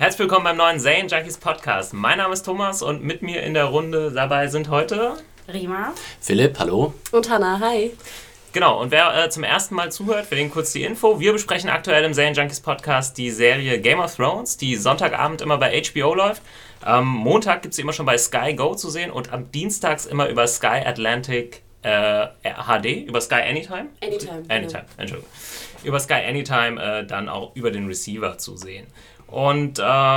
Herzlich willkommen beim neuen Serienjunkies Podcast. Mein Name ist Thomas und mit mir in der Runde dabei sind heute Rima, Philipp, hallo. Und Hannah, hi. Genau, und wer zum ersten Mal zuhört, für den kurz die Info. Wir besprechen aktuell im Serienjunkies Podcast die Serie Game of Thrones, die Sonntagabend immer bei HBO läuft. Am Montag gibt es sie immer schon bei Sky Go zu sehen und am Dienstags immer über Sky Atlantic HD, über Sky Anytime? Anytime, Entschuldigung. Über Sky Anytime dann auch über den Receiver zu sehen. Und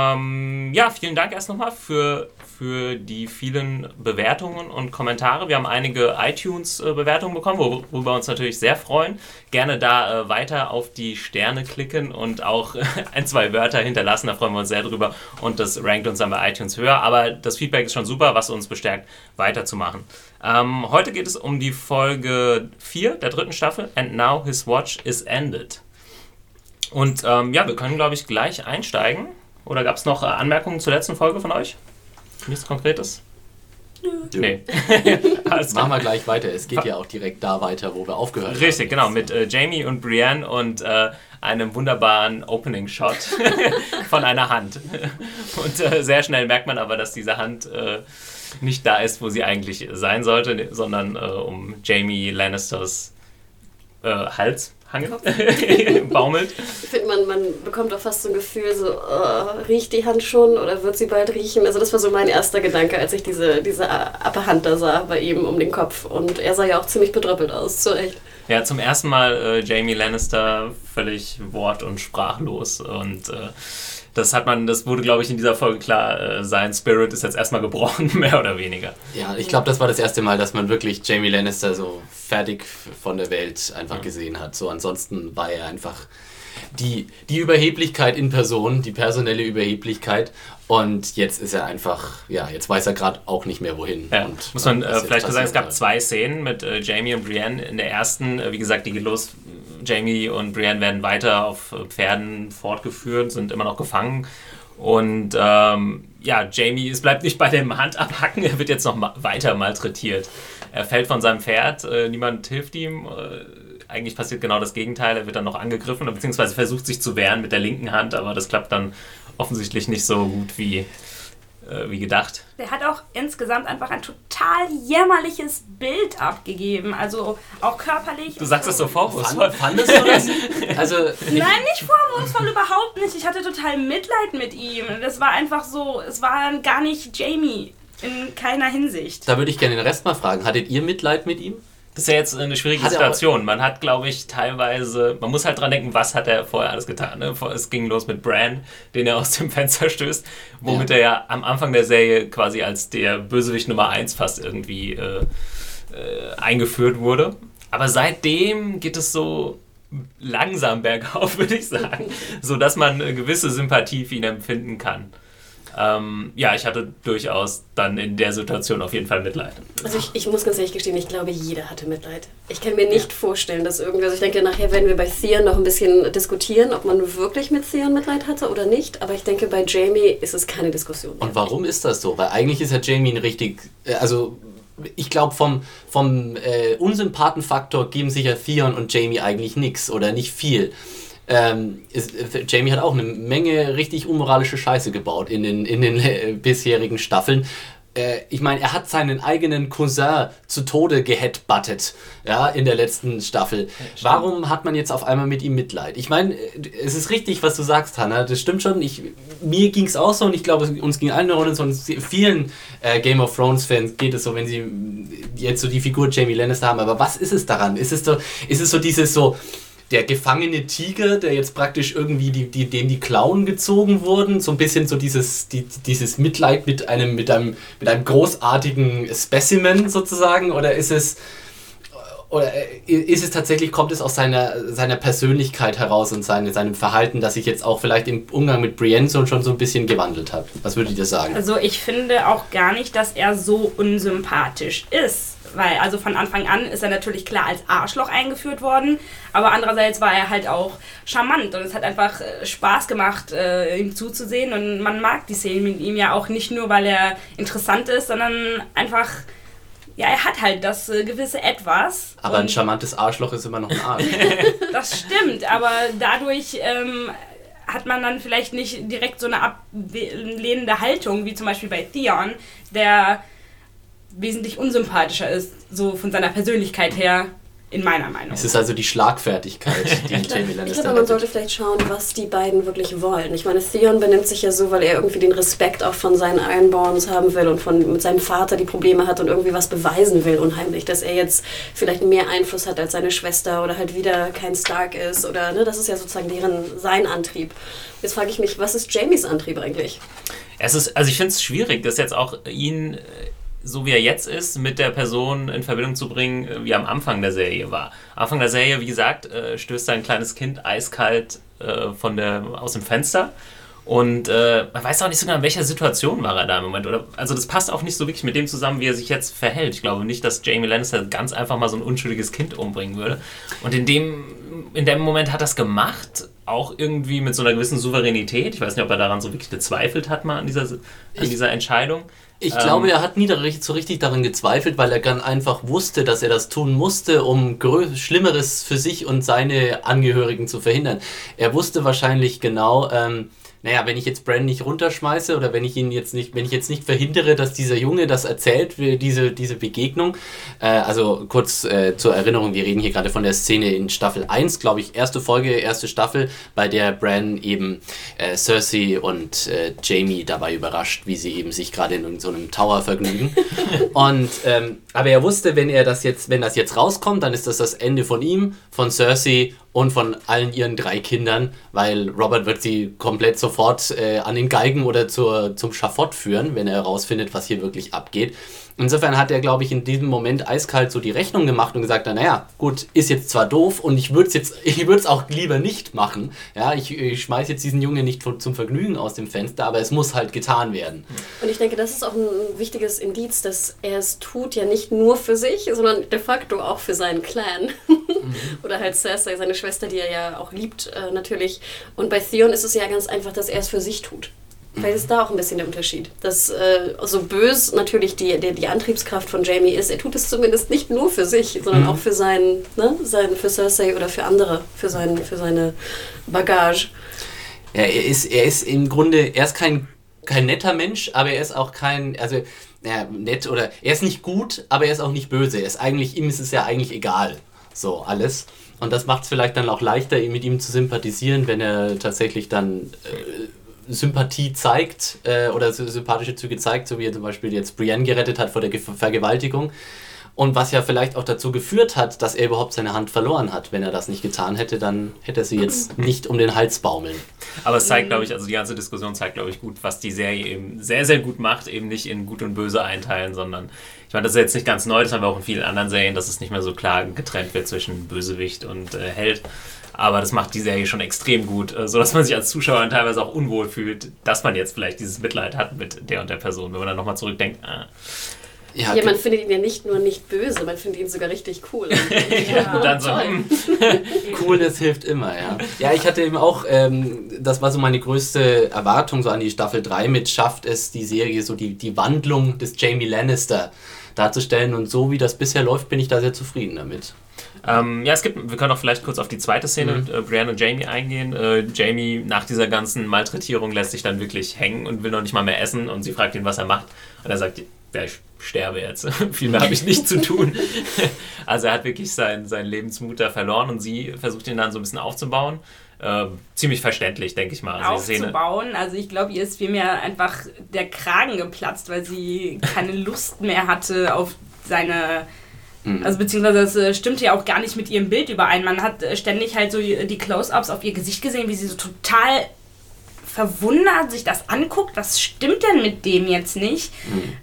vielen Dank erst nochmal für die vielen Bewertungen und Kommentare. Wir haben einige iTunes-Bewertungen bekommen, worüber wir uns natürlich sehr freuen. Gerne da weiter auf die Sterne klicken und auch ein, zwei Wörter hinterlassen, da freuen wir uns sehr drüber und das rankt uns dann bei iTunes höher. Aber das Feedback ist schon super, was uns bestärkt, weiterzumachen. Heute geht es um die Folge 4 der 3. Staffel, And Now His Watch is Ended. Und wir können, glaube ich, gleich einsteigen. Oder gab es noch Anmerkungen zur letzten Folge von euch? Nichts Konkretes? Nee. Machen wir gleich weiter. Es geht ja auch direkt da weiter, wo wir aufgehört haben. Richtig, genau. Mit Jaime und Brienne und einem wunderbaren Opening-Shot von einer Hand. Und sehr schnell merkt man aber, dass diese Hand nicht da ist, wo sie eigentlich sein sollte, sondern um Jaime Lannisters Hals baumelt. Ich finde, man bekommt auch fast so ein Gefühl, so, riecht die Hand schon oder wird sie bald riechen? Also das war so mein erster Gedanke, als ich diese Upper Hand da sah bei ihm um den Kopf. Und er sah ja auch ziemlich bedröppelt aus, zu Recht. Ja, zum ersten Mal Jaime Lannister völlig wort- und sprachlos. Und das wurde, glaube ich, in dieser Folge klar, sein Spirit ist jetzt erstmal gebrochen, mehr oder weniger. Ja, ich glaube, das war das erste Mal, dass man wirklich Jaime Lannister so fertig von der Welt einfach gesehen hat. So, ansonsten war er einfach die Überheblichkeit in Person, die personelle Überheblichkeit. Und jetzt ist er einfach, jetzt weiß er gerade auch nicht mehr wohin. Ja, und muss man vielleicht sagen, es gab 2 Szenen mit Jaime und Brienne. In der ersten, wie gesagt, die geht los. Jaime und Brienne werden weiter auf Pferden fortgeführt, sind immer noch gefangen. Und Jaime, es bleibt nicht bei dem Handabhacken, er wird jetzt noch weiter malträtiert. Er fällt von seinem Pferd, niemand hilft ihm. Eigentlich passiert genau das Gegenteil, er wird dann noch angegriffen, beziehungsweise versucht sich zu wehren mit der linken Hand, aber das klappt dann offensichtlich nicht so gut wie gedacht. der hat auch insgesamt einfach ein total jämmerliches Bild abgegeben, also auch körperlich. Du sagst das so vorwurfsvoll. Fandest du das? Also, Nein, nicht vorwurfsvoll, überhaupt nicht. Ich hatte total Mitleid mit ihm. Das war einfach so, es war gar nicht Jaime in keiner Hinsicht. Da würde ich gerne den Rest mal fragen. Hattet ihr Mitleid mit ihm? Das ist ja jetzt eine schwierige Situation. Man hat, glaube ich, teilweise, man muss halt dran denken, was hat er vorher alles getan. Ne? Es ging los mit Bran, den er aus dem Fenster stößt, womit er ja am Anfang der Serie quasi als der Bösewicht Nummer 1 fast irgendwie eingeführt wurde. Aber seitdem geht es so langsam bergauf, würde ich sagen, sodass man eine gewisse Sympathie für ihn empfinden kann. Ich hatte durchaus dann in der Situation auf jeden Fall Mitleid. Also ich muss ganz ehrlich gestehen, ich glaube, jeder hatte Mitleid. Ich kann mir nicht vorstellen, dass irgendwie, also ich denke, nachher werden wir bei Theon noch ein bisschen diskutieren, ob man wirklich mit Theon Mitleid hatte oder nicht, aber ich denke, bei Jaime ist es keine Diskussion. Und warum ist das so? Weil eigentlich ist ja Jaime ein richtig, ich glaube, vom Unsympathenfaktor geben sich ja Theon und Jaime eigentlich nichts oder nicht viel. Jaime hat auch eine Menge richtig unmoralische Scheiße gebaut in den bisherigen Staffeln. Ich meine, er hat seinen eigenen Cousin zu Tode geheadbuttet, in der letzten Staffel. Warum hat man jetzt auf einmal mit ihm Mitleid? Ich meine, es ist richtig, was du sagst, Hannah, das stimmt schon. Mir ging es auch so und ich glaube, uns ging allen Runden so und vielen Game of Thrones Fans geht es so, wenn sie jetzt so die Figur Jaime Lannister haben. Aber was ist es daran? Ist es so dieses so, der gefangene Tiger, der jetzt praktisch irgendwie dem die Klauen gezogen wurden, so ein bisschen so dieses Mitleid mit einem großartigen Specimen sozusagen, oder ist es tatsächlich, kommt es aus seiner Persönlichkeit heraus und seinem Verhalten, das sich jetzt auch vielleicht im Umgang mit Brienne schon so ein bisschen gewandelt hat? Was würdet ihr sagen? Also ich finde auch gar nicht, dass er so unsympathisch ist. Weil, also von Anfang an ist er natürlich klar als Arschloch eingeführt worden, aber andererseits war er halt auch charmant und es hat einfach Spaß gemacht, ihm zuzusehen und man mag die Szenen mit ihm ja auch nicht nur, weil er interessant ist, sondern einfach, er hat halt das gewisse Etwas. Aber ein charmantes Arschloch ist immer noch ein Arsch. Das stimmt, aber dadurch hat man dann vielleicht nicht direkt so eine ablehnende Haltung, wie zum Beispiel bei Theon, der wesentlich unsympathischer ist, so von seiner Persönlichkeit her, in meiner Meinung. Es ist also die Schlagfertigkeit, die Jamie Lannister Ich glaube, man sollte vielleicht schauen, was die beiden wirklich wollen. Ich meine, Theon benimmt sich ja so, weil er irgendwie den Respekt auch von seinen Ironborns haben will und mit seinem Vater die Probleme hat und irgendwie was beweisen will, unheimlich. Dass er jetzt vielleicht mehr Einfluss hat als seine Schwester oder halt wieder kein Stark ist. Oder, ne, das ist ja sozusagen sein Antrieb. Jetzt frage ich mich, was ist Jamies Antrieb eigentlich? Also ich finde es schwierig, dass jetzt auch ihn, so wie er jetzt ist, mit der Person in Verbindung zu bringen, wie er am Anfang der Serie war. Am Anfang der Serie, wie gesagt, stößt ein kleines Kind eiskalt aus dem Fenster und man weiß auch nicht so genau, in welcher Situation war er da im Moment. Also das passt auch nicht so wirklich mit dem zusammen, wie er sich jetzt verhält. Ich glaube nicht, dass Jaime Lannister ganz einfach mal so ein unschuldiges Kind umbringen würde. Und in dem Moment hat er es gemacht, auch irgendwie mit so einer gewissen Souveränität. Ich weiß nicht, ob er daran so wirklich gezweifelt hat mal an dieser Entscheidung. Ich glaube, er hat nie so richtig daran gezweifelt, weil er dann einfach wusste, dass er das tun musste, um Schlimmeres für sich und seine Angehörigen zu verhindern. Er wusste wahrscheinlich genau, wenn ich jetzt Bran nicht runterschmeiße oder wenn ich jetzt nicht verhindere, dass dieser Junge das erzählt, diese Begegnung. Also kurz zur Erinnerung, wir reden hier gerade von der Szene in Staffel 1, glaube ich, erste Folge, erste Staffel, bei der Bran eben Cersei und Jaime dabei überrascht, wie sie eben sich gerade in so einem Tower vergnügen. Und aber er wusste, wenn das jetzt rauskommt, dann ist das Ende von ihm, von Cersei und von allen ihren 3 Kindern, weil Robert wird sie komplett sofort an den Galgen oder zum Schafott führen, wenn er herausfindet, was hier wirklich abgeht. Insofern hat er, glaube ich, in diesem Moment eiskalt so die Rechnung gemacht und gesagt, naja, gut, ist jetzt zwar doof und ich würde es auch lieber nicht machen. Ja, ich schmeiß jetzt diesen Jungen nicht zum Vergnügen aus dem Fenster, aber es muss halt getan werden. Und ich denke, das ist auch ein wichtiges Indiz, dass er es tut ja nicht nur für sich, sondern de facto auch für seinen Clan. Oder halt Cersei, seine Schwester, die er ja auch liebt, natürlich. Und bei Theon ist es ja ganz einfach, dass er es für sich tut. Vielleicht ist da auch ein bisschen der Unterschied. Dass so böse natürlich die Antriebskraft von Jaime ist, er tut es zumindest nicht nur für sich, sondern auch für für Cersei oder für andere, für seine Bagage. Ja, er ist im Grunde, er ist kein netter Mensch, aber er ist auch nett oder, er ist nicht gut, aber er ist auch nicht böse. Ihm ist es ja eigentlich egal, so alles. Und das macht es vielleicht dann auch leichter, mit ihm zu sympathisieren, wenn er tatsächlich dann Sympathie zeigt oder sympathische Züge zeigt, so wie er zum Beispiel jetzt Brienne gerettet hat vor der Vergewaltigung. Und was ja vielleicht auch dazu geführt hat, dass er überhaupt seine Hand verloren hat. Wenn er das nicht getan hätte, dann hätte er sie jetzt nicht um den Hals baumeln. Aber es zeigt, glaube ich, also die ganze Diskussion zeigt, glaube ich, gut, was die Serie eben sehr, sehr gut macht, eben nicht in Gut und Böse einteilen, sondern, ich meine, das ist jetzt nicht ganz neu, das haben wir auch in vielen anderen Serien, dass es nicht mehr so klar getrennt wird zwischen Bösewicht und Held. Aber das macht die Serie schon extrem gut, sodass man sich als Zuschauer teilweise auch unwohl fühlt, dass man jetzt vielleicht dieses Mitleid hat mit der und der Person, wenn man dann nochmal zurückdenkt. Ja, man findet ihn ja nicht nur nicht böse, man findet ihn sogar richtig cool. Ja, und dann so, Coolness hilft immer, ja. Ja, ich hatte eben auch, das war so meine größte Erwartung so an die Staffel 3 schafft es die Serie so die Wandlung des Jaime Lannister darzustellen und so wie das bisher läuft, bin ich da sehr zufrieden damit. Wir können auch vielleicht kurz auf die zweite Szene mit Brienne und Jaime eingehen. Jaime nach dieser ganzen Malträtierung lässt sich dann wirklich hängen und will noch nicht mal mehr essen und sie fragt ihn, was er macht und er sagt, ja, ich sterbe jetzt, viel mehr habe ich nicht zu tun. Also er hat wirklich seinen Lebensmut da verloren und sie versucht ihn dann so ein bisschen aufzubauen. Ziemlich verständlich, denke ich mal. Aufzubauen, also ich glaube, ihr ist vielmehr einfach der Kragen geplatzt, weil sie keine Lust mehr hatte auf seine... Also beziehungsweise das stimmte ja auch gar nicht mit ihrem Bild überein. Man hat ständig halt so die Close-Ups auf ihr Gesicht gesehen, wie sie so total verwundert sich das anguckt. Was stimmt denn mit dem jetzt nicht?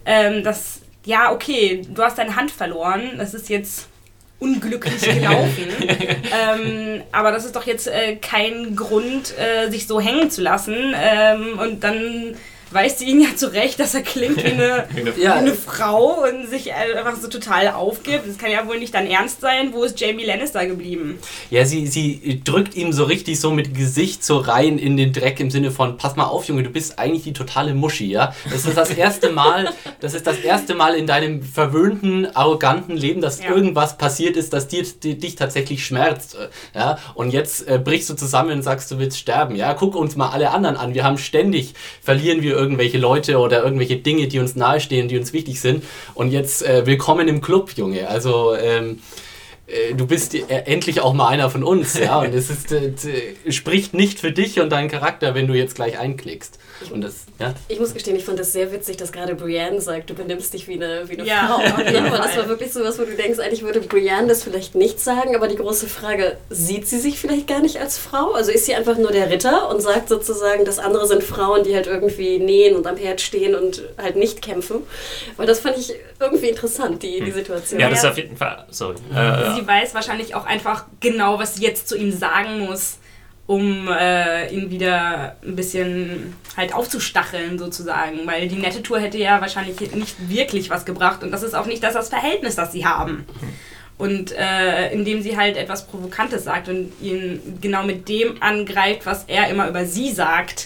Okay, du hast deine Hand verloren. Das ist jetzt unglücklich gelaufen. Aber das ist doch jetzt kein Grund, sich so hängen zu lassen. Und dann weist sie ihn ja zurecht, dass er klingt wie eine Frau und sich einfach so total aufgibt. Das kann ja wohl nicht dann ernst sein. Wo ist Jaime Lannister geblieben? Ja, sie drückt ihm so richtig so mit Gesicht so rein in den Dreck im Sinne von, pass mal auf, Junge, du bist eigentlich die totale Muschi, ja? Das ist das erste Mal in deinem verwöhnten, arroganten Leben, dass irgendwas passiert ist, das dich tatsächlich schmerzt, ja? Und jetzt brichst du zusammen und sagst, du willst sterben, ja? Guck uns mal alle anderen an. Wir haben verlieren wir irgendwelche Leute oder irgendwelche Dinge, die uns nahestehen, die uns wichtig sind. Und jetzt willkommen im Club, Junge. Also du bist endlich auch mal einer von uns, ja. Und es spricht nicht für dich und deinen Charakter, wenn du jetzt gleich einklickst. Und das, ja. Ich muss gestehen, ich fand das sehr witzig, dass gerade Brienne sagt, du benimmst dich wie eine Frau. Ja, das war wirklich sowas, wo du denkst, eigentlich würde Brienne das vielleicht nicht sagen, aber die große Frage, sieht sie sich vielleicht gar nicht als Frau? Also ist sie einfach nur der Ritter und sagt sozusagen, das andere sind Frauen, die halt irgendwie nähen und am Herd stehen und halt nicht kämpfen? Weil das fand ich irgendwie interessant, die Situation. Ja, das ist auf jeden Fall, sorry. Sie weiß wahrscheinlich auch einfach genau, was sie jetzt zu ihm sagen muss, um ihn wieder ein bisschen halt aufzustacheln sozusagen, weil die nette Tour hätte ja wahrscheinlich nicht wirklich was gebracht und das ist auch nicht das Verhältnis, das sie haben. Und indem sie halt etwas Provokantes sagt und ihn genau mit dem angreift, was er immer über sie sagt,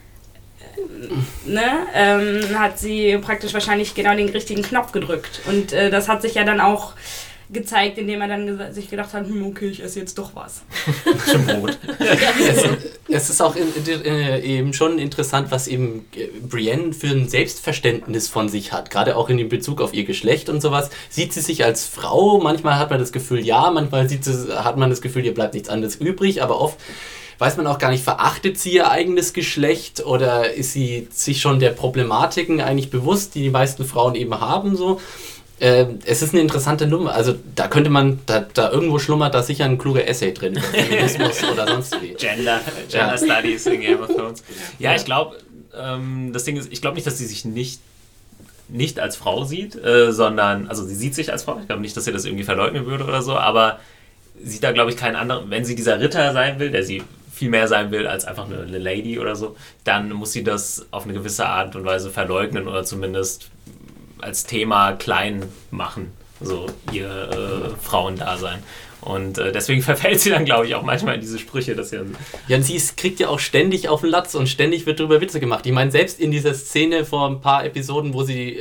hat sie praktisch wahrscheinlich genau den richtigen Knopf gedrückt. Und das hat sich ja dann auch gezeigt, indem er dann sich gedacht hat, okay, ich esse jetzt doch was. Zum Brot. Es ist auch eben schon interessant, was eben Brienne für ein Selbstverständnis von sich hat, gerade auch in dem Bezug auf ihr Geschlecht und sowas. Sieht sie sich als Frau? Manchmal hat man das Gefühl, ja, manchmal hat man das Gefühl, ihr bleibt nichts anderes übrig, aber oft weiß man auch gar nicht, verachtet sie ihr eigenes Geschlecht oder ist sie sich schon der Problematiken eigentlich bewusst, die die meisten Frauen eben haben, so. Es ist eine interessante Nummer, also da könnte man, da irgendwo schlummert da sicher ein kluger Essay drin, über Feminismus oder sonst wie. Gender Studies in Game of Thrones. Ja, ich glaube, das Ding ist, ich glaube nicht, dass sie sich nicht als Frau sieht, sondern, also sie sieht sich als Frau, ich glaube nicht, dass sie das irgendwie verleugnen würde oder so, aber sieht da, glaube ich, keinen anderen, wenn sie dieser Ritter sein will, der sie viel mehr sein will als einfach eine Lady oder so, dann muss sie das auf eine gewisse Art und Weise verleugnen oder zumindest als Thema klein machen, so ihr Frauendasein. Und deswegen verfällt sie dann, glaube ich, auch manchmal in diese Sprüche. Dass und sie kriegt ja auch ständig auf den Latz und ständig wird darüber Witze gemacht. Ich meine, selbst in dieser Szene vor ein paar Episoden, wo sie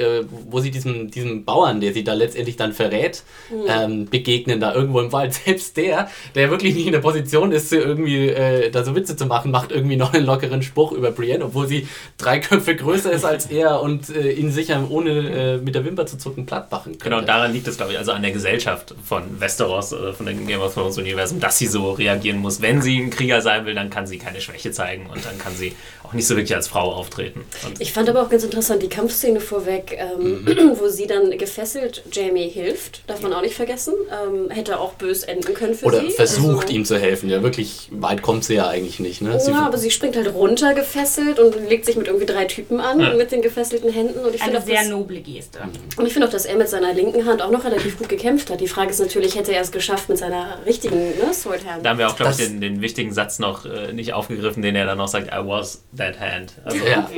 diesem Bauern, der sie da letztendlich dann verrät, begegnen, da irgendwo im Wald, selbst der wirklich nicht in der Position ist, irgendwie da so Witze zu machen, macht irgendwie noch einen lockeren Spruch über Brienne, obwohl sie 3 Köpfe größer ist als er und ihn sicher ohne mit der Wimper zu zucken platt machen könnte. Genau, und daran liegt es, glaube ich, also an der Gesellschaft von Westeros, von der Game of Thrones Universum, dass sie so reagieren muss. Wenn sie ein Krieger sein will, dann kann sie keine Schwäche zeigen und dann kann sie auch nicht so wirklich als Frau auftreten. Und ich fand aber auch ganz interessant die Kampfszene vorweg, wo sie dann gefesselt Jaime hilft, darf man auch nicht vergessen. Hätte auch bös enden können für oder sie. Oder versucht ihm zu helfen. Ja, wirklich weit kommt sie ja eigentlich nicht. Ne? Ja, aber sie springt halt runter gefesselt und legt sich mit irgendwie 3 Typen an mit den gefesselten Händen. Und ich eine sehr noble Geste. Und ich finde auch, dass er mit seiner linken Hand auch noch relativ gut gekämpft hat. Die Frage ist natürlich, hätte er es geschafft mit seiner richtigen Sword Hand. Da haben wir auch, glaube ich, den wichtigen Satz noch nicht aufgegriffen, den er dann noch sagt, I was that hand. Also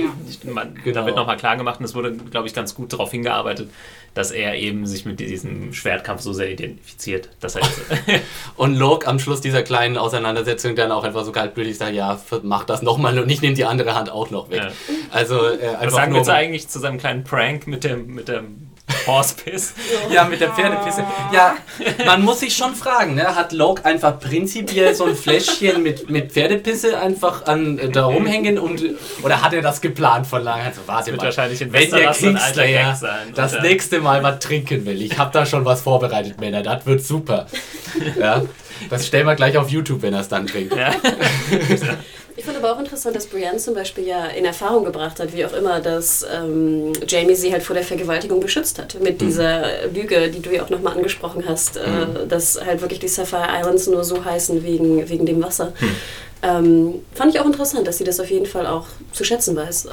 da wird nochmal klar gemacht und es wurde, glaube ich, ganz gut darauf hingearbeitet, dass er eben sich mit diesem Schwertkampf so sehr identifiziert. Dass er und Lorque am Schluss dieser kleinen Auseinandersetzung dann auch einfach so kaltblütig sagt, ja, mach das nochmal und ich nehme die andere Hand auch noch weg. Ja. Also, was sagen wir jetzt eigentlich zu seinem kleinen Prank mit dem Horsepiss? Ja, mit der Pferdepisse. Ja, man muss sich schon fragen, ne? Hat Lorque einfach prinzipiell so ein Fläschchen mit Pferdepisse einfach da rumhängen oder hat er das geplant von lange? Also, warte mal, wahrscheinlich in wenn der Kingslayer sein, das nächste Mal was trinken will, ich habe da schon was vorbereitet, Männer, das wird super. Ja, das stellen wir gleich auf YouTube, wenn er es dann trinkt. Ja. Ich fand aber auch interessant, dass Brienne zum Beispiel ja in Erfahrung gebracht hat, wie auch immer, dass Jaime sie halt vor der Vergewaltigung beschützt hat. Mit dieser Lüge, die du ja auch nochmal angesprochen hast, dass halt wirklich die Sapphire Islands nur so heißen wegen dem Wasser. Fand ich auch interessant, dass sie das auf jeden Fall auch zu schätzen weiß.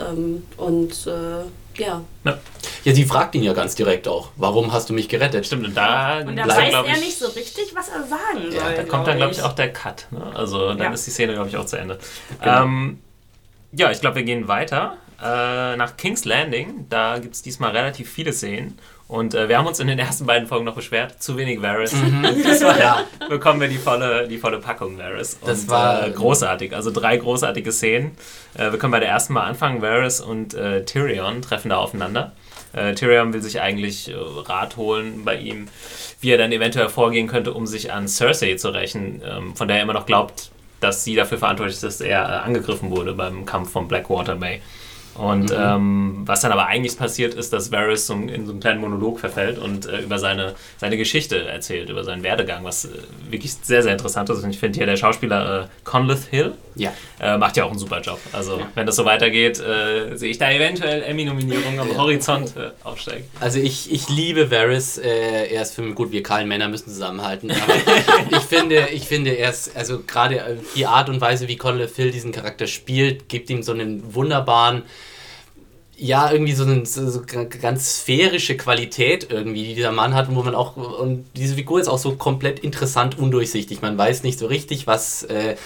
Ja, sie fragt ihn ja ganz direkt auch, warum hast du mich gerettet? Stimmt, und da weiß er nicht so richtig, was er sagen soll. Ja, da kommt dann, glaube ich, auch der Cut. Ne? Also dann ist die Szene, glaube ich, auch zu Ende. Genau. Ja, ich glaube, wir gehen weiter. nach King's Landing. Da gibt es diesmal relativ viele Szenen. Und wir haben uns in den ersten beiden Folgen noch beschwert, zu wenig Varys. Bekommen wir die volle Packung Varys. Und, das war großartig. Also 3 großartige Szenen. Wir können bei der ersten mal anfangen. Varys und Tyrion treffen da aufeinander. Tyrion will sich eigentlich Rat holen bei ihm, wie er dann eventuell vorgehen könnte, um sich an Cersei zu rächen, von der er immer noch glaubt, dass sie dafür verantwortlich ist, dass er angegriffen wurde beim Kampf von Blackwater Bay. Und was dann aber eigentlich passiert ist, dass Varys in so einen kleinen Monolog verfällt und über seine Geschichte erzählt, über seinen Werdegang, was wirklich sehr, sehr interessant ist. Und ich finde hier der Schauspieler Conleth Hill macht ja auch einen super Job. Also wenn das so weitergeht, sehe ich da eventuell Emmy-Nominierungen am Horizont aufsteigen. Also ich liebe Varys. Er ist für mich gut, wir kahlen Männer müssen zusammenhalten. Aber ich finde er ist, also gerade die Art und Weise, wie Conleth Hill diesen Charakter spielt, gibt ihm so einen wunderbaren, irgendwie so eine ganz sphärische Qualität irgendwie, die dieser Mann hat, und wo man auch, und diese Figur ist auch so komplett interessant undurchsichtig. Man weiß nicht so richtig, was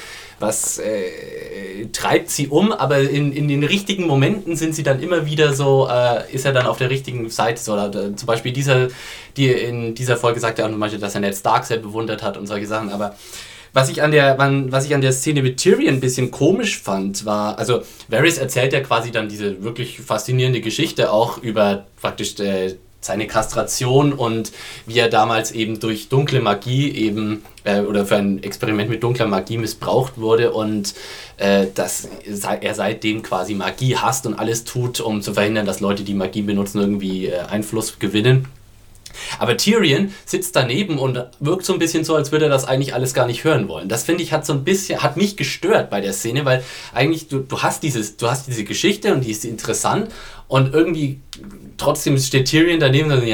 treibt sie um, aber in den richtigen Momenten sind sie dann immer wieder so, ist er dann auf der richtigen Seite. So, oder zum Beispiel in dieser Folge sagt er auch zum Beispiel, dass er Ned Stark sehr bewundert hat und solche Sachen, aber was ich an der Szene mit Tyrion ein bisschen komisch fand, war, also Varys erzählt ja quasi dann diese wirklich faszinierende Geschichte auch über praktisch seine Kastration und wie er damals eben durch dunkle Magie oder für ein Experiment mit dunkler Magie missbraucht wurde und dass er seitdem quasi Magie hasst und alles tut, um zu verhindern, dass Leute, die Magie benutzen, irgendwie Einfluss gewinnen. Aber Tyrion sitzt daneben und wirkt so ein bisschen so, als würde er das eigentlich alles gar nicht hören wollen. Das finde ich hat mich gestört bei der Szene, weil eigentlich du hast diese Geschichte und die ist interessant und irgendwie trotzdem steht Tyrion daneben und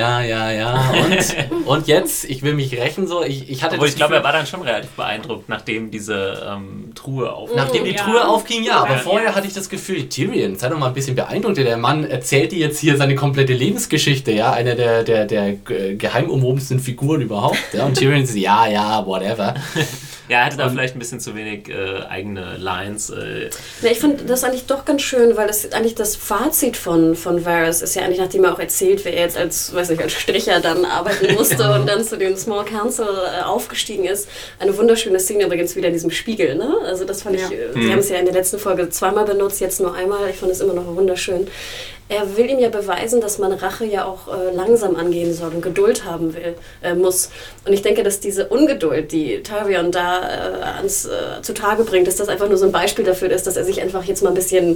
und jetzt, ich will mich rächen so. Ich glaube, er war dann schon relativ beeindruckt, nachdem diese Truhe aufging. Nachdem die Truhe aufging, aber vorher hatte ich das Gefühl, Tyrion, sei doch mal ein bisschen beeindruckt. Der Mann erzählt dir jetzt hier seine komplette Lebensgeschichte, einer der geheimumwobensten Figuren überhaupt. Ja? Und Tyrion sagt, whatever. Ja, er hatte da vielleicht ein bisschen zu wenig eigene Lines. Ich finde das eigentlich doch ganz schön, weil das eigentlich das Fazit von Varys ist ja eigentlich, nachdem er auch erzählt, wie er jetzt als Stricher dann arbeiten musste und dann zu dem Small Council aufgestiegen ist. Eine wunderschöne Szene übrigens wieder in diesem Spiegel. Ne? Also das fand ich, Sie haben es ja in der letzten Folge zweimal benutzt, jetzt nur einmal. Ich fand es immer noch wunderschön. Er will ihm ja beweisen, dass man Rache ja auch langsam angehen soll und Geduld haben muss. Und ich denke, dass diese Ungeduld, die Tyrion da zutage bringt, dass das einfach nur so ein Beispiel dafür ist, dass er sich einfach jetzt mal ein bisschen,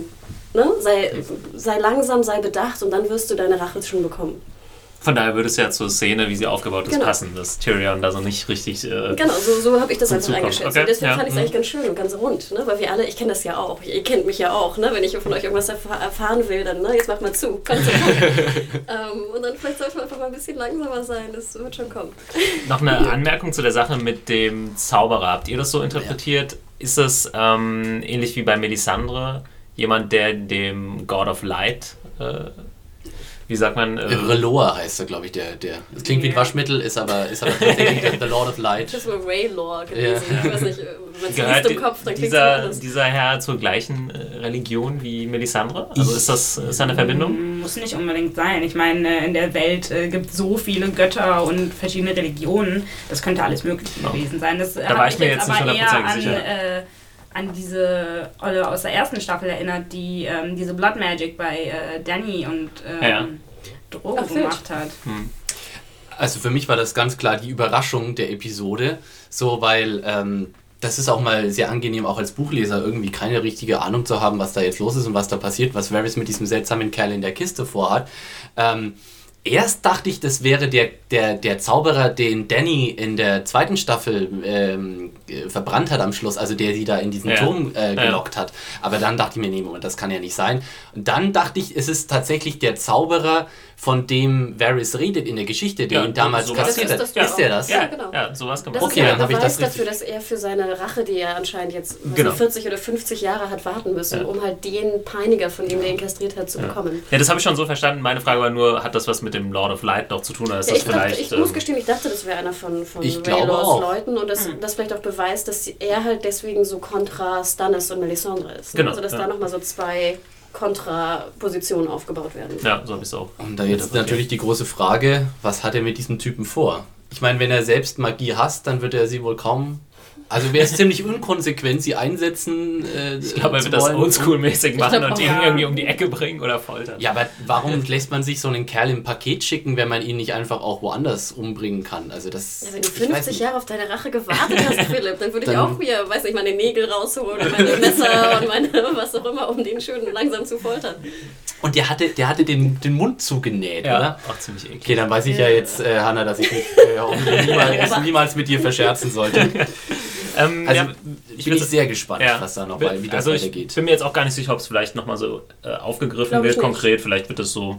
sei langsam, sei bedacht und dann wirst du deine Rache schon bekommen. Von daher würde es ja zur Szene, wie sie aufgebaut ist, passen, dass Tyrion da so nicht richtig genau, so habe ich das einfach eingeschätzt. Okay, und deswegen fand ich es eigentlich ganz schön und ganz rund, ne? Weil wir alle, ich kenne das ja auch, ihr kennt mich ja auch, ne? Wenn ich von euch irgendwas erfahren will, dann, jetzt macht mal zu, kommt und dann vielleicht sollte man einfach mal ein bisschen langsamer sein, das wird schon kommen. Noch eine Anmerkung zu der Sache mit dem Zauberer. Habt ihr das so interpretiert? Ja. Ist es ähnlich wie bei Melisandre, jemand, der dem God of Light wie sagt man? R'hllor heißt er, glaube ich, der. Das klingt wie ein Waschmittel, ist aber tatsächlich der Lord of Light. Das war R'hllor gewesen. Ja. Ich weiß nicht, wenn es gehört im Kopf, dann klingt es dieser Herr zur gleichen Religion wie Melisandre? Also ist da eine Verbindung? Muss nicht unbedingt sein. Ich meine, in der Welt gibt es so viele Götter und verschiedene Religionen. Das könnte alles Mögliche gewesen sein. Das da war ich mir jetzt nicht 100% sicher. An diese Olle aus der ersten Staffel erinnert, die diese Blood Magic bei Dany und Drogo gemacht hat. Also für mich war das ganz klar die Überraschung der Episode, so weil das ist auch mal sehr angenehm, auch als Buchleser irgendwie keine richtige Ahnung zu haben, was da jetzt los ist und was da passiert, was Varys mit diesem seltsamen Kerl in der Kiste vorhat. Erst dachte ich, das wäre der Zauberer, den Dany in der zweiten Staffel verbrannt hat am Schluss, also der sie da in diesen Turm gelockt hat. Aber dann dachte ich mir, nee, Moment, das kann ja nicht sein. Und dann dachte ich, es ist tatsächlich der Zauberer, von dem Varys redet in der Geschichte, der ihn damals kastriert hat. Ist der das? Ja, genau. Ja, sowas gemacht. Das ist ja ein Beweis dafür, dass er für seine Rache, die er anscheinend jetzt 40 oder 50 Jahre hat warten müssen, um halt den Peiniger, von dem der ihn kastriert hat, zu bekommen. Ja, das habe ich schon so verstanden. Meine Frage war nur, hat das was mit dem Lord of Light noch zu tun? Oder ist das vielleicht, ich muss gestehen, ich dachte, das wäre einer von R'hllors Leuten und das vielleicht auch beweist, dass er halt deswegen so kontra Stannis und Melisandre ist. Ne? Genau, also, dass da nochmal so zwei Kontrapositionen aufgebaut werden. Ja, so habe ich es auch. Und da jetzt natürlich die große Frage, was hat er mit diesem Typen vor? Ich meine, wenn er selbst Magie hasst, dann wird er sie wohl kaum... Also wäre es ziemlich unkonsequent, sie einsetzen ich glaube, er wird das oldschool-mäßig machen und ihn irgendwie um die Ecke bringen oder foltern. Ja, aber warum lässt man sich so einen Kerl im Paket schicken, wenn man ihn nicht einfach auch woanders umbringen kann? Also das... Ja, wenn du 50 Jahre auf deine Rache gewartet hast, Philipp, dann würde ich auch mir, weiß nicht, meine Nägel rausholen und meine Messer und meine was auch immer, um den schön langsam zu foltern. Und der hatte den Mund zugenäht, oder? Auch ziemlich eklig. Okay, dann weiß ich ja jetzt, Hannah, dass ich mich niemals mit dir verscherzen sollte. Also ich bin sehr gespannt, was da noch wie das weitergeht. Ich bin mir jetzt auch gar nicht sicher, ob es vielleicht nochmal so aufgegriffen wird konkret. Vielleicht wird es so...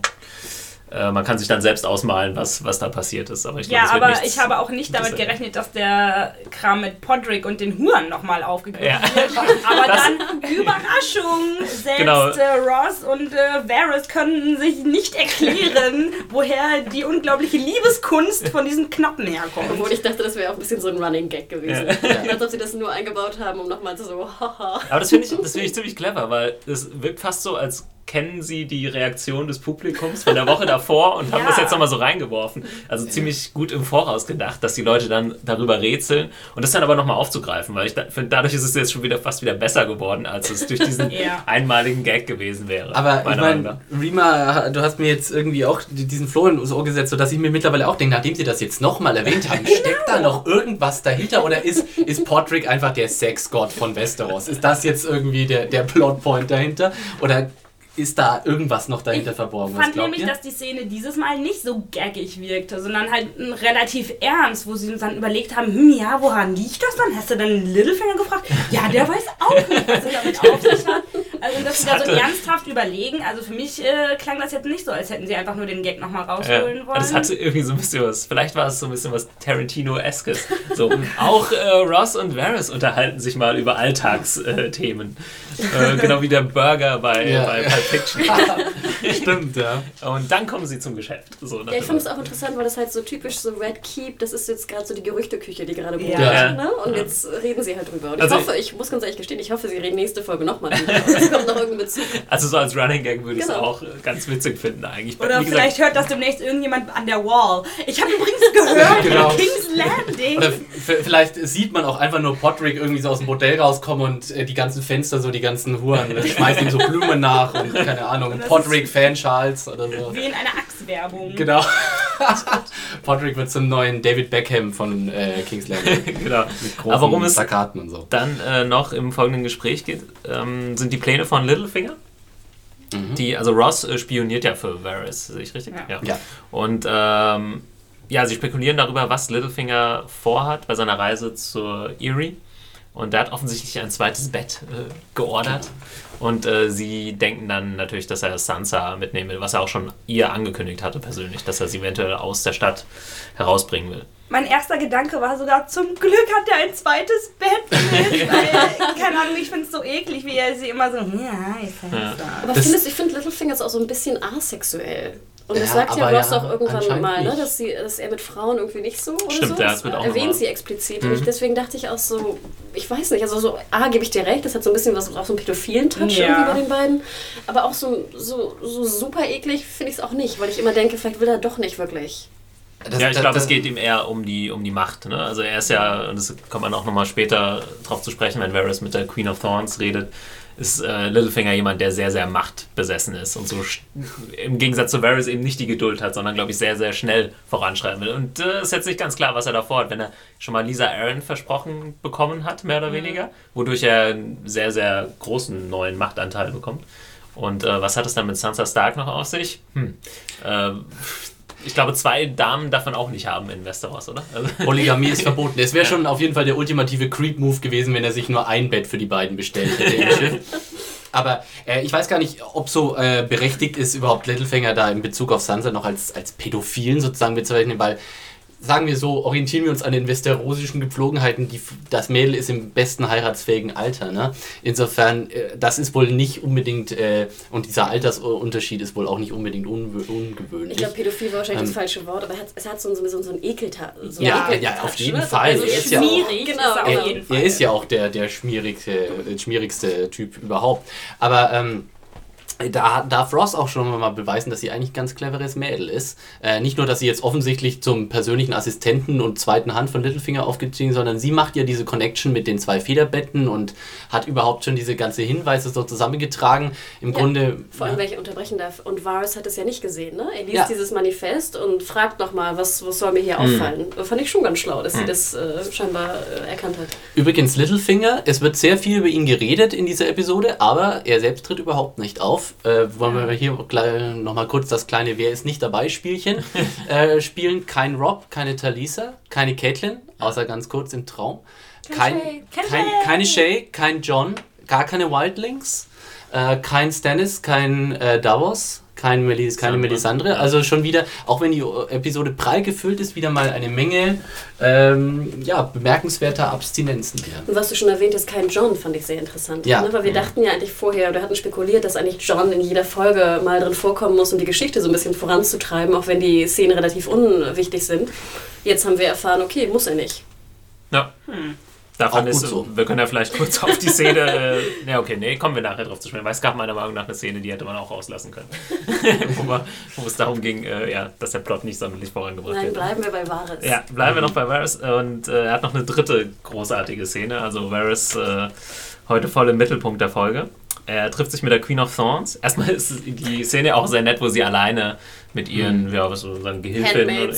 man kann sich dann selbst ausmalen, was da passiert ist. Aber ich glaube, ich habe auch nicht damit gerechnet, dass der Kram mit Podrick und den Huren nochmal aufgegriffen wird. Aber dann, Überraschung, selbst Ross und Varys können sich nicht erklären, woher die unglaubliche Liebeskunst von diesen Knappen herkommt. Obwohl ich dachte, das wäre auch ein bisschen so ein Running Gag gewesen. Ja. Als ob sie das nur eingebaut haben, um nochmal so haha. Aber das finde ich ziemlich clever, weil es wirkt fast so, als kennen sie die Reaktion des Publikums von der Woche davor und haben das jetzt nochmal so reingeworfen. Also ziemlich gut im Voraus gedacht, dass die Leute dann darüber rätseln und das dann aber nochmal aufzugreifen, weil ich finde, dadurch ist es jetzt schon fast wieder besser geworden, als es durch diesen einmaligen Gag gewesen wäre. Aber ich meine, Rima, du hast mir jetzt irgendwie auch diesen Floh ins Ohr gesetzt, sodass ich mir mittlerweile auch denke, nachdem sie das jetzt nochmal erwähnt haben, steckt da noch irgendwas dahinter oder ist Podrick einfach der Sexgott von Westeros? Ist das jetzt irgendwie der Plotpoint dahinter? Oder ist da irgendwas noch dahinter verborgen? Ich fand nämlich, dass die Szene dieses Mal nicht so gaggig wirkte, sondern halt relativ ernst, wo sie uns dann überlegt haben, woran liegt das dann? Hast du dann Littlefinger gefragt? Ja, der weiß auch nicht, was er damit auf sich hat. Also, dass sie da so ernsthaft überlegen, also für mich klang das jetzt nicht so, als hätten sie einfach nur den Gag nochmal rausholen wollen. Das hatte irgendwie so ein bisschen was, vielleicht war es so ein bisschen was Tarantino-eskes. So, auch Ross und Varys unterhalten sich mal über Alltagsthemen. Genau wie der Burger bei Fiction. Stimmt, ja. Und dann kommen sie zum Geschäft. So, ich fand es auch interessant, weil das halt so typisch so Red Keep, das ist jetzt gerade so die Gerüchteküche, die gerade brodelt. Ne? Und jetzt reden sie halt drüber. Und ich muss ganz ehrlich gestehen, ich hoffe, sie reden nächste Folge nochmal drüber. Es kommt noch irgendein Bezug. Also so als Running Gag würde ich es auch ganz witzig finden eigentlich. Oder vielleicht hört das demnächst irgendjemand an der Wall. Ich habe übrigens gehört, King's Landing. Oder vielleicht sieht man auch einfach nur Podrick irgendwie so aus dem Bordell rauskommen und die ganzen Fenster, so die ganzen Huren, schmeißen ihm so Blumen nach und keine Ahnung, Podrick-Fan-Schals oder so. Wie in einer Axe-Werbung. Genau. Podrick wird zum neuen David Beckham von King's Landing. Genau. Mit großen Plakaten und so. Dann noch im folgenden Gespräch geht, sind die Pläne von Littlefinger. Also Ross spioniert ja für Varys, sehe ich richtig? Ja. Und sie spekulieren darüber, was Littlefinger vorhat bei seiner Reise zur Eyrie. Und der hat offensichtlich ein zweites Bett geordert. Und sie denken dann natürlich, dass er Sansa mitnehmen will, was er auch schon ihr angekündigt hatte persönlich, dass er sie eventuell aus der Stadt herausbringen will. Mein erster Gedanke war sogar, zum Glück hat er ein zweites Bett mit, weil, keine Ahnung, ich finde es so eklig, wie er sie immer so, Aber ich finde Littlefinger ist auch so ein bisschen asexuell. Und das sagt ja Ross auch irgendwann mal, ne, dass er mit Frauen irgendwie nicht so oder Stimmt, so. Das wird auch erwähnt sie explizit. Und deswegen dachte ich auch so, ich weiß nicht, also so, gebe ich dir recht, das hat so ein bisschen was, auch so einen pädophilen Touch irgendwie bei den beiden. Aber auch so super eklig finde ich es auch nicht, weil ich immer denke, vielleicht will er doch nicht wirklich. Ich glaube, es geht ihm eher um die Macht. Ne? Also er ist ja, und das kommt man auch nochmal später drauf zu sprechen, wenn Varys mit der Queen of Thorns redet, ist Littlefinger jemand, der sehr, sehr machtbesessen ist und so im Gegensatz zu Varys eben nicht die Geduld hat, sondern, glaube ich, sehr, sehr schnell voranschreiten will. Und ist jetzt nicht ganz klar, was er da vorhat, wenn er schon mal Lisa Arryn versprochen bekommen hat, mehr oder weniger, wodurch er einen sehr, sehr großen neuen Machtanteil bekommt. Und was hat es dann mit Sansa Stark noch auf sich? Ich glaube, 2 Damen darf man auch nicht haben in Westeros, oder? Also Polygamie ist verboten. Es wäre schon auf jeden Fall der ultimative Creep-Move gewesen, wenn er sich nur ein Bett für die beiden bestellt hätte im Schiff. Aber ich weiß gar nicht, ob so berechtigt ist, überhaupt Littlefinger da in Bezug auf Sansa noch als Pädophilen sozusagen bezeichnen, weil, sagen wir so, orientieren wir uns an den westerosischen Gepflogenheiten, das Mädel ist im besten heiratsfähigen Alter. Ne? Insofern, das ist wohl nicht unbedingt, und dieser Altersunterschied ist wohl auch nicht unbedingt ungewöhnlich. Ich glaube, pädophil war wahrscheinlich das falsche Wort, aber es hat so einen Ekeltat. So ja, auf jeden Fall. Also er ist ja auch, er ist ja auch der schmierigste Typ überhaupt. Aber Da darf Ross auch schon mal beweisen, dass sie eigentlich ein ganz cleveres Mädel ist. Nicht nur, dass sie jetzt offensichtlich zum persönlichen Assistenten und zweiten Hand von Littlefinger aufgestiegen, sondern sie macht ja diese Connection mit den 2 Federbetten und hat überhaupt schon diese ganze Hinweise so zusammengetragen. Im Grunde... Vor allem, wenn ich unterbrechen darf. Und Varys hat es ja nicht gesehen, ne? Er liest dieses Manifest und fragt nochmal, was soll mir hier auffallen. Fand ich schon ganz schlau, dass sie das scheinbar erkannt hat. Übrigens Littlefinger, es wird sehr viel über ihn geredet in dieser Episode, aber er selbst tritt überhaupt nicht auf. Wollen wir hier nochmal kurz das kleine Wer ist nicht dabei Spielchen spielen. Kein Rob, keine Talisa, keine Caitlin, außer ganz kurz im Traum. Keine Shay, kein John, gar keine Wildlings, kein Stannis, kein Davos, keine Melisandre. Also schon wieder, auch wenn die Episode prall gefüllt ist, wieder mal eine Menge bemerkenswerter Abstinenzen. Und was du schon erwähnt hast, kein John, fand ich sehr interessant. Ja. Ne? Weil wir dachten ja eigentlich vorher, oder hatten spekuliert, dass eigentlich John in jeder Folge mal drin vorkommen muss, um die Geschichte so ein bisschen voranzutreiben, auch wenn die Szenen relativ unwichtig sind. Jetzt haben wir erfahren, okay, muss er nicht. Ja. Davon ist so. Wir können ja vielleicht kurz auf die Szene. Kommen wir nachher drauf zu sprechen, weil es gab meiner Meinung nach eine Szene, die hätte man auch rauslassen können. wo es darum ging, dass der Plot nicht sonderlich vorangebracht wird. Nein, bleiben wir bei Varys. Ja, bleiben wir noch bei Varys. Und er hat noch eine dritte großartige Szene. Also Varys heute voll im Mittelpunkt der Folge. Er trifft sich mit der Queen of Thorns. Erstmal ist die Szene auch sehr nett, wo sie alleine mit ihren Gehilfinnen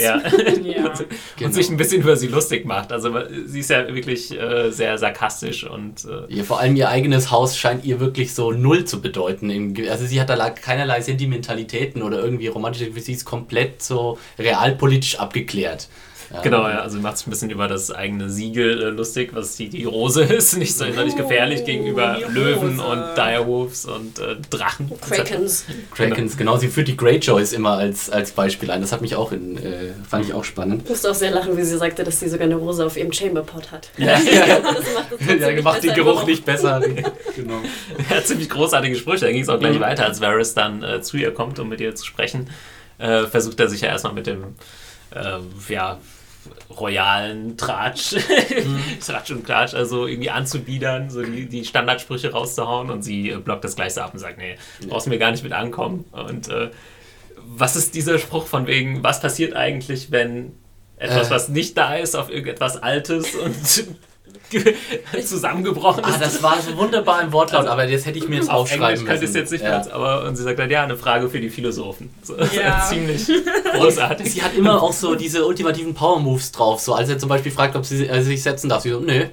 und sich ein bisschen über sie lustig macht. Also sie ist ja wirklich sehr sarkastisch und... vor allem ihr eigenes Haus scheint ihr wirklich so null zu bedeuten. Also sie hat da keinerlei Sentimentalitäten oder irgendwie romantische, sie ist komplett so realpolitisch abgeklärt. Ja. Genau, ja, also macht sich ein bisschen über das eigene Siegel lustig, was die Rose ist, nicht so sonderlich gefährlich gegenüber Löwen und Direwolves und Drachen. Krakens, genau, sie führt die Greyjoys immer als Beispiel ein, das hat mich auch fand ich auch spannend. Ich musste auch sehr lachen, wie sie sagte, dass sie sogar eine Rose auf ihrem Chamberpot hat. Ja. Das macht den Geruch nicht besser. Genau. Er hat ziemlich großartige Sprüche, da ging es auch gleich weiter, als Varys dann zu ihr kommt, um mit ihr zu sprechen, versucht er sich ja erstmal mit dem royalen Tratsch, Tratsch und Klatsch, also irgendwie anzubiedern, so die Standardsprüche rauszuhauen und sie blockt das gleich so ab und sagt, nee, brauchst mir gar nicht mit ankommen. Und was ist dieser Spruch von wegen, was passiert eigentlich, wenn etwas, was nicht da ist, auf irgendetwas Altes und zusammengebrochen ist? Das war so wunderbar im Wortlaut, aber das hätte ich mir jetzt aufschreiben müssen. Könnte es jetzt nicht mehr, und sie sagt dann, eine Frage für die Philosophen. So, ziemlich großartig. Sie hat immer auch so diese ultimativen Power-Moves drauf, so als er zum Beispiel fragt, ob sie sich setzen darf. Sie so, nö.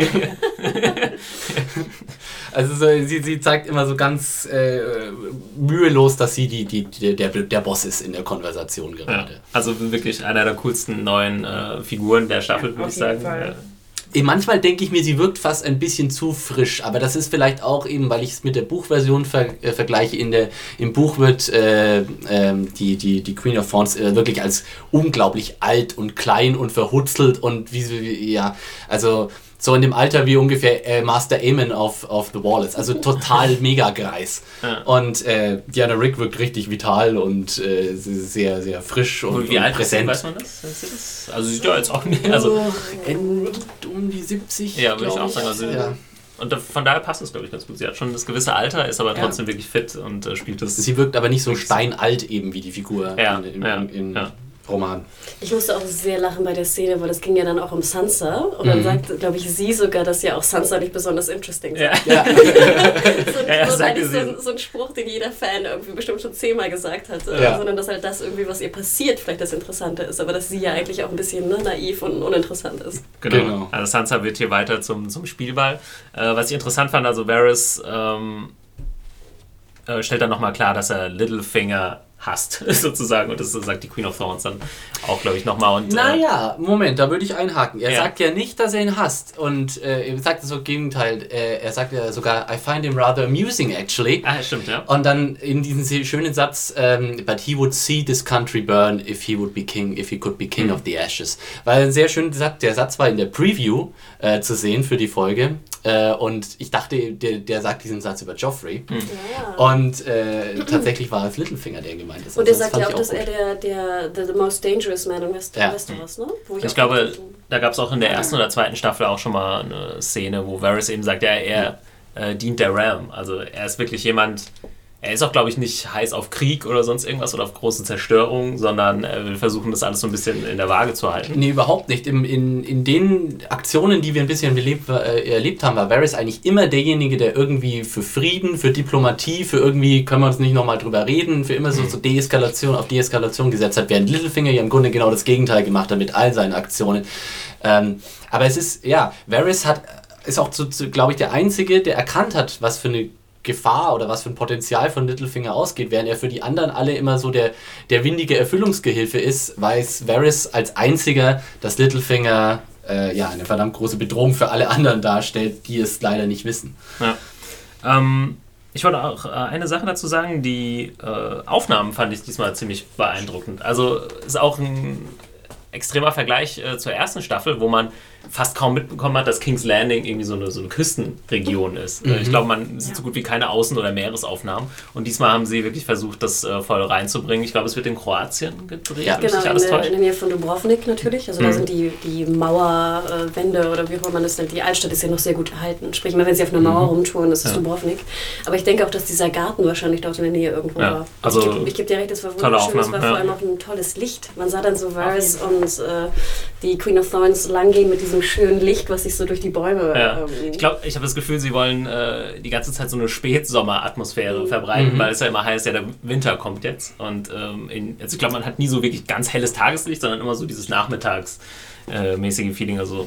Also sie zeigt immer so ganz mühelos, dass sie der Boss ist in der Konversation gerade. Ja, also wirklich einer der coolsten neuen Figuren der Staffel, würde ich sagen. Ja. Manchmal denke ich mir, sie wirkt fast ein bisschen zu frisch, aber das ist vielleicht auch eben, weil ich es mit der Buchversion vergleiche. Im Buch wird die Queen of Thorns wirklich als unglaublich alt und klein und verhutzelt und also so in dem Alter wie ungefähr Master Aemon auf The Wall ist. Also total mega Greis. Ja. Und Diana Rigg wirkt richtig vital und sehr, sehr frisch und wie alt präsent. Weiß man das? Also sieht ja jetzt auch nicht... Also, um die 70, ja, würde ich auch sagen. Also, und von daher passt es, glaube ich, ganz gut. Sie hat schon das gewisse Alter, ist aber trotzdem wirklich fit und spielt das... Sie wirkt aber nicht so steinalt eben wie die Figur im Roman. Ich musste auch sehr lachen bei der Szene, weil das ging ja dann auch um Sansa und dann sagt, glaube ich, sie sogar, dass ja auch Sansa nicht besonders interesting ist. Ja. So ein Spruch, den jeder Fan irgendwie bestimmt schon 10-mal gesagt hat, sondern dass halt das irgendwie, was ihr passiert, vielleicht das Interessante ist, aber dass sie ja eigentlich auch ein bisschen naiv und uninteressant ist. Genau. Also Sansa wird hier weiter zum Spielball. Was ich interessant fand, also Varys stellt dann nochmal klar, dass er Littlefinger hasst, sozusagen. Und das sagt die Queen of Thorns dann auch, glaube ich, nochmal. Moment, da würde ich einhaken. Er sagt ja nicht, dass er ihn hasst. Und er sagt das so im Gegenteil. Er sagt ja sogar, I find him rather amusing, actually. Stimmt, ja. Und dann in diesem schönen Satz, but he would see this country burn if he could be king of the ashes. Weil ein sehr schön gesagt, der Satz war in der Preview zu sehen für die Folge. Und ich dachte, der sagt diesen Satz über Joffrey. Ja. Und tatsächlich war es Littlefinger, der gemeint ist. Und er sagt ja auch, dass er the most dangerous man in Westeros, ne? Ich glaube, da gab es auch in der ersten oder zweiten Staffel auch schon mal eine Szene, wo Varys eben sagt, er dient der Realm. Also er ist wirklich jemand, er ist auch, glaube ich, nicht heiß auf Krieg oder sonst irgendwas oder auf große Zerstörung, sondern er will versuchen, das alles so ein bisschen in der Waage zu halten. Nee, überhaupt nicht. In den Aktionen, die wir ein bisschen erlebt haben, war Varys eigentlich immer derjenige, der irgendwie für Frieden, für Diplomatie, für irgendwie, können wir uns nicht nochmal drüber reden, für immer so Deeskalation auf Deeskalation gesetzt hat, während Littlefinger ja im Grunde genau das Gegenteil gemacht hat mit all seinen Aktionen. Aber es ist, Varys ist auch, glaube ich, der Einzige, der erkannt hat, was für eine Gefahr oder was für ein Potenzial von Littlefinger ausgeht, während er für die anderen alle immer so der windige Erfüllungsgehilfe ist, weiß Varys als einziger, dass Littlefinger eine verdammt große Bedrohung für alle anderen darstellt, die es leider nicht wissen. Ja. Ich wollte auch eine Sache dazu sagen, die Aufnahmen fand ich diesmal ziemlich beeindruckend. Also ist auch ein extremer Vergleich zur ersten Staffel, wo man fast kaum mitbekommen hat, dass King's Landing irgendwie so eine Küstenregion ist. Ich glaube, man sieht so gut wie keine Außen- oder Meeresaufnahmen. Und diesmal haben sie wirklich versucht, das voll reinzubringen. Ich glaube, es wird in Kroatien gedreht. Ja, genau, in der Nähe von Dubrovnik natürlich. Also da sind die Mauerwände oder wie auch immer man das nennt. Die Altstadt ist ja noch sehr gut erhalten. Sprich mal, wenn sie auf einer Mauer rumtouren, das ist Dubrovnik. Aber ich denke auch, dass dieser Garten wahrscheinlich dort in der Nähe irgendwo war. Also ich gebe dir recht, das war wunderschön. Es war vor allem auch ein tolles Licht. Man sah dann so Varys und die Queen of Thorns langgehen mit diesem schönen Licht, was sich so durch die Bäume... Ich glaube, ich habe das Gefühl, sie wollen die ganze Zeit so eine Spätsommer-Atmosphäre verbreiten, weil es ja immer heißt, der Winter kommt jetzt. Und ich glaube, man hat nie so wirklich ganz helles Tageslicht, sondern immer so dieses nachmittagsmäßige Feeling. Also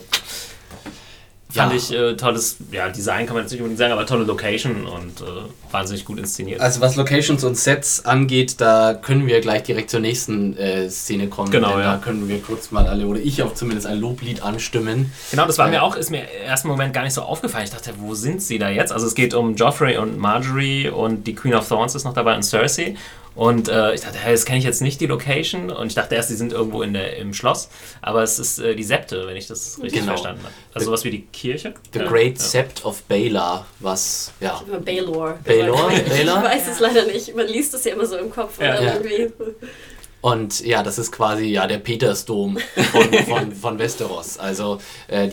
fand ich tolles Design, kann man jetzt nicht unbedingt sagen, aber tolle Location und wahnsinnig gut inszeniert. Also was Locations und Sets angeht, da können wir gleich direkt zur nächsten Szene kommen. Genau, Da können wir kurz mal alle, oder ich auch zumindest, ein Loblied anstimmen. Genau, das war ist mir im ersten Moment gar nicht so aufgefallen. Ich dachte, wo sind sie da jetzt? Also es geht um Joffrey und Marjorie und die Queen of Thorns ist noch dabei und Cersei. Und ich dachte, das kenne ich jetzt nicht, die Location. Und ich dachte erst, die sind irgendwo im Schloss. Aber es ist die Septe, wenn ich das richtig verstanden habe. Also sowas wie die Kirche. The Great Sept of Baelor, was, ja. Baelor. Baelor? Ich weiß es leider nicht. Man liest es ja immer so im Kopf. Irgendwie. Und ja, das ist quasi der Petersdom von Westeros. Also der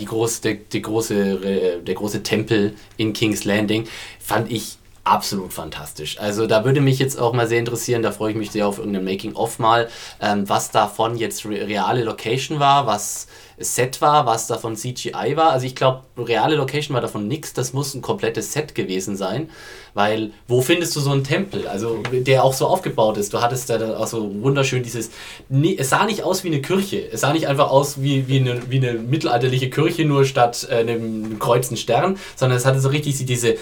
große Tempel in King's Landing fand ich absolut fantastisch. Also da würde mich jetzt auch mal sehr interessieren, da freue ich mich sehr auf irgendein Making-of mal, was davon jetzt reale Location war, was Set war, was davon CGI war. Also ich glaube, reale Location war davon nichts, das muss ein komplettes Set gewesen sein, weil wo findest du so einen Tempel, also der auch so aufgebaut ist? Du hattest da dann auch so wunderschön es sah nicht aus wie eine Kirche, es sah nicht einfach aus wie eine mittelalterliche Kirche, nur statt einem kreuzten Stern, sondern es hatte so richtig diese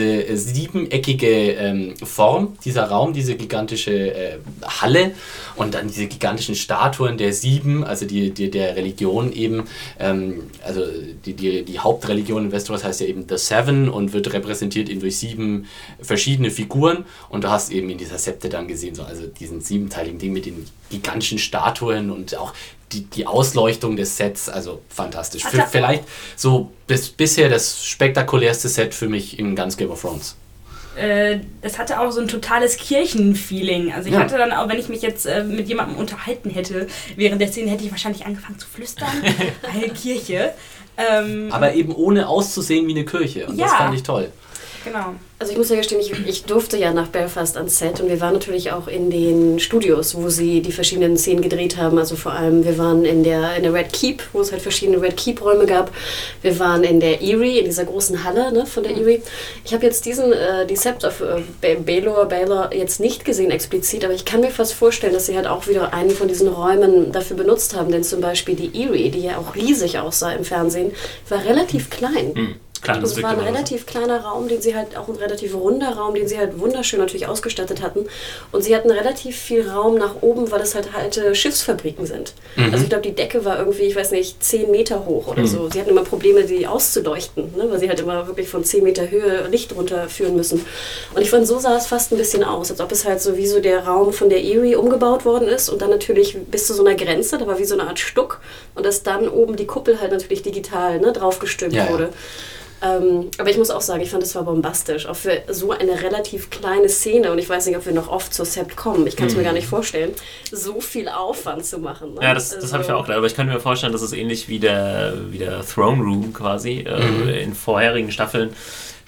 siebeneckige Form, dieser Raum, diese gigantische Halle und dann diese gigantischen Statuen der Sieben, also der Religion eben, also die Hauptreligion in Westeros heißt ja eben The Seven und wird repräsentiert eben durch 7 verschiedene Figuren und du hast eben in dieser Septe dann gesehen, so also diesen 7-teiligen Ding mit den gigantischen Statuen und auch die Ausleuchtung des Sets, also fantastisch. Vielleicht so bisher das spektakulärste Set für mich in ganz Game of Thrones. Das hatte auch so ein totales Kirchenfeeling. Also ich hatte dann auch, wenn ich mich jetzt mit jemandem unterhalten hätte, während der Szene hätte ich wahrscheinlich angefangen zu flüstern, weil Kirche. Aber eben ohne auszusehen wie eine Kirche und das fand ich toll. Genau. Also ich muss ja gestehen, ich durfte ja nach Belfast ans Set und wir waren natürlich auch in den Studios, wo sie die verschiedenen Szenen gedreht haben. Also vor allem, wir waren in der Red Keep, wo es halt verschiedene Red Keep-Räume gab. Wir waren in der Eyrie, in dieser großen Halle von der Eyrie. Ich habe jetzt die Sept of Baelor jetzt nicht gesehen explizit, aber ich kann mir fast vorstellen, dass sie halt auch wieder einen von diesen Räumen dafür benutzt haben. Denn zum Beispiel die Eyrie, die ja auch riesig aussah im Fernsehen, war relativ klein. Es war ein relativ kleiner Raum, auch ein relativ runder Raum, den sie halt wunderschön natürlich ausgestattet hatten. Und sie hatten relativ viel Raum nach oben, weil es halt alte Schiffsfabriken sind. Also ich glaube, die Decke war irgendwie, ich weiß nicht, 10 Meter hoch oder so. Sie hatten immer Probleme, die auszuleuchten, ne? Weil sie halt immer wirklich von 10 Meter Höhe Licht runterführen müssen. Und ich fand, so sah es fast ein bisschen aus, als ob es halt so wie so der Raum von der Eyrie umgebaut worden ist und dann natürlich bis zu so einer Grenze, da war wie so eine Art Stuck und dass dann oben die Kuppel halt natürlich digital draufgestülpt wurde. Aber ich muss auch sagen, ich fand, es war bombastisch. Auch für so eine relativ kleine Szene, und ich weiß nicht, ob wir noch oft zur Sept kommen, ich kann es mir gar nicht vorstellen, so viel Aufwand zu machen. Ne? Ja, das habe ich ja auch gedacht, aber ich könnte mir vorstellen, dass es ähnlich wie der Throne Room quasi in vorherigen Staffeln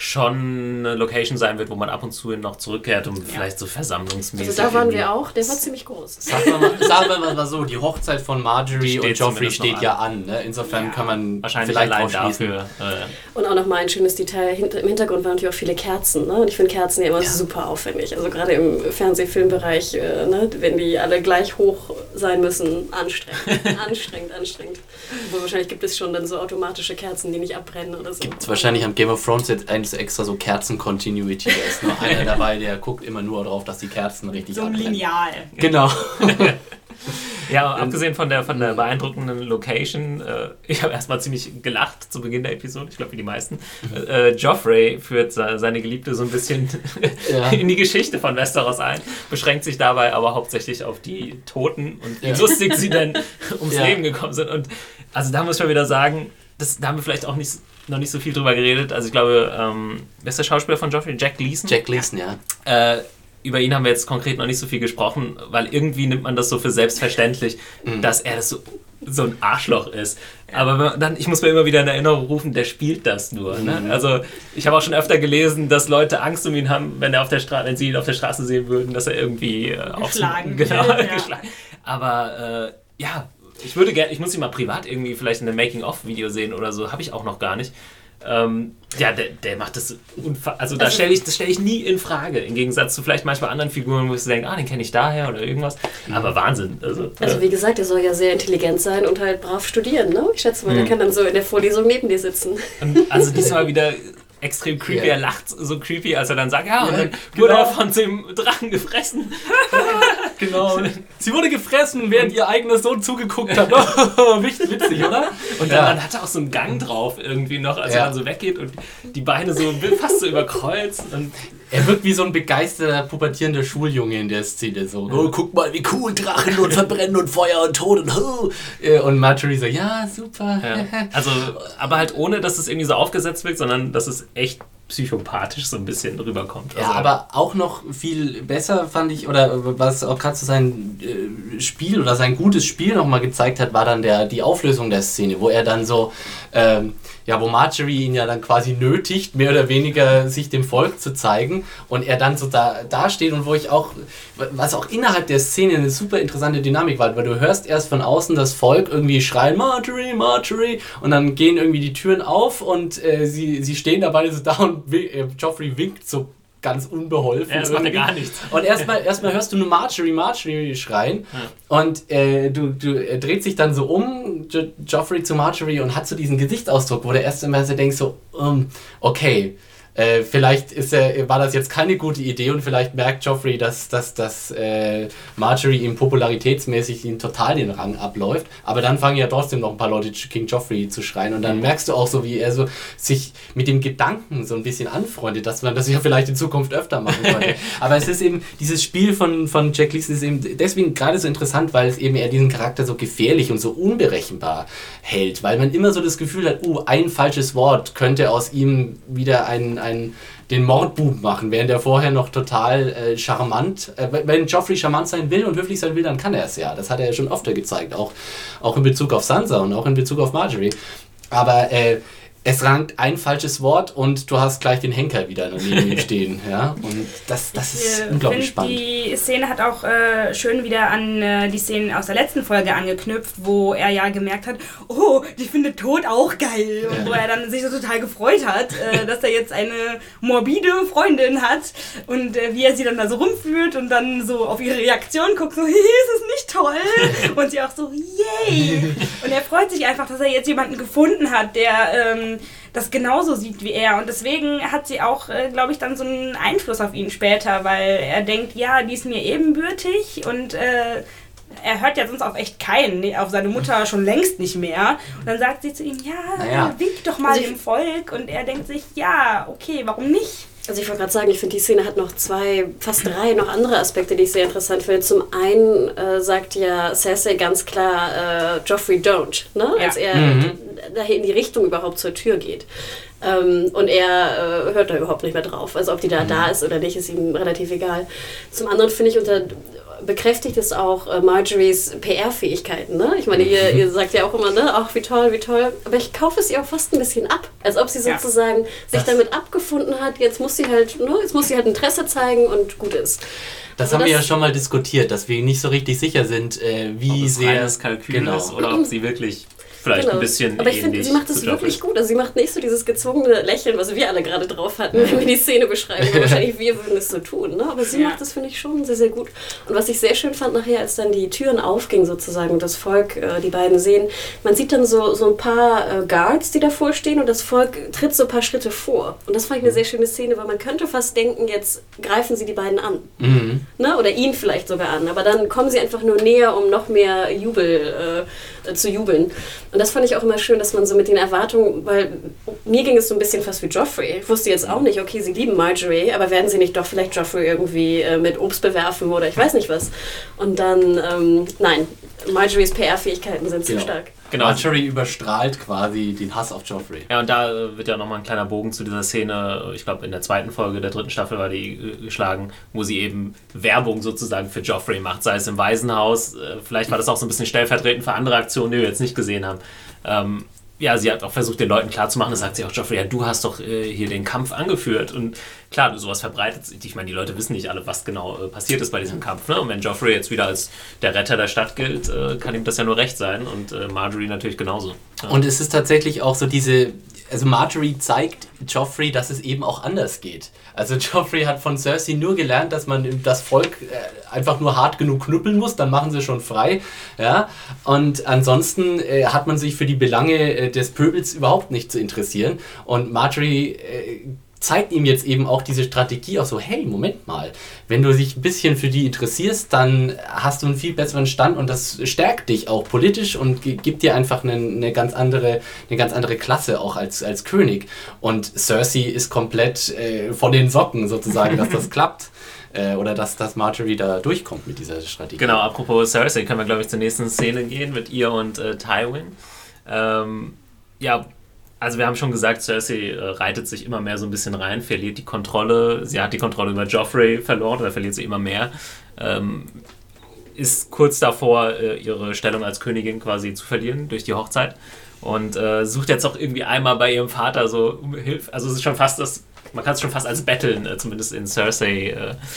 schon eine Location sein wird, wo man ab und zu noch zurückkehrt, um vielleicht so versammlungsmäßig... Also da waren wir auch, der war ziemlich groß. Sagen wir mal so, die Hochzeit von Marjorie und Joffrey steht ja an. Ne? Insofern kann man wahrscheinlich vielleicht allein schließen. dafür. Und auch nochmal ein schönes Detail, im Hintergrund waren natürlich auch viele Kerzen. Ne? Und ich finde Kerzen ja immer super aufwendig. Also gerade im Fernsehfilmbereich, ne? Wenn die alle gleich hoch sein müssen, anstrengend. Obwohl wahrscheinlich gibt es schon dann so automatische Kerzen, die nicht abbrennen oder so. Gibt es wahrscheinlich am Game of Thrones jetzt extra so Kerzen-Continuity. Da ist noch einer dabei, der guckt immer nur darauf, dass die Kerzen richtig So ein abbrennen. Lineal. Genau. Ja, abgesehen von der beeindruckenden Location, ich habe erstmal ziemlich gelacht zu Beginn der Episode, ich glaube wie die meisten. Joffrey führt seine Geliebte so ein bisschen in die Geschichte von Westeros ein, beschränkt sich dabei aber hauptsächlich auf die Toten und wie lustig sie denn ums Leben gekommen sind. Und also da muss ich mal wieder sagen, da haben wir vielleicht auch noch nicht so viel drüber geredet. Also ich glaube, wer ist der Schauspieler von Joffrey? Jack Gleason? Jack Gleason, ja. Über ihn haben wir jetzt konkret noch nicht so viel gesprochen, weil irgendwie nimmt man das so für selbstverständlich, dass er das so ein Arschloch ist. Aber ich muss mir immer wieder in Erinnerung rufen, der spielt das nur. Ne? Also ich habe auch schon öfter gelesen, dass Leute Angst um ihn haben, wenn sie ihn auf der Straße sehen würden, dass er irgendwie geschlagen geschlagen. Aber ich muss ihn mal privat irgendwie vielleicht in einem Making-of-Video sehen oder so, habe ich auch noch gar nicht. Der macht das also das stelle ich nie in Frage, im Gegensatz zu vielleicht manchmal anderen Figuren, wo ich so denke, den kenne ich daher oder irgendwas, aber Wahnsinn. Also wie gesagt, er soll ja sehr intelligent sein und halt brav studieren, ne? Ich schätze mal, der kann dann so in der Vorlesung neben dir sitzen. Und also diesmal wieder extrem creepy, er lacht so creepy, als er dann sagt, und dann wurde er von dem Drachen gefressen. Genau. Sie wurde gefressen, während ihr eigener Sohn zugeguckt hat. Witzig, oder? Und dann hat er auch so einen Gang drauf irgendwie noch, als er dann so weggeht und die Beine so fast so überkreuzt. Und er wirkt wie so ein begeisterter, pubertierender Schuljunge in der Szene. So, guck mal, wie cool, Drachen und Verbrennen und Feuer und Tod und Marjorie so, ja, super. Ja. Also, aber halt ohne, dass es irgendwie so aufgesetzt wirkt, sondern dass es echt psychopathisch so ein bisschen rüberkommt. Ja, aber auch noch viel besser fand ich, oder was auch gerade so sein Spiel oder sein gutes Spiel nochmal gezeigt hat, war dann die Auflösung der Szene, wo er dann so, wo Marjorie ihn ja dann quasi nötigt, mehr oder weniger sich dem Volk zu zeigen und er dann so da steht und was auch innerhalb der Szene eine super interessante Dynamik war, weil du hörst erst von außen das Volk irgendwie schreien, Marjorie, Marjorie, und dann gehen irgendwie die Türen auf und sie stehen da beide so da und Joffrey winkt so ganz unbeholfen. Ja, das macht ja gar nichts. Und erstmal hörst du nur Marjorie schreien und er dreht sich dann so um, Joffrey zu Marjorie, und hat so diesen Gesichtsausdruck, wo der erste Mal so denkt so, okay, vielleicht war das jetzt keine gute Idee und vielleicht merkt Joffrey, dass Marjorie ihm popularitätsmäßig total den Rang abläuft, aber dann fangen ja trotzdem noch ein paar Leute King Joffrey zu schreien und dann merkst du auch so, wie er so sich mit dem Gedanken so ein bisschen anfreundet, dass man das ja vielleicht in Zukunft öfter machen könnte. Aber es ist eben, dieses Spiel von Jack Gleason ist eben deswegen gerade so interessant, weil es eben eher diesen Charakter so gefährlich und so unberechenbar hält, weil man immer so das Gefühl hat, ein falsches Wort könnte aus ihm wieder den Mordbub machen, während er vorher noch total charmant, wenn Joffrey charmant sein will und höflich sein will, dann kann er es ja. Das hat er ja schon öfter gezeigt, auch in Bezug auf Sansa und auch in Bezug auf Marjorie. Aber es rankt ein falsches Wort und du hast gleich den Henker wieder neben ihm stehen. Ja? Und das ist unglaublich spannend. Die Szene hat auch schön wieder an die Szenen aus der letzten Folge angeknüpft, wo er ja gemerkt hat, die findet Tod auch geil. Und wo er dann sich so total gefreut hat, dass er jetzt eine morbide Freundin hat und wie er sie dann da so rumführt und dann so auf ihre Reaktion guckt, so, ist es nicht toll? Und sie auch so, yay! Und er freut sich einfach, dass er jetzt jemanden gefunden hat, der das genauso sieht wie er. Und deswegen hat sie auch, glaube ich, dann so einen Einfluss auf ihn später, weil er denkt, ja, die ist mir ebenbürtig und er hört ja sonst auf echt keinen, auf seine Mutter schon längst nicht mehr. Und dann sagt sie zu ihm, wink doch mal dem Volk. Und er denkt sich, ja, okay, warum nicht? Also ich wollte gerade sagen, ich finde, die Szene hat noch fast drei noch andere Aspekte, die ich sehr interessant finde. Zum einen sagt ja Cersei ganz klar, Joffrey don't, ne? Ja. Als er daher in die Richtung überhaupt zur Tür geht. Und er hört da überhaupt nicht mehr drauf. Also ob die da ist oder nicht, ist ihm relativ egal. Zum anderen finde ich, bekräftigt es auch Marjories PR-Fähigkeiten. Ne? Ich meine, ihr sagt ja auch immer, ne, ach, wie toll, wie toll. Aber ich kaufe es ihr auch fast ein bisschen ab. Als ob sie sozusagen sich damit abgefunden hat, jetzt muss sie halt Interesse zeigen und gut ist. Das haben wir ja schon mal diskutiert, dass wir nicht so richtig sicher sind, wie sehr das Kalkül ist oder ob sie wirklich vielleicht ein bisschen aber ich finde, sie macht das wirklich gut. Also sie macht nicht so dieses gezwungene Lächeln, was wir alle gerade drauf hatten, wenn wir die Szene beschreiben. Wahrscheinlich wir würden es so tun. Ne? Aber sie macht das, finde ich, schon sehr, sehr gut. Und was ich sehr schön fand nachher, als dann die Türen aufgingen sozusagen und das Volk, die beiden sehen, man sieht dann so ein paar Guards, die davor stehen und das Volk tritt so ein paar Schritte vor. Und das fand ich eine sehr schöne Szene, weil man könnte fast denken, jetzt greifen sie die beiden an. Ne? Oder ihn vielleicht sogar an. Aber dann kommen sie einfach nur näher, um noch mehr zu jubeln. Und das fand ich auch immer schön, dass man so mit den Erwartungen, weil mir ging es so ein bisschen fast wie Joffrey. Ich wusste jetzt auch nicht, okay, sie lieben Marjorie, aber werden sie nicht doch vielleicht Joffrey irgendwie mit Obst bewerfen oder ich weiß nicht was. Und dann, nein, Marjories PR-Fähigkeiten sind zu stark. Genau. Marjorie überstrahlt quasi den Hass auf Joffrey. Ja, und da wird ja nochmal ein kleiner Bogen zu dieser Szene, ich glaube in der 2. Folge der 3. Staffel war die geschlagen, wo sie eben Werbung sozusagen für Joffrey macht, sei es im Waisenhaus, vielleicht war das auch so ein bisschen stellvertretend für andere Aktionen, die wir jetzt nicht gesehen haben. Ja, sie hat auch versucht, den Leuten klarzumachen, da sagt sie auch, Joffrey, ja, du hast doch hier den Kampf angeführt. Und klar, sowas verbreitet sich. Ich meine, die Leute wissen nicht alle, was genau passiert ist bei diesem Kampf. Ne? Und wenn Joffrey jetzt wieder als der Retter der Stadt gilt, kann ihm das ja nur recht sein. Und Marjorie natürlich genauso. Ja. Und es ist tatsächlich auch so also Marjorie zeigt Joffrey, dass es eben auch anders geht. Also Joffrey hat von Cersei nur gelernt, dass man das Volk einfach nur hart genug knüppeln muss, dann machen sie schon frei. Ja? Und ansonsten hat man sich für die Belange des Pöbels überhaupt nicht zu interessieren. Und Marjorie zeigt ihm jetzt eben auch diese Strategie auch so, hey, Moment mal, wenn du dich ein bisschen für die interessierst, dann hast du einen viel besseren Stand und das stärkt dich auch politisch und gibt dir einfach eine ganz andere Klasse auch als König. Und Cersei ist komplett von den Socken sozusagen, dass das klappt. Oder dass Marjorie da durchkommt mit dieser Strategie. Genau, apropos Cersei, können wir, glaube ich, zur nächsten Szene gehen mit ihr und Tywin. Ja, also wir haben schon gesagt, Cersei reitet sich immer mehr so ein bisschen rein, verliert die Kontrolle. Sie hat die Kontrolle über Joffrey verloren oder verliert sie immer mehr. Ist kurz davor, ihre Stellung als Königin quasi zu verlieren durch die Hochzeit. Und sucht jetzt auch irgendwie einmal bei ihrem Vater so um Hilfe. Also es ist schon fast man kann es schon fast als Betteln, zumindest in Cersei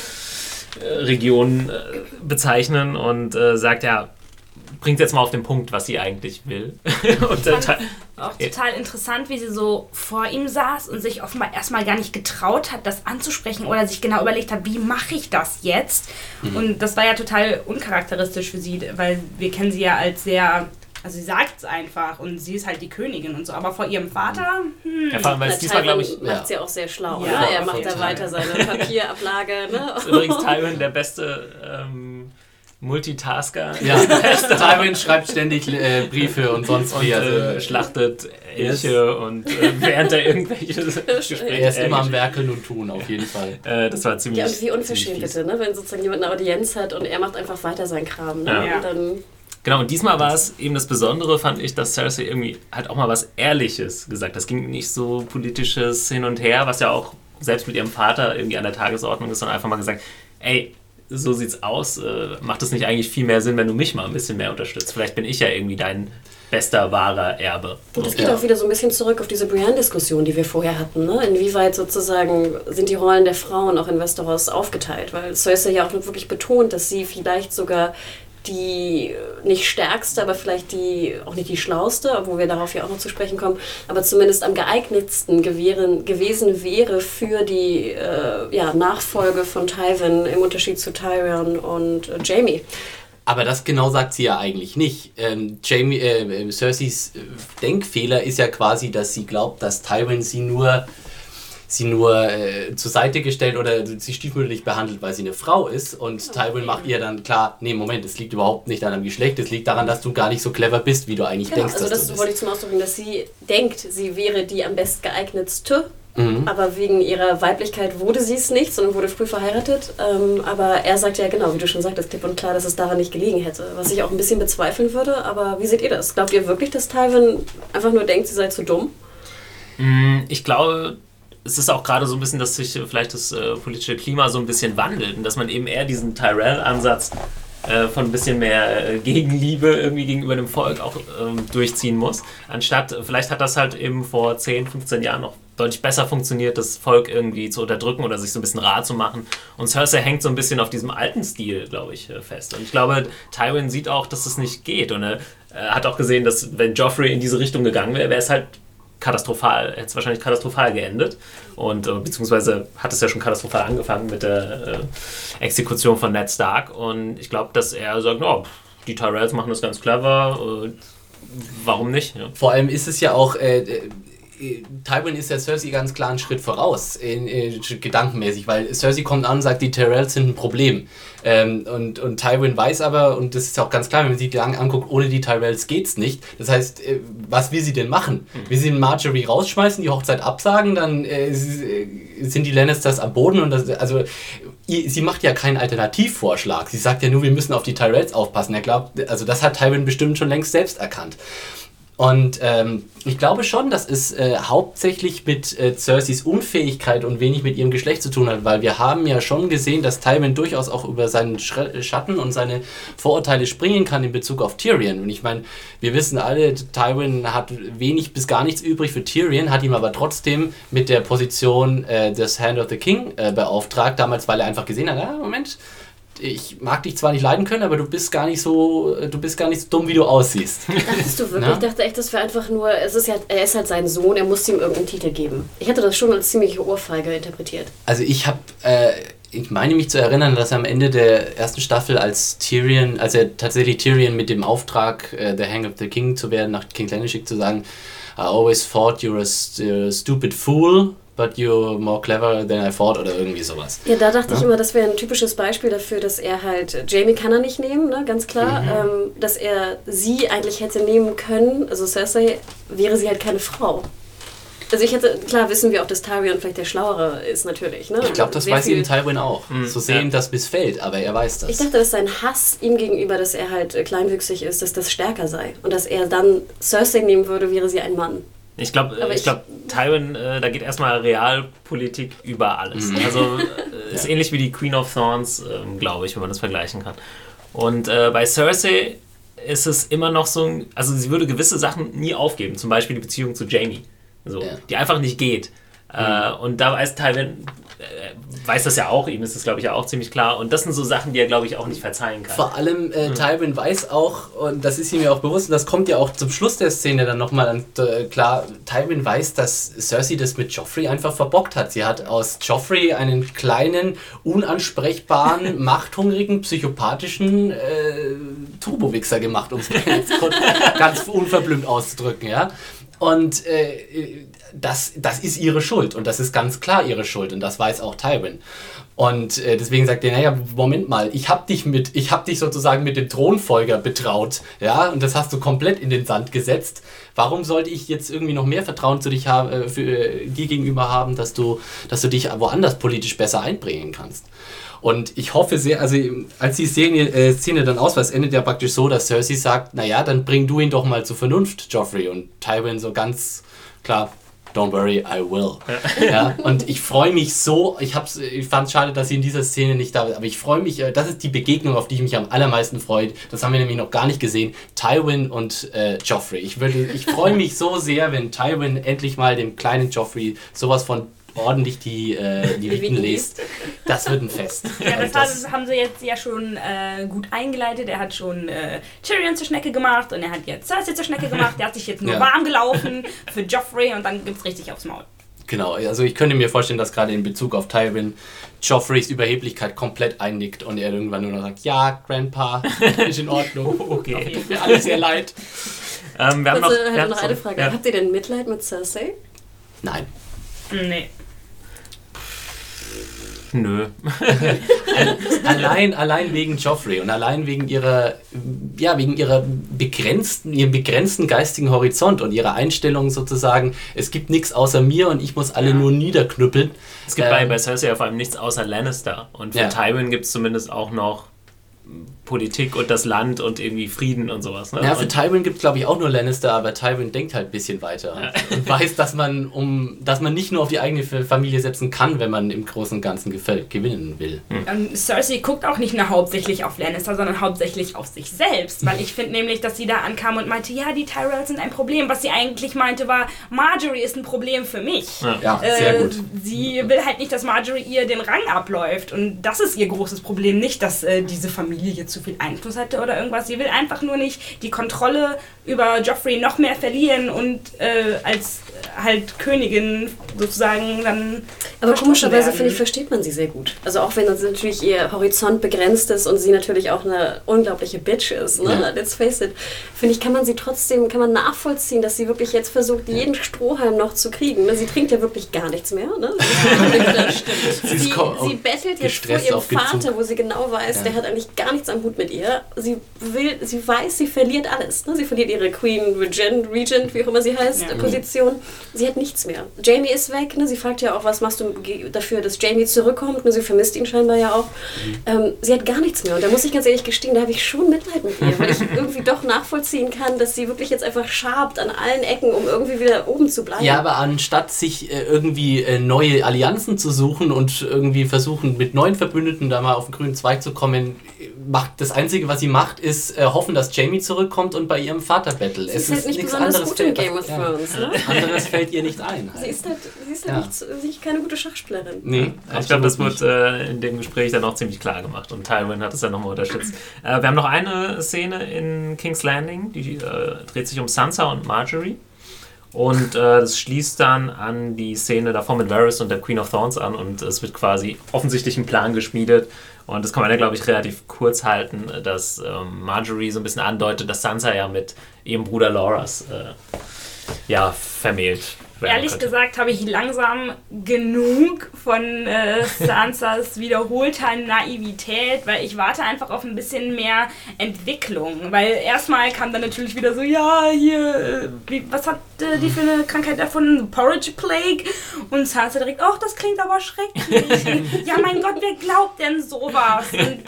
Regionen bezeichnen und sagt, ja, bringt jetzt mal auf den Punkt, was sie eigentlich will. Und auch total interessant, wie sie so vor ihm saß und sich offenbar erstmal gar nicht getraut hat, das anzusprechen oder sich genau überlegt hat, wie mache ich das jetzt? Und das war ja total uncharakteristisch für sie, weil wir kennen sie ja als sehr... Also sie sagt es einfach und sie ist halt die Königin und so, aber vor ihrem Vater, Ja, vor allem, weil es diesmal, glaube ich... macht sie auch sehr schlau, ja, ne? Er macht da weiter seine Papierablage, ne? Das ist übrigens Tywin der beste Multitasker. Ja, Tywin schreibt ständig Briefe und sonst wie. Und schlachtet Elche und während er irgendwelche Gespräche... Er ist immer am Werkeln und Tun, auf jeden Fall. Das war ziemlich... Ja, und wie unverschämt bitte, ne? Wenn sozusagen jemand eine Audienz hat und er macht einfach weiter seinen Kram, ne? Ja. Und dann... Genau, und diesmal war es eben das Besondere, fand ich, dass Cersei irgendwie halt auch mal was Ehrliches gesagt hat. Das ging nicht so politisches Hin und Her, was ja auch selbst mit ihrem Vater irgendwie an der Tagesordnung ist, sondern einfach mal gesagt, ey, so sieht's aus, macht es nicht eigentlich viel mehr Sinn, wenn du mich mal ein bisschen mehr unterstützt? Vielleicht bin ich ja irgendwie dein bester, wahrer Erbe. Und das geht auch wieder so ein bisschen zurück auf diese Brienne-Diskussion, die wir vorher hatten. Ne? Inwieweit sozusagen sind die Rollen der Frauen auch in Westeros aufgeteilt? Weil Cersei ja auch wirklich betont, dass sie vielleicht sogar die nicht stärkste, aber vielleicht auch nicht die schlauste, obwohl wir darauf ja auch noch zu sprechen kommen, aber zumindest am geeignetsten gewesen wäre für die Nachfolge von Tywin im Unterschied zu Tyrion und Jaime. Aber das genau sagt sie ja eigentlich nicht. Cerseis Denkfehler ist ja quasi, dass sie glaubt, dass Tywin sie nur zur Seite gestellt oder sie stiefmütterlich behandelt, weil sie eine Frau ist und Tywin macht ihr dann klar, nee, Moment, es liegt überhaupt nicht an deinem Geschlecht, es liegt daran, dass du gar nicht so clever bist, wie du eigentlich denkst, also dass das du bist. Wollte ich zum Ausdruck bringen, dass sie denkt, sie wäre die am best geeignetste aber wegen ihrer Weiblichkeit wurde sie es nicht, sondern wurde früh verheiratet. Aber er sagt ja genau, wie du schon sagtest, klipp und klar, dass es daran nicht gelegen hätte. Was ich auch ein bisschen bezweifeln würde, aber wie seht ihr das? Glaubt ihr wirklich, dass Tywin einfach nur denkt, sie sei zu dumm? Ich glaube, es ist auch gerade so ein bisschen, dass sich vielleicht das politische Klima so ein bisschen wandelt und dass man eben eher diesen Tyrell-Ansatz von ein bisschen mehr Gegenliebe irgendwie gegenüber dem Volk auch durchziehen muss. Anstatt, vielleicht hat das halt eben vor 10, 15 Jahren noch deutlich besser funktioniert, das Volk irgendwie zu unterdrücken oder sich so ein bisschen rar zu machen. Und Cersei hängt so ein bisschen auf diesem alten Stil, glaube ich, fest. Und ich glaube, Tywin sieht auch, dass das nicht geht. Und er hat auch gesehen, dass wenn Joffrey in diese Richtung gegangen wäre, wäre es halt katastrophal, hätte es wahrscheinlich katastrophal geendet. Und beziehungsweise hat es ja schon katastrophal angefangen mit der Exekution von Ned Stark. Und ich glaube, dass er sagt, oh, die Tyrells machen das ganz clever, warum nicht? Ja. Vor allem ist es ja auch, Tywin ist ja Cersei ganz klar einen Schritt voraus, gedankenmäßig, weil Cersei kommt an und sagt, die Tyrells sind ein Problem. Und Tywin weiß aber, und das ist auch ganz klar, wenn man sich die anguckt, ohne die Tyrells geht's nicht. Das heißt, was will sie denn machen? Will sie Marjorie rausschmeißen, die Hochzeit absagen, dann sind die Lannisters am Boden und sie macht ja keinen Alternativvorschlag. Sie sagt ja nur, wir müssen auf die Tyrells aufpassen. Er glaubt, also das hat Tywin bestimmt schon längst selbst erkannt. Und ich glaube schon, dass es hauptsächlich mit Cerseis Unfähigkeit und wenig mit ihrem Geschlecht zu tun hat, weil wir haben ja schon gesehen, dass Tywin durchaus auch über seinen Schatten und seine Vorurteile springen kann in Bezug auf Tyrion. Und ich meine, wir wissen alle, Tywin hat wenig bis gar nichts übrig für Tyrion, hat ihm aber trotzdem mit der Position des Hand of the King beauftragt, damals, weil er einfach gesehen hat, Moment, ich mag dich zwar nicht leiden können, aber du bist gar nicht so dumm, wie du aussiehst. Dachtest du wirklich? Ich dachte echt, das wäre einfach nur, er ist halt sein Sohn, er muss ihm irgendeinen Titel geben. Ich hatte das schon als ziemliche Ohrfeige interpretiert. Also ich meine mich zu erinnern, dass er am Ende der ersten Staffel, als er tatsächlich Tyrion mit dem Auftrag, The Hand of the King zu werden, nach King's Landing schickt, zu sagen, I always thought you're a stupid fool, but you're more clever than I thought, oder irgendwie sowas. Ja, da dachte ich immer, das wäre ein typisches Beispiel dafür, dass er halt, Jaime kann er nicht nehmen, ne, ganz klar, dass er sie eigentlich hätte nehmen können, also Cersei, wäre sie halt keine Frau. Also klar wissen wir auch, dass Tyrion vielleicht der Schlauere ist natürlich. Ne? Ich glaube, das weiß eben Tywin auch. So sehr ihm das missfällt, aber er weiß das. Ich dachte, dass sein Hass ihm gegenüber, dass er halt kleinwüchsig ist, dass das stärker sei. Und dass er dann Cersei nehmen würde, wäre sie ein Mann. Ich glaube, Tywin, da geht erstmal Realpolitik über alles. Also ist ähnlich wie die Queen of Thorns, glaube ich, wenn man das vergleichen kann. Und bei Cersei ist es immer noch so, also sie würde gewisse Sachen nie aufgeben, zum Beispiel die Beziehung zu Jaime, die einfach nicht geht. Und da weiß Tywin, weiß das ja auch, ihm ist das, glaube ich, ja auch ziemlich klar. Und das sind so Sachen, die er, glaube ich, auch nicht verzeihen kann. Vor allem Tywin weiß auch, und das ist ihm ja auch bewusst, und das kommt ja auch zum Schluss der Szene dann nochmal klar, Tywin weiß, dass Cersei das mit Joffrey einfach verbockt hat. Sie hat aus Joffrey einen kleinen, unansprechbaren, machthungrigen, psychopathischen Turbowichser gemacht, um es ganz unverblümt auszudrücken, ja. Und das ist ihre Schuld und das ist ganz klar ihre Schuld und das weiß auch Tywin. Und deswegen sagt er, naja, Moment mal, ich hab dich sozusagen mit dem Thronfolger betraut, ja, und das hast du komplett in den Sand gesetzt. Warum sollte ich jetzt irgendwie noch mehr Vertrauen zu dich haben, für dir gegenüber haben, dass du dich woanders politisch besser einbringen kannst? Und ich hoffe sehr, also als die Szene dann aus war, es endet ja praktisch so, dass Cersei sagt, naja, dann bring du ihn doch mal zur Vernunft, Joffrey. Und Tywin so ganz klar, don't worry, I will. Ja, und ich freue mich so, ich fand es schade, dass sie in dieser Szene nicht da ist, aber ich freue mich, das ist die Begegnung, auf die ich mich am allermeisten freue. Das haben wir nämlich noch gar nicht gesehen. Tywin und Joffrey. Ich freue mich so sehr, wenn Tywin endlich mal dem kleinen Joffrey sowas von ordentlich die Viten liest. Das wird ein Fest. Ja, das haben sie jetzt ja schon gut eingeleitet. Er hat schon Tyrion zur Schnecke gemacht und er hat jetzt Cersei zur Schnecke gemacht. Der hat sich jetzt nur warm gelaufen für Joffrey und dann gibt's richtig aufs Maul. Genau, also ich könnte mir vorstellen, dass gerade in Bezug auf Tywin Joffreys Überheblichkeit komplett einnickt und er irgendwann nur noch sagt, ja, Grandpa, ist in Ordnung, okay, tut mir alles sehr leid. Wir haben noch eine Frage. Ja. Habt ihr denn Mitleid mit Cersei? Nein. Nee. Nö. Allein wegen Joffrey und allein wegen ihrem begrenzten geistigen Horizont und ihrer Einstellung sozusagen, es gibt nichts außer mir und ich muss alle nur niederknüppeln. Es gibt bei Cersei ja vor allem nichts außer Lannister. Und für Tywin gibt es zumindest auch noch Politik und das Land und irgendwie Frieden und sowas. Ne? Ja, für Tywin gibt es glaube ich auch nur Lannister, aber Tywin denkt halt ein bisschen weiter und weiß, dass man nicht nur auf die eigene Familie setzen kann, wenn man im Großen und Ganzen gewinnen will. Cersei guckt auch nicht nur hauptsächlich auf Lannister, sondern hauptsächlich auf sich selbst, weil ich finde nämlich, dass sie da ankam und meinte, ja, die Tyrells sind ein Problem. Was sie eigentlich meinte war, Marjorie ist ein Problem für mich. Ja, sehr gut. Sie will halt nicht, dass Marjorie ihr den Rang abläuft und das ist ihr großes Problem, nicht, dass diese Familie zu viel Einfluss hatte oder irgendwas. Sie will einfach nur nicht die Kontrolle über Joffrey noch mehr verlieren und als halt Königin sozusagen dann. Aber komischerweise, finde ich, versteht man sie sehr gut. Also auch wenn natürlich ihr Horizont begrenzt ist und sie natürlich auch eine unglaubliche Bitch ist, ne? Let's face it, finde ich, kann man nachvollziehen, dass sie wirklich jetzt versucht, jeden Strohhalm noch zu kriegen. Ne? Sie trinkt ja wirklich gar nichts mehr. Ne? Sie bettelt jetzt vor ihrem Vater, wo sie genau weiß, der hat eigentlich gar nichts am Hut mit ihr. Sie weiß, sie verliert alles. Ne? Sie verliert ihre Queen Regent, wie auch immer sie heißt, Position. Sie hat nichts mehr. Jaime ist weg. Ne? Sie fragt ja auch, was machst du dafür, dass Jaime zurückkommt. Ne? Sie vermisst ihn scheinbar ja auch. Sie hat gar nichts mehr. Und da muss ich ganz ehrlich gestehen, da habe ich schon Mitleid mit ihr, weil ich irgendwie doch nachvollziehen kann, dass sie wirklich jetzt einfach schabt an allen Ecken, um irgendwie wieder oben zu bleiben. Ja, aber anstatt sich irgendwie neue Allianzen zu suchen und irgendwie versuchen, mit neuen Verbündeten da mal auf den grünen Zweig zu kommen, das Einzige, was sie macht, ist hoffen, dass Jaime zurückkommt und bei ihrem Vater bettelt. Sie ist halt nicht besonders gut in Game of Thrones. Ne? Anderes fällt ihr nicht ein. Halt. Sie ist halt keine gute Schachspielerin. Nee, ich glaube, das wird in dem Gespräch dann auch ziemlich klar gemacht und Tywin hat es ja nochmal unterstützt. Wir haben noch eine Szene in King's Landing, die dreht sich um Sansa und Marjorie. Und das schließt dann an die Szene davor mit Varys und der Queen of Thorns an und es wird quasi offensichtlich ein Plan geschmiedet. Und das kann man ja, glaube ich, relativ kurz halten, dass Marjorie so ein bisschen andeutet, dass Sansa ja mit ihrem Bruder Loras vermählt werden Ehrlich könnte. gesagt habe ich langsam genug von Sansas wiederholter Naivität, weil ich warte einfach auf ein bisschen mehr Entwicklung. Weil erstmal kam dann natürlich wieder so, ja, hier, was hat die für eine Krankheit erfunden? Porridge Plague? Und Sansa direkt, ach, das klingt aber schrecklich. Ja, mein Gott, wer glaubt denn sowas?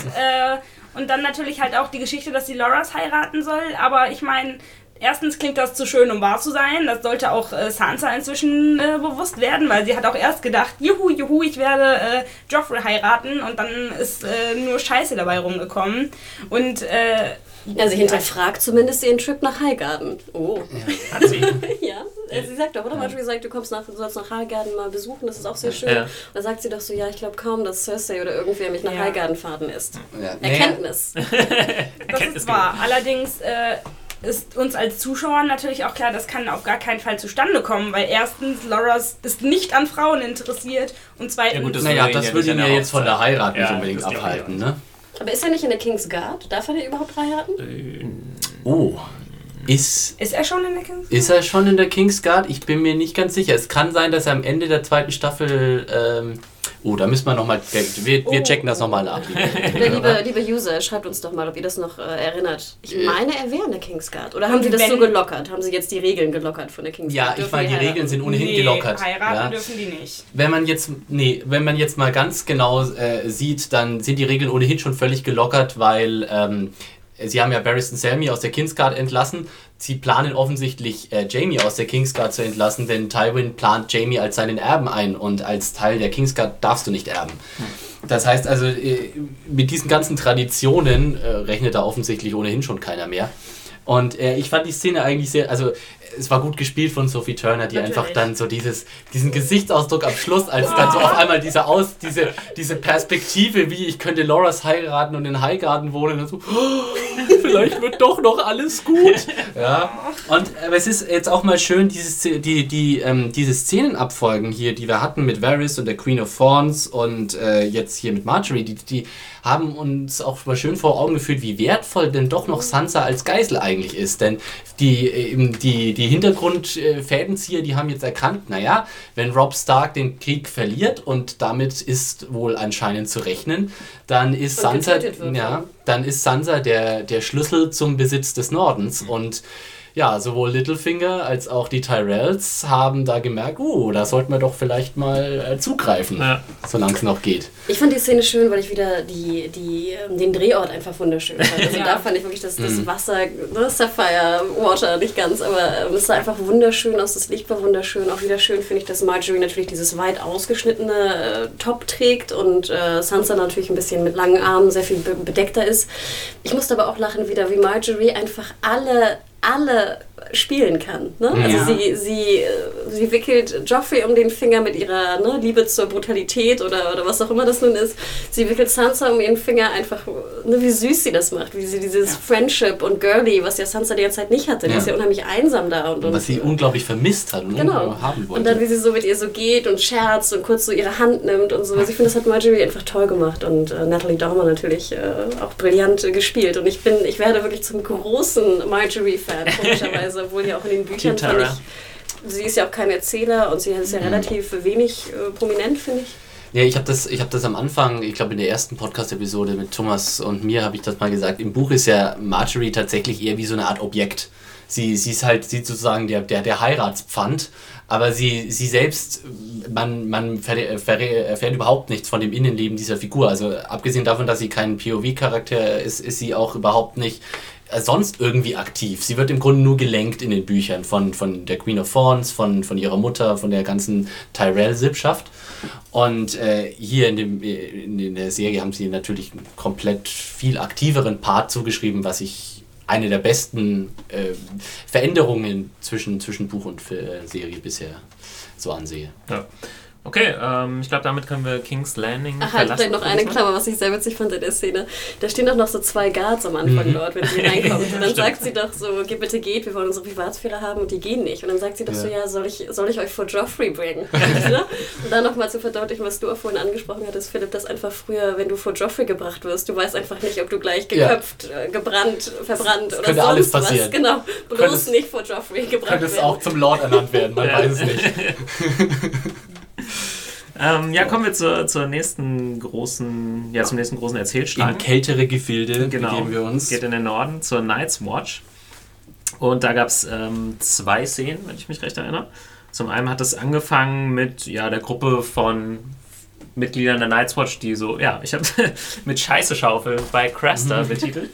Und dann natürlich halt auch die Geschichte, dass sie Loras heiraten soll, aber ich meine, erstens klingt das zu schön, um wahr zu sein. Das sollte auch Sansa inzwischen bewusst werden, weil sie hat auch erst gedacht, juhu, ich werde Joffrey heiraten und dann ist nur Scheiße dabei rumgekommen. Und sie hinterfragt zumindest ihren Trip nach Highgarden. Oh. Ja, hat sie. Ja, sie sagt doch, oder? Marjorie sagt, du sollst nach Highgarden mal besuchen, das ist auch sehr schön. Ja. Da sagt sie doch so, ja, ich glaube kaum, dass Cersei oder irgendwer mich nach Highgarden fahren lässt. Ja. Erkenntnis. Das ist wahr. Allerdings ist uns als Zuschauern natürlich auch klar, das kann auf gar keinen Fall zustande kommen, weil erstens, Loras ist nicht an Frauen interessiert und zweitens... das würde ihn ja jetzt von der Heirat nicht unbedingt abhalten, ne? Aber ist er nicht in der King's Guard? Darf er denn überhaupt heiraten? Ist er schon in der King's Guard? Ist er schon in der King's Guard? Ich bin mir nicht ganz sicher. Es kann sein, dass er am Ende der zweiten Staffel... da müssen wir nochmal... Wir checken das nochmal nach. Liebe User, schreibt uns doch mal, ob ihr das noch erinnert. Ich meine, er wäre in der King's Guard. Oder haben sie das so gelockert? Haben sie jetzt die Regeln gelockert von der King's Guard? Ja, ich meine, die Regeln sind ohnehin gelockert. Heiraten dürfen die nicht. Wenn man jetzt mal ganz genau sieht, dann sind die Regeln ohnehin schon völlig gelockert, weil... Sie haben ja Barristan Selmy aus der King's Guard entlassen. Sie planen offensichtlich, Jaime aus der King's Guard zu entlassen, denn Tywin plant Jaime als seinen Erben ein und als Teil der King's Guard darfst du nicht erben. Das heißt also, mit diesen ganzen Traditionen rechnet da offensichtlich ohnehin schon keiner mehr. Und ich fand die Szene eigentlich sehr, also es war gut gespielt von Sophie Turner, die einfach dann so diesen Gesichtsausdruck am Schluss, als dann so auf einmal diese Perspektive, wie ich könnte Loras heiraten und in Highgarden wohnen und so, vielleicht wird doch noch alles gut. Ja. Aber es ist jetzt auch mal schön, diese Szenenabfolgen hier, die wir hatten mit Varys und der Queen of Thorns und jetzt hier mit Marjorie, die haben uns auch mal schön vor Augen geführt, wie wertvoll denn doch noch Sansa als Geisel eigentlich ist. Denn die Hintergrundfädenzieher, die haben jetzt erkannt, naja, wenn Robb Stark den Krieg verliert und damit ist wohl anscheinend zu rechnen, dann ist Sansa der Schlüssel zum Besitz des Nordens. Und ja, sowohl Littlefinger als auch die Tyrells haben da gemerkt, da sollten wir doch vielleicht mal zugreifen, solange es noch geht. Ich fand die Szene schön, weil ich wieder den Drehort einfach wunderschön fand. Also da fand ich wirklich das Wasser, das Sapphire Water, nicht ganz, aber es sah einfach wunderschön aus, das Licht war wunderschön. Auch wieder schön finde ich, dass Marjorie natürlich dieses weit ausgeschnittene Top trägt und Sansa natürlich ein bisschen mit langen Armen sehr viel bedeckter ist. Ich musste aber auch lachen wieder, wie Marjorie einfach alle spielen kann. Ne? Also sie wickelt Joffrey um den Finger mit ihrer Liebe zur Brutalität oder was auch immer das nun ist. Sie wickelt Sansa um ihren Finger einfach, wie süß sie das macht, wie sie dieses Friendship und Girly, was ja Sansa die ganze Zeit nicht hatte, die ist ja unheimlich einsam da. Und was sie unglaublich vermisst hat und haben wollte. Und dann, wie sie so mit ihr so geht und scherzt und kurz so ihre Hand nimmt und so. Also ich finde, das hat Marjorie einfach toll gemacht und Natalie Dormer natürlich auch brillant gespielt. Und ich werde wirklich zum großen Marjorie-Fan, komischerweise, obwohl ja auch in den Büchern fand ich, sie ist ja auch kein Erzähler und sie ist ja relativ wenig prominent, finde ich. Ja, ich hab das am Anfang, ich glaube in der ersten Podcast-Episode mit Thomas und mir habe ich das mal gesagt, im Buch ist ja Marjorie tatsächlich eher wie so eine Art Objekt. Sie ist sozusagen der Heiratspfand, aber sie selbst, man erfährt überhaupt nichts von dem Innenleben dieser Figur. Also abgesehen davon, dass sie kein POV-Charakter ist sie auch überhaupt nicht sonst irgendwie aktiv. Sie wird im Grunde nur gelenkt in den Büchern von der Queen of Thorns, von ihrer Mutter, von der ganzen Tyrell-Sippschaft. Und hier in der Serie haben sie natürlich einen komplett viel aktiveren Part zugeschrieben, was ich eine der besten Veränderungen zwischen Buch und Serie bisher so ansehe. Ja. Okay, ich glaube, damit können wir King's Landing verlassen. Vielleicht noch eine Klammer, was ich sehr witzig fand in der Szene. Da stehen doch noch so 2 Guards am Anfang dort, wenn sie reinkommt. Und dann sagt sie doch so, bitte geht, wir wollen unsere Privatsphäre haben und die gehen nicht. Und dann sagt sie doch so, soll ich euch vor Joffrey bringen? Und dann nochmal zu verdeutlichen, was du auch vorhin angesprochen hattest, Philipp, dass einfach früher, wenn du vor Joffrey gebracht wirst, du weißt einfach nicht, ob du gleich geköpft, gebrannt, verbrannt oder sonst alles passieren. Was. Genau, bloß nicht vor Joffrey gebracht werden. Könnte es auch zum Lord ernannt werden, man weiß es nicht. Kommen wir zum nächsten großen Erzählstrang. In kältere Gefilde begeben wir uns. Geht in den Norden zur Night's Watch. Und da gab es 2 Szenen, wenn ich mich recht erinnere. Zum einen hat es angefangen mit der Gruppe von Mitgliedern der Night's Watch, die so, ich habe mit Scheiße-Schaufeln bei Craster betitelt.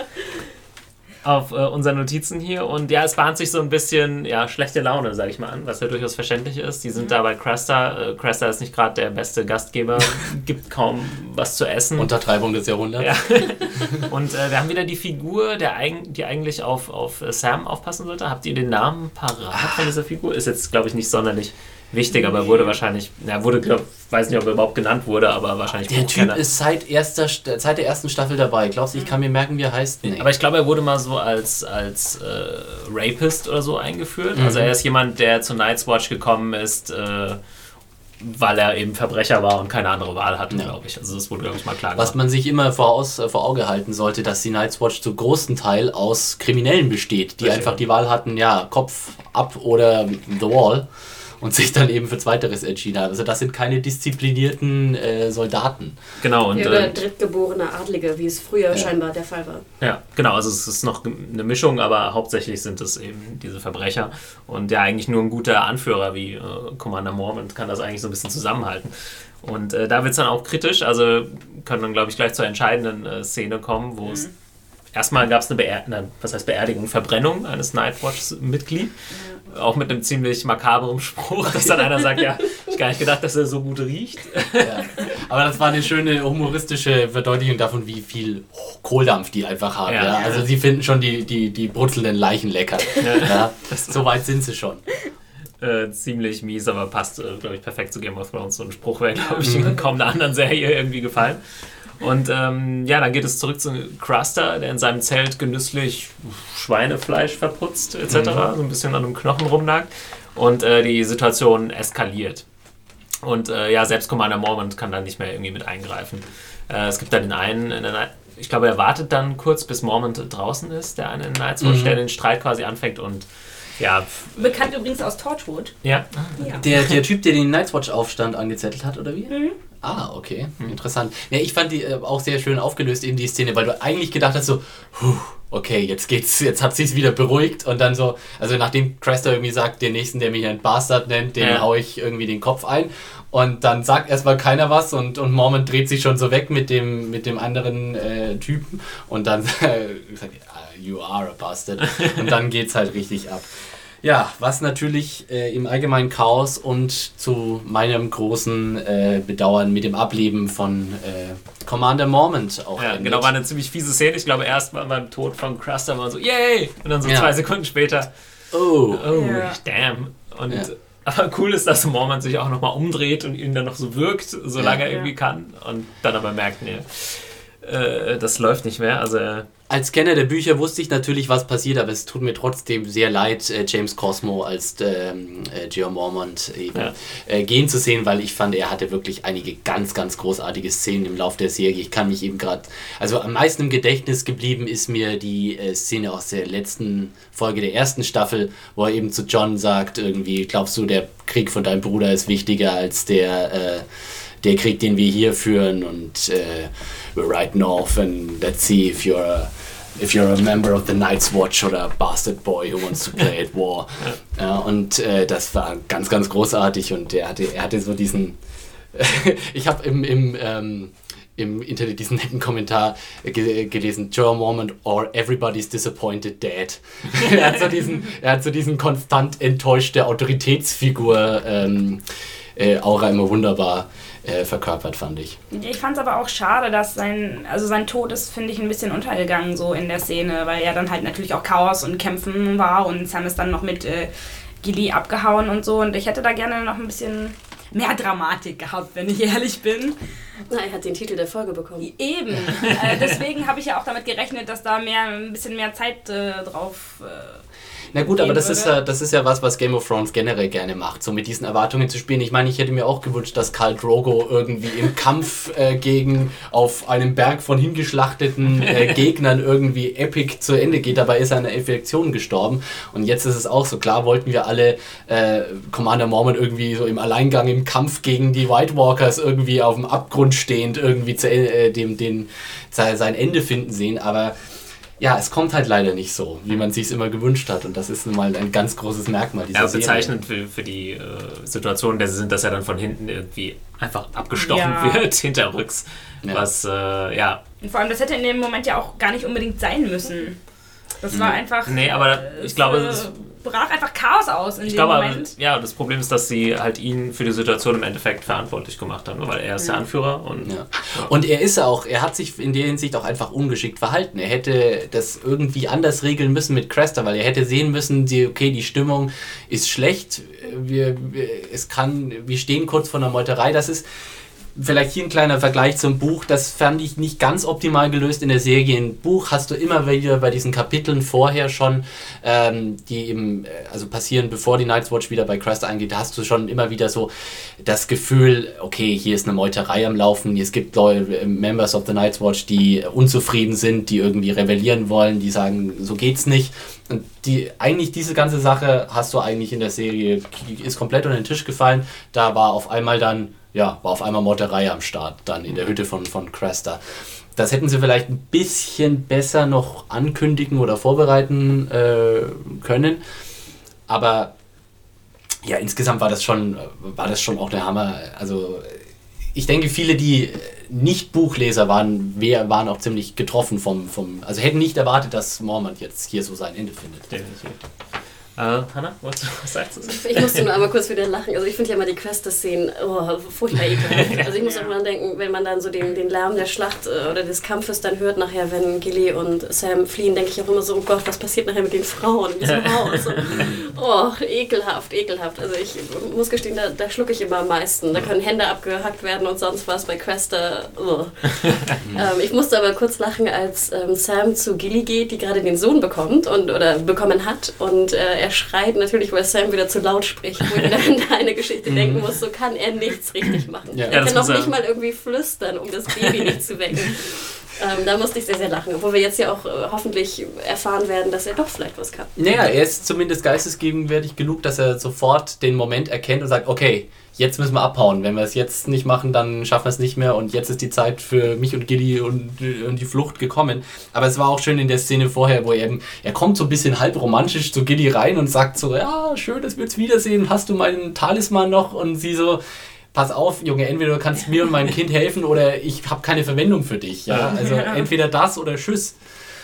Auf unseren Notizen hier und es bahnt sich so ein bisschen schlechte Laune, sage ich mal an, was ja durchaus verständlich ist. Die sind da bei Craster. Craster ist nicht gerade der beste Gastgeber, gibt kaum was zu essen. Untertreibung des Jahrhunderts. Ja. Und wir haben wieder die Figur, die eigentlich auf Sam aufpassen sollte. Habt ihr den Namen parat von dieser Figur? Ist jetzt, glaube ich, nicht sonderlich wichtig, aber wurde wahrscheinlich, weiß nicht, ob er überhaupt genannt wurde, aber wahrscheinlich der Typ ist seit der ersten Staffel dabei. Glaubst du, ich kann mir merken, wie er heißt? Nee. Aber ich glaube, er wurde mal so als Rapist oder so eingeführt. Also er ist jemand, der zur Night's Watch gekommen ist, weil er eben Verbrecher war und keine andere Wahl hatte, glaube ich. Also das wurde, glaube ich, mal klar gemacht. Was man sich immer vor Auge halten sollte, dass die Night's Watch zu großen Teil aus Kriminellen besteht, die einfach die Wahl hatten, Kopf ab oder The Wall. Und sich dann eben für Zweiteres entschieden haben. Also das sind keine disziplinierten Soldaten. Genau. Und, oder drittgeborene Adlige, wie es früher scheinbar der Fall war. Ja, genau. Also es ist noch eine Mischung, aber hauptsächlich sind es eben diese Verbrecher. Und eigentlich nur ein guter Anführer wie Commander Mormont kann das eigentlich so ein bisschen zusammenhalten. Und da wird es dann auch kritisch. Also können dann, glaube ich, gleich zur entscheidenden Szene kommen, wo es erstmal gab es eine Beerdigung, Verbrennung eines Nightwatch-Mitglied. Auch mit einem ziemlich makabren Spruch, dass dann einer sagt, ich gar nicht gedacht, dass er so gut riecht. Ja. Aber das war eine schöne humoristische Verdeutlichung davon, wie viel Kohldampf die einfach haben. Ja. Also sie finden schon die brutzelnden Leichen lecker. Ja. So weit sind sie schon. Ziemlich mies, aber passt, glaube ich, perfekt zu Game of Thrones. So ein Spruch wäre, glaube ich, in kaum einer anderen Serie irgendwie gefallen. Und dann geht es zurück zu Cruster, der in seinem Zelt genüsslich Schweinefleisch verputzt, etc., so ein bisschen an einem Knochen rumnagt. Und die Situation eskaliert. Und selbst Commander Mormont kann dann nicht mehr irgendwie mit eingreifen. Es gibt dann den einen, ich glaube, er wartet dann kurz, bis Mormont draußen ist, der eine in Night's Watch, der den Streit quasi anfängt und bekannt übrigens aus Torchwood. Ja. Der Typ, der den Night's Watch Aufstand angezettelt hat, oder wie? Ah, okay. Interessant. Ja, ich fand die auch sehr schön aufgelöst, eben die Szene, weil du eigentlich gedacht hast so, okay, jetzt hat sie es wieder beruhigt und dann so, also nachdem Craster irgendwie sagt, den nächsten, der mich einen Bastard nennt, den hau ich irgendwie den Kopf ein und dann sagt erstmal keiner was und Mormont dreht sich schon so weg mit dem anderen Typen und dann sagt you are a bastard und dann geht's halt richtig ab. Ja, was natürlich im allgemeinen Chaos und zu meinem großen Bedauern mit dem Ableben von Commander Mormont auch endet. Genau, war eine ziemlich fiese Szene. Ich glaube, erst beim Tod von Cruster war man so, yay! Und dann so 2 Sekunden später, damn. Und aber cool ist, dass Mormont sich auch nochmal umdreht und ihn dann noch so wirkt, solange er irgendwie kann. Und dann aber merkt, das läuft nicht mehr. Also als Kenner der Bücher wusste ich natürlich, was passiert, aber es tut mir trotzdem sehr leid, James Cosmo als Jeor Mormont eben gehen zu sehen, weil ich fand, er hatte wirklich einige ganz, ganz großartige Szenen im Lauf der Serie. Ich kann mich eben also am meisten im Gedächtnis geblieben ist mir die Szene aus der letzten Folge der ersten Staffel, wo er eben zu Jon sagt, irgendwie, glaubst du, der Krieg von deinem Bruder ist wichtiger als der Krieg, den wir hier führen und we're right north and let's see if you're a member of the Night's Watch oder a bastard boy who wants to play at war. Und das war ganz, ganz großartig und er hatte so diesen ich habe im Internet diesen netten Kommentar gelesen, Jeor Mormont or everybody's disappointed dad. er hat so diesen konstant enttäuschte Autoritätsfigur Aura immer wunderbar verkörpert, fand ich. Ich fand es aber auch schade, dass sein Tod ist, finde ich, ein bisschen untergegangen so in der Szene, weil er dann halt natürlich auch Chaos und Kämpfen war und Sam ist dann noch mit Gilly abgehauen und so und ich hätte da gerne noch ein bisschen mehr Dramatik gehabt, wenn ich ehrlich bin. Na, er hat den Titel der Folge bekommen. Eben. Deswegen habe ich ja auch damit gerechnet, dass da ein bisschen mehr Zeit drauf Na gut, aber das ist ja was Game of Thrones generell gerne macht, so mit diesen Erwartungen zu spielen. Ich meine, ich hätte mir auch gewünscht, dass Khal Drogo irgendwie im Kampf auf einem Berg von hingeschlachteten Gegnern irgendwie epic zu Ende geht. Dabei ist er an einer Infektion gestorben. Und jetzt ist es auch so, klar wollten wir alle Commander Mormont irgendwie so im Alleingang im Kampf gegen die White Walkers irgendwie auf dem Abgrund stehend irgendwie sein Ende finden sehen, aber ja, es kommt halt leider nicht so, wie man es sich immer gewünscht hat. Und das ist nun mal ein ganz großes Merkmal dieser Serie. Bezeichnend für die Situation, in der sie sind, dass er dann von hinten irgendwie einfach abgestochen wird, hinterrücks. Ja. Was, Und vor allem, das hätte in dem Moment ja auch gar nicht unbedingt sein müssen. Das war einfach... Nee, aber ich glaube... brach einfach Chaos aus in dem Moment. Ja, das Problem ist, dass sie halt ihn für die Situation im Endeffekt verantwortlich gemacht haben, weil er ist der Anführer. Und er hat sich in der Hinsicht auch einfach ungeschickt verhalten. Er hätte das irgendwie anders regeln müssen mit Craster, weil er hätte sehen müssen, die Stimmung ist schlecht, wir stehen kurz vor einer Meuterei, das ist... Vielleicht hier ein kleiner Vergleich zum Buch, das fand ich nicht ganz optimal gelöst in der Serie. Im Buch hast du immer wieder bei diesen Kapiteln vorher schon, die eben passieren, bevor die Night's Watch wieder bei Craster eingeht, da hast du schon immer wieder so das Gefühl, okay, hier ist eine Meuterei am Laufen, es gibt Members of the Night's Watch, die unzufrieden sind, die irgendwie rebellieren wollen, die sagen, so geht's nicht. Und diese ganze Sache hast du eigentlich in der Serie, ist komplett unter den Tisch gefallen, da war auf einmal Meuterei am Start, dann in der Hütte von Craster. Das hätten sie vielleicht ein bisschen besser noch ankündigen oder vorbereiten können. Aber ja, insgesamt war das schon auch der Hammer. Also ich denke, viele, die nicht Buchleser waren auch ziemlich getroffen also hätten nicht erwartet, dass Mormont jetzt hier so sein Ende findet. Definitiv. Hannah, was sagst du? Ich musste nur einmal kurz wieder lachen. Also ich finde ja immer die Quest-Szenen furchtbar ekelhaft. Also ich muss auch dran denken, wenn man dann so den Lärm der Schlacht oder des Kampfes dann hört nachher, wenn Gilly und Sam fliehen, denke ich auch immer so, oh Gott, was passiert nachher mit den Frauen in diesem Haus? Ekelhaft. Also ich muss gestehen, da schlucke ich immer am meisten. Da können Hände abgehackt werden und sonst was bei Quest. Ich musste aber kurz lachen, als Sam zu Gilly geht, die gerade den Sohn bekommt oder bekommen hat und er schreit natürlich, weil Sam wieder zu laut spricht, wo ich wieder an deine Geschichte denken muss, so kann er nichts richtig machen. Ja. Er kann noch nicht mal irgendwie flüstern, um das Baby nicht zu wecken. Da musste ich sehr, sehr lachen, obwohl wir jetzt ja auch hoffentlich erfahren werden, dass er doch vielleicht was kann. Naja, er ist zumindest geistesgegenwärtig genug, dass er sofort den Moment erkennt und sagt, okay, jetzt müssen wir abhauen. Wenn wir es jetzt nicht machen, dann schaffen wir es nicht mehr und jetzt ist die Zeit für mich und Gilly und die Flucht gekommen. Aber es war auch schön in der Szene vorher, wo er kommt so ein bisschen halb romantisch zu Gilly rein und sagt so, ja, schön, dass wir uns wiedersehen, hast du meinen Talisman noch? Und sie so, pass auf, Junge, entweder du kannst mir und meinem Kind helfen oder ich habe keine Verwendung für dich. Ja? Also entweder das oder tschüss.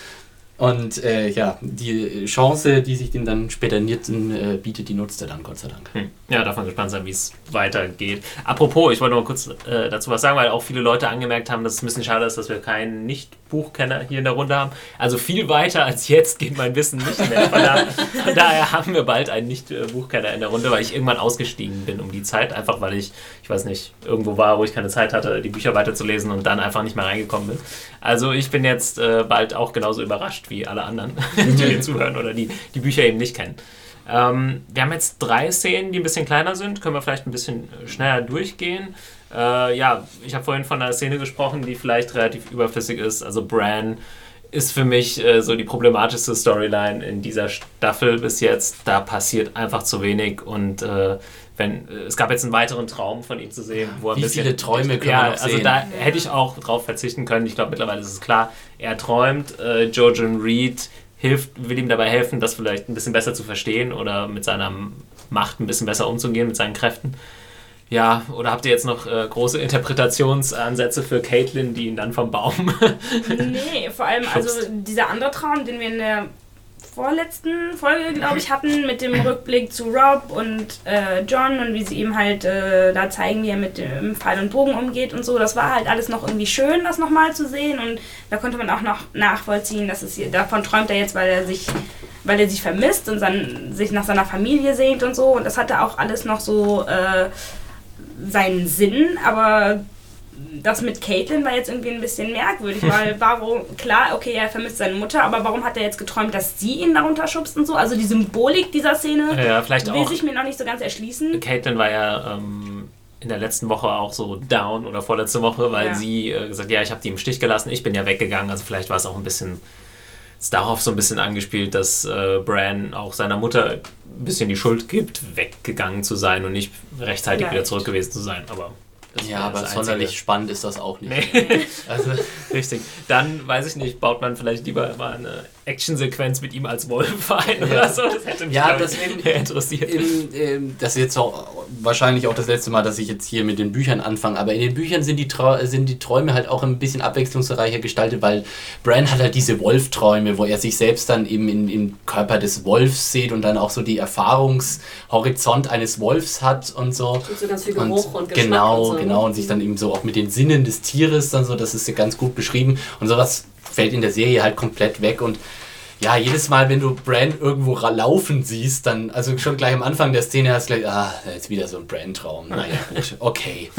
Und die Chance, die sich dem dann später bietet, die nutzt er dann, Gott sei Dank. Ja, darf man gespannt sein, wie es weitergeht. Apropos, ich wollte noch mal kurz dazu was sagen, weil auch viele Leute angemerkt haben, dass es ein bisschen schade ist, dass wir keinen Nicht-Buchkenner hier in der Runde haben. Also viel weiter als jetzt geht mein Wissen nicht mehr. Von daher haben wir bald einen Nicht-Buchkenner in der Runde, weil ich irgendwann ausgestiegen bin um die Zeit, einfach weil ich weiß nicht, irgendwo war, wo ich keine Zeit hatte, die Bücher weiterzulesen und dann einfach nicht mehr reingekommen bin. Also ich bin jetzt bald auch genauso überrascht wie alle anderen, die hier zuhören oder die Bücher eben nicht kennen. Wir haben jetzt 3 Szenen, die ein bisschen kleiner sind. Können wir vielleicht ein bisschen schneller durchgehen. Ich habe vorhin von einer Szene gesprochen, die vielleicht relativ überflüssig ist. Also Bran ist für mich so die problematischste Storyline in dieser Staffel bis jetzt. Da passiert einfach zu wenig und es gab jetzt einen weiteren Traum von ihm zu sehen, wo er Wie viele Träume können wir noch sehen? Also da hätte ich auch drauf verzichten können. Ich glaube, mittlerweile ist es klar, er träumt. Jojen Reed will ihm dabei helfen, das vielleicht ein bisschen besser zu verstehen oder mit seiner Macht ein bisschen besser umzugehen, mit seinen Kräften. Ja, oder habt ihr jetzt noch große Interpretationsansätze für Caitlyn, die ihn dann vom Baum Nee, vor allem also dieser andere Traum, den wir in der vorletzten Folge, glaube ich, hatten, mit dem Rückblick zu Rob und John und wie sie ihm halt da zeigen, wie er mit dem Pfeil und Bogen umgeht und so. Das war halt alles noch irgendwie schön, das nochmal zu sehen und da konnte man auch noch nachvollziehen, dass davon träumt er jetzt, weil er sich vermisst und sich nach seiner Familie sehnt und so und das hatte auch alles noch so seinen Sinn, aber das mit Caitlyn war jetzt irgendwie ein bisschen merkwürdig, weil klar, okay, er vermisst seine Mutter, aber warum hat er jetzt geträumt, dass sie ihn darunter schubst und so? Also die Symbolik dieser Szene will sich mir noch nicht so ganz erschließen. Caitlyn war ja in der letzten Woche auch so down oder vorletzte Woche, weil sie gesagt, ja, ich habe die im Stich gelassen, ich bin ja weggegangen, also vielleicht war es auch ein bisschen darauf so ein bisschen angespielt, dass Bran auch seiner Mutter ein bisschen die Schuld gibt, weggegangen zu sein und nicht rechtzeitig wieder zurück gewesen zu sein, aber aber sonderlich spannend ist das auch nicht. Nee. Also, richtig. Dann, weiß ich nicht, baut man vielleicht lieber mal eine Actionsequenz mit ihm als Wolf ein oder so. Das hätte mich interessiert. Das ist jetzt auch wahrscheinlich auch das letzte Mal, dass ich jetzt hier mit den Büchern anfange, aber in den Büchern sind die Träume halt auch ein bisschen abwechslungsreicher gestaltet, weil Bran hat halt diese Wolfträume, wo er sich selbst dann eben im Körper des Wolfs sieht und dann auch so die Erfahrungshorizont eines Wolfs hat und so. Und so ganz viel Geruch und Geschmack Genau, und sich dann eben so auch mit den Sinnen des Tieres dann so, das ist ja ganz gut beschrieben und sowas fällt in der Serie halt komplett weg und ja, jedes Mal, wenn du Bran irgendwo laufen siehst, dann, also schon gleich am Anfang der Szene hast du gleich, jetzt wieder so ein Bran-Traum, naja gut, okay.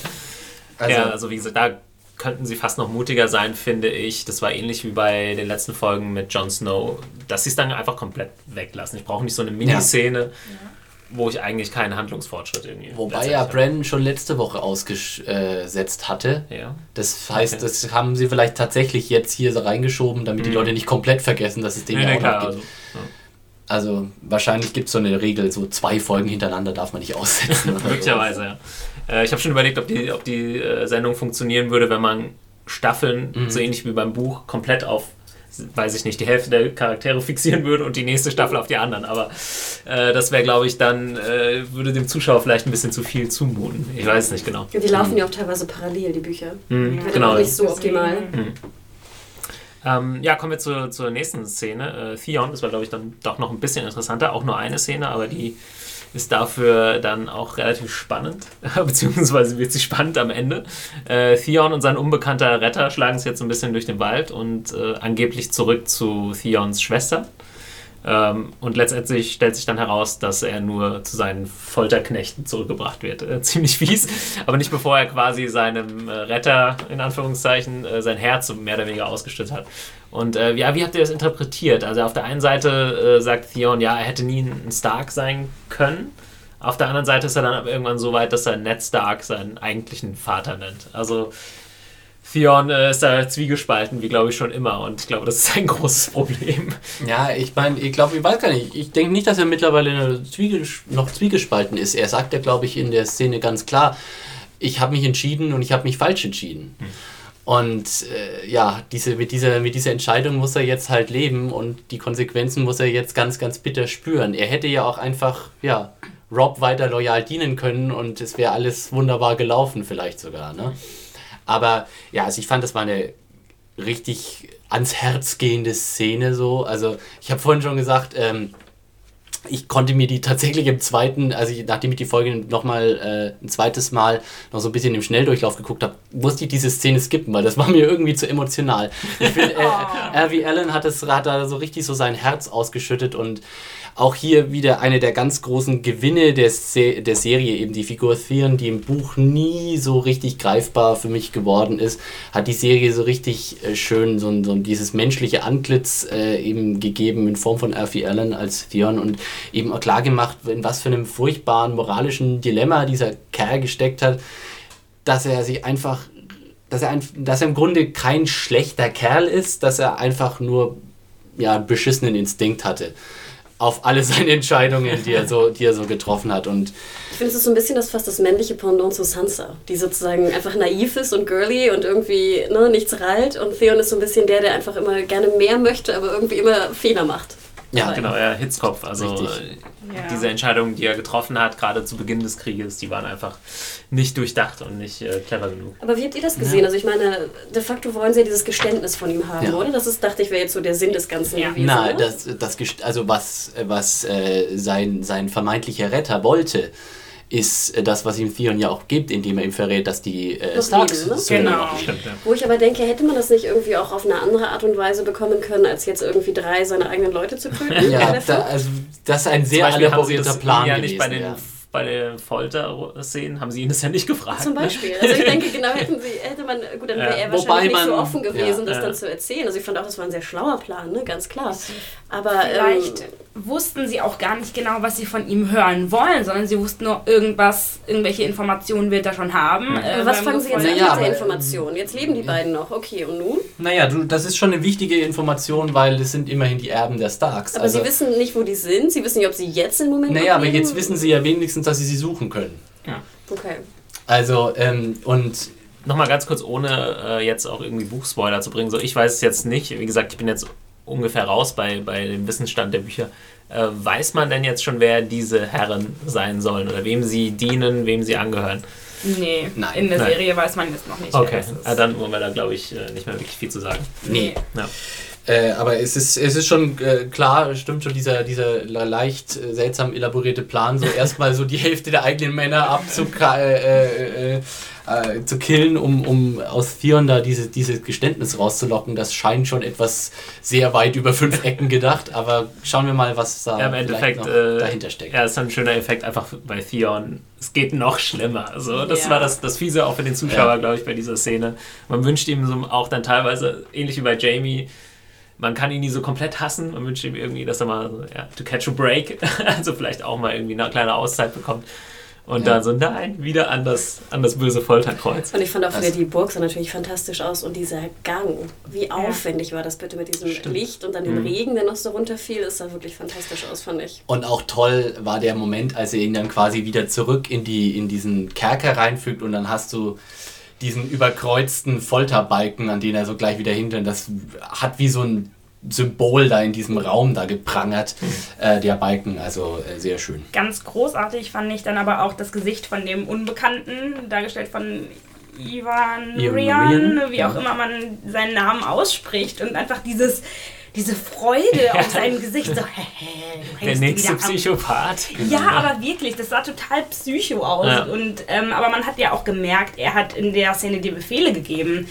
Also wie gesagt, da könnten sie fast noch mutiger sein, finde ich. Das war ähnlich wie bei den letzten Folgen mit Jon Snow, dass sie es dann einfach komplett weglassen. Ich brauche nicht so eine Miniszene, wo ich eigentlich keinen Handlungsfortschritt irgendwie. Wobei ja Bran schon letzte Woche ausgesetzt hatte. Ja. Das heißt, das haben sie vielleicht tatsächlich jetzt hier so reingeschoben, damit die Leute nicht komplett vergessen, dass es den ja auch noch gibt. Also wahrscheinlich gibt es so eine Regel, so 2 Folgen hintereinander darf man nicht aussetzen. Möglicherweise, ja. Ich habe schon überlegt, ob die Sendung funktionieren würde, wenn man Staffeln, so ähnlich wie beim Buch, komplett auf, weiß ich nicht, die Hälfte der Charaktere fixieren würde und die nächste Staffel auf die anderen. Aber das wäre, glaube ich, dann würde dem Zuschauer vielleicht ein bisschen zu viel zumuten. Ich weiß es nicht genau. Die laufen ja auch teilweise parallel, die Bücher. Genau. Nicht so optimal. Kommen wir zur nächsten Szene. Theon, das war, glaube ich, dann doch noch ein bisschen interessanter. Auch nur eine Szene, aber die ist dafür dann auch relativ spannend. Beziehungsweise wird sie spannend am Ende. Theon und sein unbekannter Retter schlagen es jetzt so ein bisschen durch den Wald und angeblich zurück zu Theons Schwester. Und letztendlich stellt sich dann heraus, dass er nur zu seinen Folterknechten zurückgebracht wird. Ziemlich fies, aber nicht bevor er quasi seinem Retter, in Anführungszeichen, sein Herz mehr oder weniger ausgeschüttet hat. Und wie habt ihr das interpretiert? Also auf der einen Seite sagt Theon, ja, er hätte nie ein Stark sein können. Auf der anderen Seite ist er dann aber irgendwann so weit, dass er Ned Stark seinen eigentlichen Vater nennt. Also Theon ist da zwiegespalten, wie glaube ich schon immer. Und ich glaube, das ist ein großes Problem. Ja, ich meine, ich weiß gar nicht. Ich denke nicht, dass er mittlerweile noch zwiegespalten ist. Er sagt ja, glaube ich, in der Szene ganz klar, ich habe mich entschieden und ich habe mich falsch entschieden. Und mit dieser Entscheidung muss er jetzt halt leben und die Konsequenzen muss er jetzt ganz, ganz bitter spüren. Er hätte ja auch einfach, Robb weiter loyal dienen können und es wäre alles wunderbar gelaufen vielleicht sogar, ne? Aber ja, also ich fand, das war eine richtig ans Herz gehende Szene so. Also ich habe vorhin schon gesagt, ich konnte mir die tatsächlich im zweiten, also nachdem ich die Folge nochmal ein zweites Mal noch so ein bisschen im Schnelldurchlauf geguckt habe, musste ich diese Szene skippen, weil das war mir irgendwie zu emotional. Ich finde, R.V. Allen hat da so richtig so sein Herz ausgeschüttet und auch hier wieder eine der ganz großen Gewinne der Serie, eben die Figur Theon, die im Buch nie so richtig greifbar für mich geworden ist, hat die Serie so richtig schön so dieses menschliche Antlitz eben gegeben in Form von R.V. Allen als Theon und eben auch klar gemacht, in was für einem furchtbaren moralischen Dilemma dieser Kerl gesteckt hat, dass er im Grunde kein schlechter Kerl ist, dass er einfach nur einen beschissenen Instinkt hatte auf alle seine Entscheidungen, die er so getroffen hat. Und ich finde, es ist so ein bisschen fast das männliche Pendant zu Sansa, die sozusagen einfach naiv ist und girly und irgendwie nichts rallt. Und Theon ist so ein bisschen der einfach immer gerne mehr möchte, aber irgendwie immer Fehler macht. Ja, genau, Hitzkopf. Also diese Entscheidungen, die er getroffen hat, gerade zu Beginn des Krieges, die waren einfach nicht durchdacht und nicht clever genug. Aber wie habt ihr das gesehen? Ja. Also ich meine, de facto wollen sie ja dieses Geständnis von ihm haben, oder? Das ist, dachte ich, wäre jetzt so der Sinn des Ganzen gewesen. Na, was sein vermeintlicher Retter wollte, ist das, was ihm Theon ja auch gibt, indem er ihm verrät, dass die Starks Genau. Stimmt, ja. Wo ich aber denke, hätte man das nicht irgendwie auch auf eine andere Art und Weise bekommen können, als jetzt irgendwie 3 seiner eigenen Leute zu töten? Ja, das ist ein sehr elaborierter Plan ja gewesen. Nicht bei den Folter-Szenen haben sie ihn das ja nicht gefragt. Zum Beispiel. Also ich denke, genau hätte man, gut, dann wäre er wahrscheinlich nicht so offen gewesen, das dann zu erzählen. Also ich fand auch, das war ein sehr schlauer Plan, ne? Ganz klar. Aber vielleicht wussten sie auch gar nicht genau, was sie von ihm hören wollen, sondern sie wussten nur irgendwelche Informationen wird er schon haben. Was fangen sie jetzt an mit der Information? Jetzt leben die beiden noch. Okay, und nun? Naja, das ist schon eine wichtige Information, weil das sind immerhin die Erben der Starks. Aber sie wissen nicht, wo die sind. Sie wissen nicht, ob sie jetzt im Moment Naja, aber jetzt wissen sie ja wenigstens, dass sie suchen können. Ja. Okay. Also, und nochmal ganz kurz, ohne jetzt auch irgendwie Buchspoiler zu bringen. So, ich weiß es jetzt nicht. Wie gesagt, ich bin jetzt ungefähr raus bei dem Wissensstand der Bücher. Weiß man denn jetzt schon, wer diese Herren sein sollen oder wem sie dienen, wem sie angehören? Nee, in der Serie weiß man jetzt noch nicht. Okay, dann wollen wir da, glaube ich, nicht mehr wirklich viel zu sagen. Nee. Ja. Aber es ist schon klar, stimmt schon, dieser leicht seltsam elaborierte Plan, so erstmal so die Hälfte der eigenen Männer zu killen, um aus Theon da dieses Geständnis rauszulocken, das scheint schon etwas sehr weit über 5 Ecken gedacht, aber schauen wir mal, was da im Endeffekt noch dahinter steckt. Ja, das ist ein schöner Effekt einfach bei Theon. Es geht noch schlimmer. Also, das war das Fiese auch für den Zuschauer, glaube ich, bei dieser Szene. Man wünscht ihm so auch dann teilweise, ähnlich wie bei Jaime, man kann ihn nie so komplett hassen. Man wünscht ihm irgendwie, dass er mal to catch a break, also vielleicht auch mal irgendwie eine kleine Auszeit bekommt. Und dann so, nein, wieder an das böse Folterkreuz. Und ich fand auch wieder die Burg sah natürlich fantastisch aus und dieser Gang, wie aufwendig war das bitte mit diesem Licht und dann dem Regen, der noch so runterfiel, das sah wirklich fantastisch aus, fand ich. Und auch toll war der Moment, als er ihn dann quasi wieder zurück in diesen Kerker reinfügt und dann hast du diesen überkreuzten Folterbalken, an den er so gleich wieder hinter, das hat wie so ein Symbol da in diesem Raum da geprangert, der Balken, also sehr schön. Ganz großartig fand ich dann aber auch das Gesicht von dem Unbekannten, dargestellt von Ivan Ivan Ryan, Ryan, wie auch immer man seinen Namen ausspricht und einfach diese Freude auf seinem Gesicht, so, du Der hängst nächste wieder am- Psychopath. Ja, aber wirklich, das sah total psycho aus. Ja. Und, aber man hat ja auch gemerkt, er hat in der Szene die Befehle gegeben,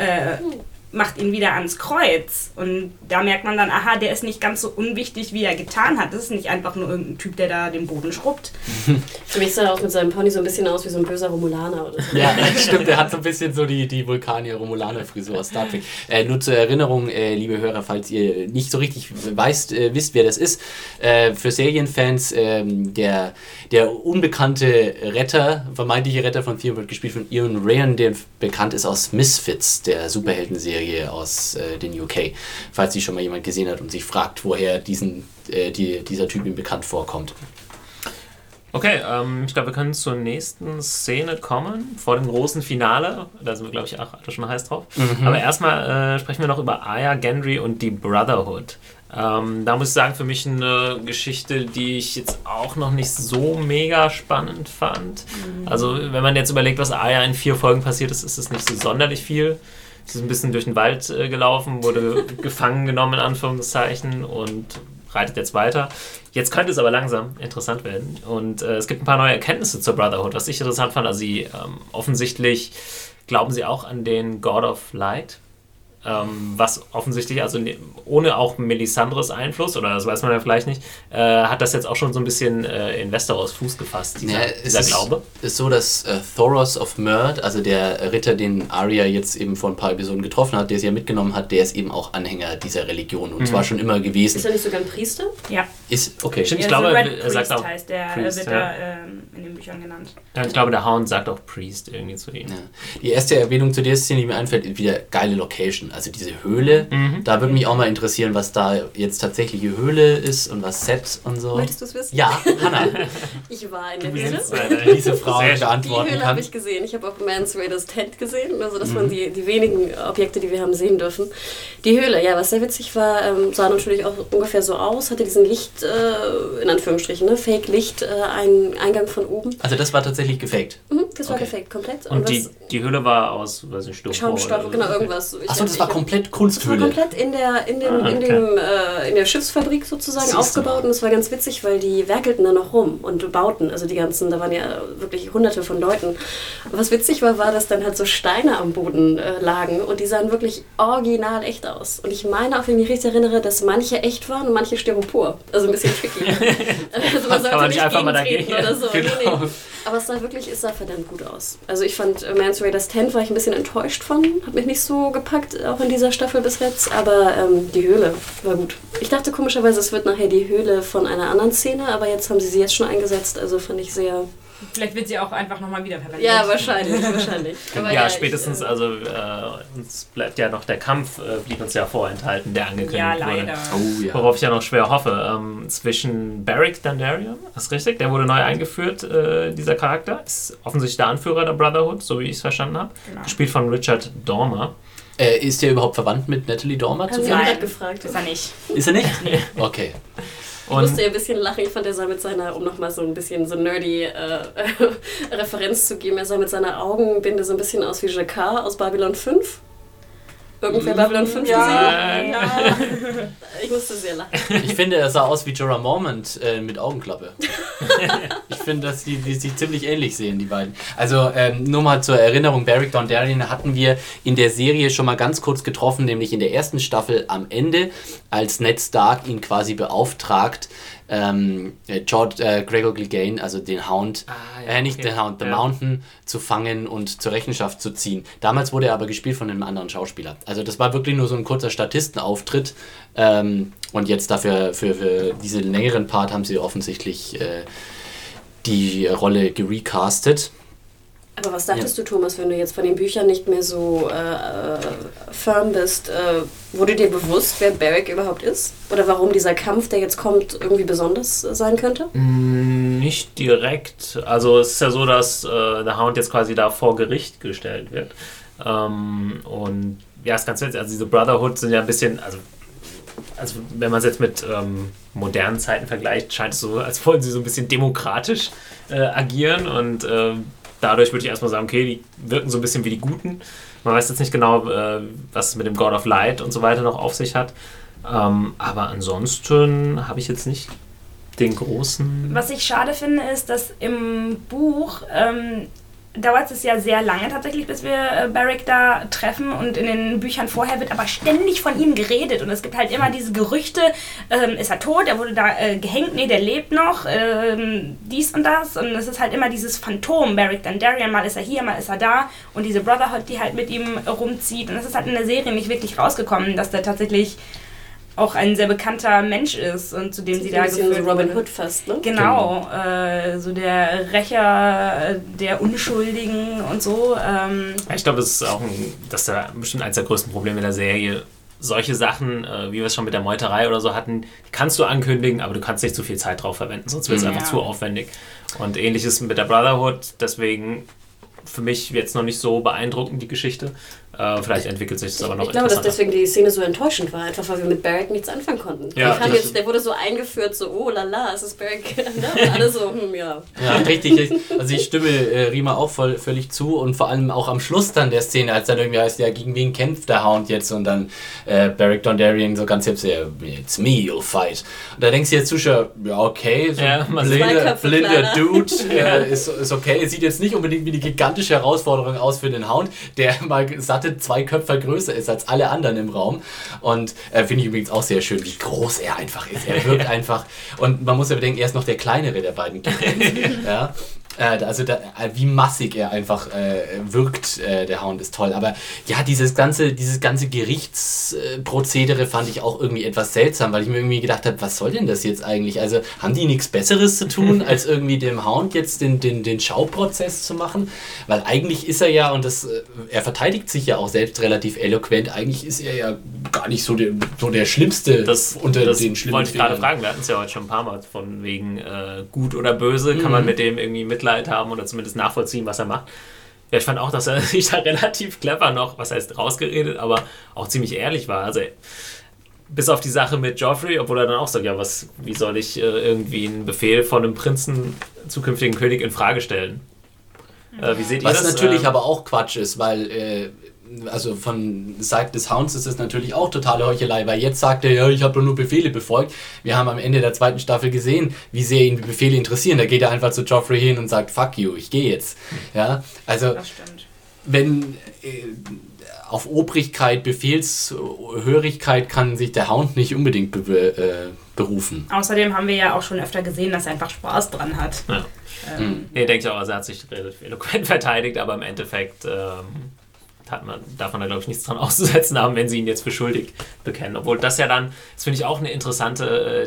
macht ihn wieder ans Kreuz. Und da merkt man dann, aha, der ist nicht ganz so unwichtig, wie er getan hat. Das ist nicht einfach nur irgendein Typ, der da den Boden schrubbt. Für mich sah er auch mit seinem Pony so ein bisschen aus wie so ein böser Romulaner oder so. Ja, stimmt, er hat so ein bisschen so die Vulkanier-Romulaner-Frisur aus Star Trek. Nur zur Erinnerung, liebe Hörer, falls ihr nicht so richtig wisst, wer das ist, für Serienfans, der unbekannte Retter, vermeintliche Retter von Theon wird gespielt von Ian Ryan, der bekannt ist aus Misfits, der Superheldenserie aus den UK, falls die schon mal jemand gesehen hat und sich fragt, woher dieser Typ ihm bekannt vorkommt. Okay, ich glaube, wir können zur nächsten Szene kommen, vor dem großen Finale. Da sind wir, glaube ich, auch alle schon heiß drauf. Aber erstmal sprechen wir noch über Aya, Gendry und die Brotherhood. Da muss ich sagen, für mich eine Geschichte, die ich jetzt auch noch nicht so mega spannend fand. Also, wenn man jetzt überlegt, was Aya in 4 Folgen passiert ist, ist es nicht so sonderlich viel. Sie ist ein bisschen durch den Wald gelaufen, wurde gefangen genommen, in Anführungszeichen, und reitet jetzt weiter. Jetzt könnte es aber langsam interessant werden. Und es gibt ein paar neue Erkenntnisse zur Brotherhood, was ich interessant fand. Also offensichtlich glauben sie auch an den God of Light. Was offensichtlich, also ohne auch Melisandres Einfluss, oder das weiß man ja vielleicht nicht, hat das jetzt auch schon so ein bisschen in Westeros Fuß gefasst, dieser Glaube. Es ist so, dass Thoros of Myrd, also der Ritter, den Arya jetzt eben vor ein paar Episoden getroffen hat, der sie ja mitgenommen hat, der ist eben auch Anhänger dieser Religion und zwar schon immer gewesen. Ist er nicht sogar ein Priester? Ja. Okay. Stimmt, ich Ja, glaube, Red er sagt Priest auch heißt der, Priest, wird ja. da in den Büchern genannt. Ja, ich glaube, der Hound sagt auch Priest irgendwie zu ihm. Ja. Die erste Erwähnung zu der Szene, die mir einfällt, ist wieder geile Location. Also diese Höhle, da würde mich auch mal interessieren, was da jetzt tatsächliche Höhle ist und was Set und so. Möchtest du es wissen? Ja, Hannah, Ich war in der Du Höhle. bist diese Frage Sehr schön. Die beantworten Höhle kann. habe ich gesehen. Ich habe auch Mans Raiders Tent gesehen. Also das waren die wenigen Objekte, die wir haben sehen dürfen. Die Höhle, ja, was sehr witzig war, sah natürlich auch ungefähr so aus. Hatte diesen Licht, in Anführungsstrichen, ne, Fake-Licht, einen Eingang von oben. Also das war tatsächlich gefaked. Das war Okay. gefaked, komplett. Und was- die Höhle war aus, weiß nicht, Styropor Schaumstoff, oder genau, so. irgendwas. Achso, das war komplett Das war Kunsthöhle. komplett in der Schiffsfabrik sozusagen Siehst du aufgebaut mal. und es war ganz witzig, weil die werkelten da noch rum und bauten, also die ganzen, da waren ja wirklich hunderte von Leuten. Und was witzig war, dass dann halt so Steine am Boden lagen und die sahen wirklich original echt aus. Und ich meine, auch wenn ich mich richtig erinnere, dass manche echt waren und manche Styropor. Also ein bisschen tricky. Also man sollte man nicht einfach mal gegentreten dagegen. oder so. Genau. Nee. Aber es sah verdammt gut aus. Also ich fand Mans Raiders Tent war ich ein bisschen enttäuscht von. Hat mich nicht so gepackt, auch in dieser Staffel bis jetzt. Aber die Höhle war gut. Ich dachte komischerweise, es wird nachher die Höhle von einer anderen Szene, aber jetzt haben sie jetzt schon eingesetzt. Also fand ich sehr... Vielleicht wird sie auch einfach nochmal wiederverwendet. Ja, wahrscheinlich. Aber Ja, ich, spätestens, also uns bleibt ja noch der Kampf, blieb uns ja vorenthalten, der angekündigt Ja, wurde. leider. Oh ja. Worauf ich ja noch schwer hoffe. Zwischen Beric Dondarrion, ist richtig, der wurde neu eingeführt, dieser Charakter. Ist offensichtlich der Anführer der Brotherhood, so wie ich es verstanden habe. Genau. Gespielt von Richard Dormer. Ist der überhaupt verwandt mit Natalie Dormer Haben zu Sie finden? auch Nein. gerade gefragt. Ist er nicht. Ist er nicht? Okay. Ich Und musste ja ein bisschen lachen. Ich fand, er sah mit seiner, um nochmal so ein bisschen so nerdy Referenz zu geben, er sah mit seiner Augenbinde so ein bisschen aus wie Jacquard aus Babylon 5. Irgendwer Babylon 5 gesehen? Ja. Ich musste sehr lachen. Ich finde, er sah aus wie Jorah Mormont mit Augenklappe. Ich finde, dass die sich ziemlich ähnlich sehen, die beiden. Also nur mal zur Erinnerung, Beric Dondarrion hatten wir in der Serie schon mal ganz kurz getroffen, nämlich in der ersten Staffel am Ende, als Ned Stark ihn quasi beauftragt, Gregor Clegane, also den Hound, nicht okay. den Hound, The Ja. Mountain, zu fangen und zur Rechenschaft zu ziehen. Damals wurde er aber gespielt von einem anderen Schauspieler. Also das war wirklich nur so ein kurzer Statistenauftritt und jetzt dafür für diesen längeren Part haben sie offensichtlich die Rolle gerecastet. Aber was dachtest du, Thomas, wenn du jetzt von den Büchern nicht mehr so firm bist? Wurde dir bewusst, wer Beric überhaupt ist? Oder warum dieser Kampf, der jetzt kommt, irgendwie besonders sein könnte? nicht direkt. Also es ist ja so, dass der Hound jetzt quasi da vor Gericht gestellt wird. Und ja, ist ganz witzig. Also diese Brotherhood sind ja ein bisschen, also wenn man es jetzt mit modernen Zeiten vergleicht, scheint es so, als wollten sie so ein bisschen demokratisch agieren und dadurch würde ich erstmal sagen, okay, die wirken so ein bisschen wie die Guten. Man weiß jetzt nicht genau, was es mit dem God of Light und so weiter noch auf sich hat. Aber ansonsten habe ich jetzt nicht den großen... Was ich schade finde, ist, dass im Buch dauert es ja sehr lange tatsächlich, bis wir Beric da treffen, und in den Büchern vorher wird aber ständig von ihm geredet und es gibt halt immer diese Gerüchte, ist er tot, er wurde da gehängt, nee, der lebt noch, dies und das, und es ist halt immer dieses Phantom, Beric Dondarrion, mal ist er hier, mal ist er da, und diese Brotherhood, die halt mit ihm rumzieht, und es ist halt in der Serie nicht wirklich rausgekommen, dass der tatsächlich auch ein sehr bekannter Mensch ist und zu dem sie da geführt so Robin Hood fast, ne? Genau, so der Rächer der Unschuldigen und so. Ich glaube, das ist auch das ist ja bestimmt eines der größten Probleme der Serie. Solche Sachen, wie wir es schon mit der Meuterei oder so hatten, kannst du ankündigen, aber du kannst nicht zu viel Zeit drauf verwenden, sonst wird es einfach zu aufwendig. Und ähnliches mit der Brotherhood, deswegen für mich jetzt noch nicht so beeindruckend, die Geschichte. Vielleicht entwickelt sich das aber noch interessanter. Ich glaube, dass deswegen die Szene so enttäuschend war, einfach weil wir mit Beric nichts anfangen konnten. Ja, der wurde so eingeführt, so, oh lala, es ist Beric. Und alle so, ja. Ja, richtig. Also ich stimme Rima auch völlig zu, und vor allem auch am Schluss dann der Szene, als dann irgendwie heißt, ja, gegen wen kämpft der Hound jetzt, und dann Beric Dondarrion so ganz selbst, it's me, you'll fight. Und da denkst du jetzt Zuschauer, ja, okay, so ein blinder Dude, ist okay. Es sieht jetzt nicht unbedingt wie eine gigantische Herausforderung aus für den Hound, der mal satte 2 Köpfe größer ist als alle anderen im Raum. Und finde ich übrigens auch sehr schön, wie groß er einfach ist. Er wirkt einfach, und man muss ja bedenken, er ist noch der kleinere der beiden Kinder. Ja. Wie massig er einfach wirkt, der Hound ist toll. Aber ja, dieses ganze Gerichtsprozedere fand ich auch irgendwie etwas seltsam, weil ich mir irgendwie gedacht habe, was soll denn das jetzt eigentlich? Also haben die nichts Besseres zu tun, als irgendwie dem Hound jetzt den Schauprozess zu machen? Weil eigentlich ist er ja, und er verteidigt sich ja auch selbst relativ eloquent, eigentlich ist er ja gar nicht so der Schlimmste unter den schlimmen wollte ich gerade fragen, wir hatten es ja heute schon ein paar Mal von wegen gut oder böse, kann man mit dem irgendwie Mitleid haben oder zumindest nachvollziehen, was er macht. Ja, ich fand auch, dass er sich da relativ clever noch, was heißt rausgeredet, aber auch ziemlich ehrlich war. Also bis auf die Sache mit Joffrey, obwohl er dann auch sagt, ja, wie soll ich irgendwie einen Befehl von einem Prinzen, zukünftigen König, in Frage stellen? Wie seht ihr das? Was natürlich aber auch Quatsch ist, weil also von Seite des Hounds ist es natürlich auch totale Heuchelei, weil jetzt sagt er, ja, ich habe doch nur Befehle befolgt. Wir haben am Ende der 2. Staffel gesehen, wie sehr ihn die Befehle interessieren. Da geht er einfach zu Joffrey hin und sagt, fuck you, ich gehe jetzt. Ja, also wenn auf Obrigkeit, Befehlshörigkeit kann sich der Hound nicht unbedingt berufen. Außerdem haben wir ja auch schon öfter gesehen, dass er einfach Spaß dran hat. Ja. Nee, denke ich auch, also er hat sich relativ eloquent verteidigt, aber im Endeffekt darf man da, glaube ich, nichts dran auszusetzen haben, wenn sie ihn jetzt für schuldig bekennen. Obwohl das ja dann, das finde ich auch eine interessante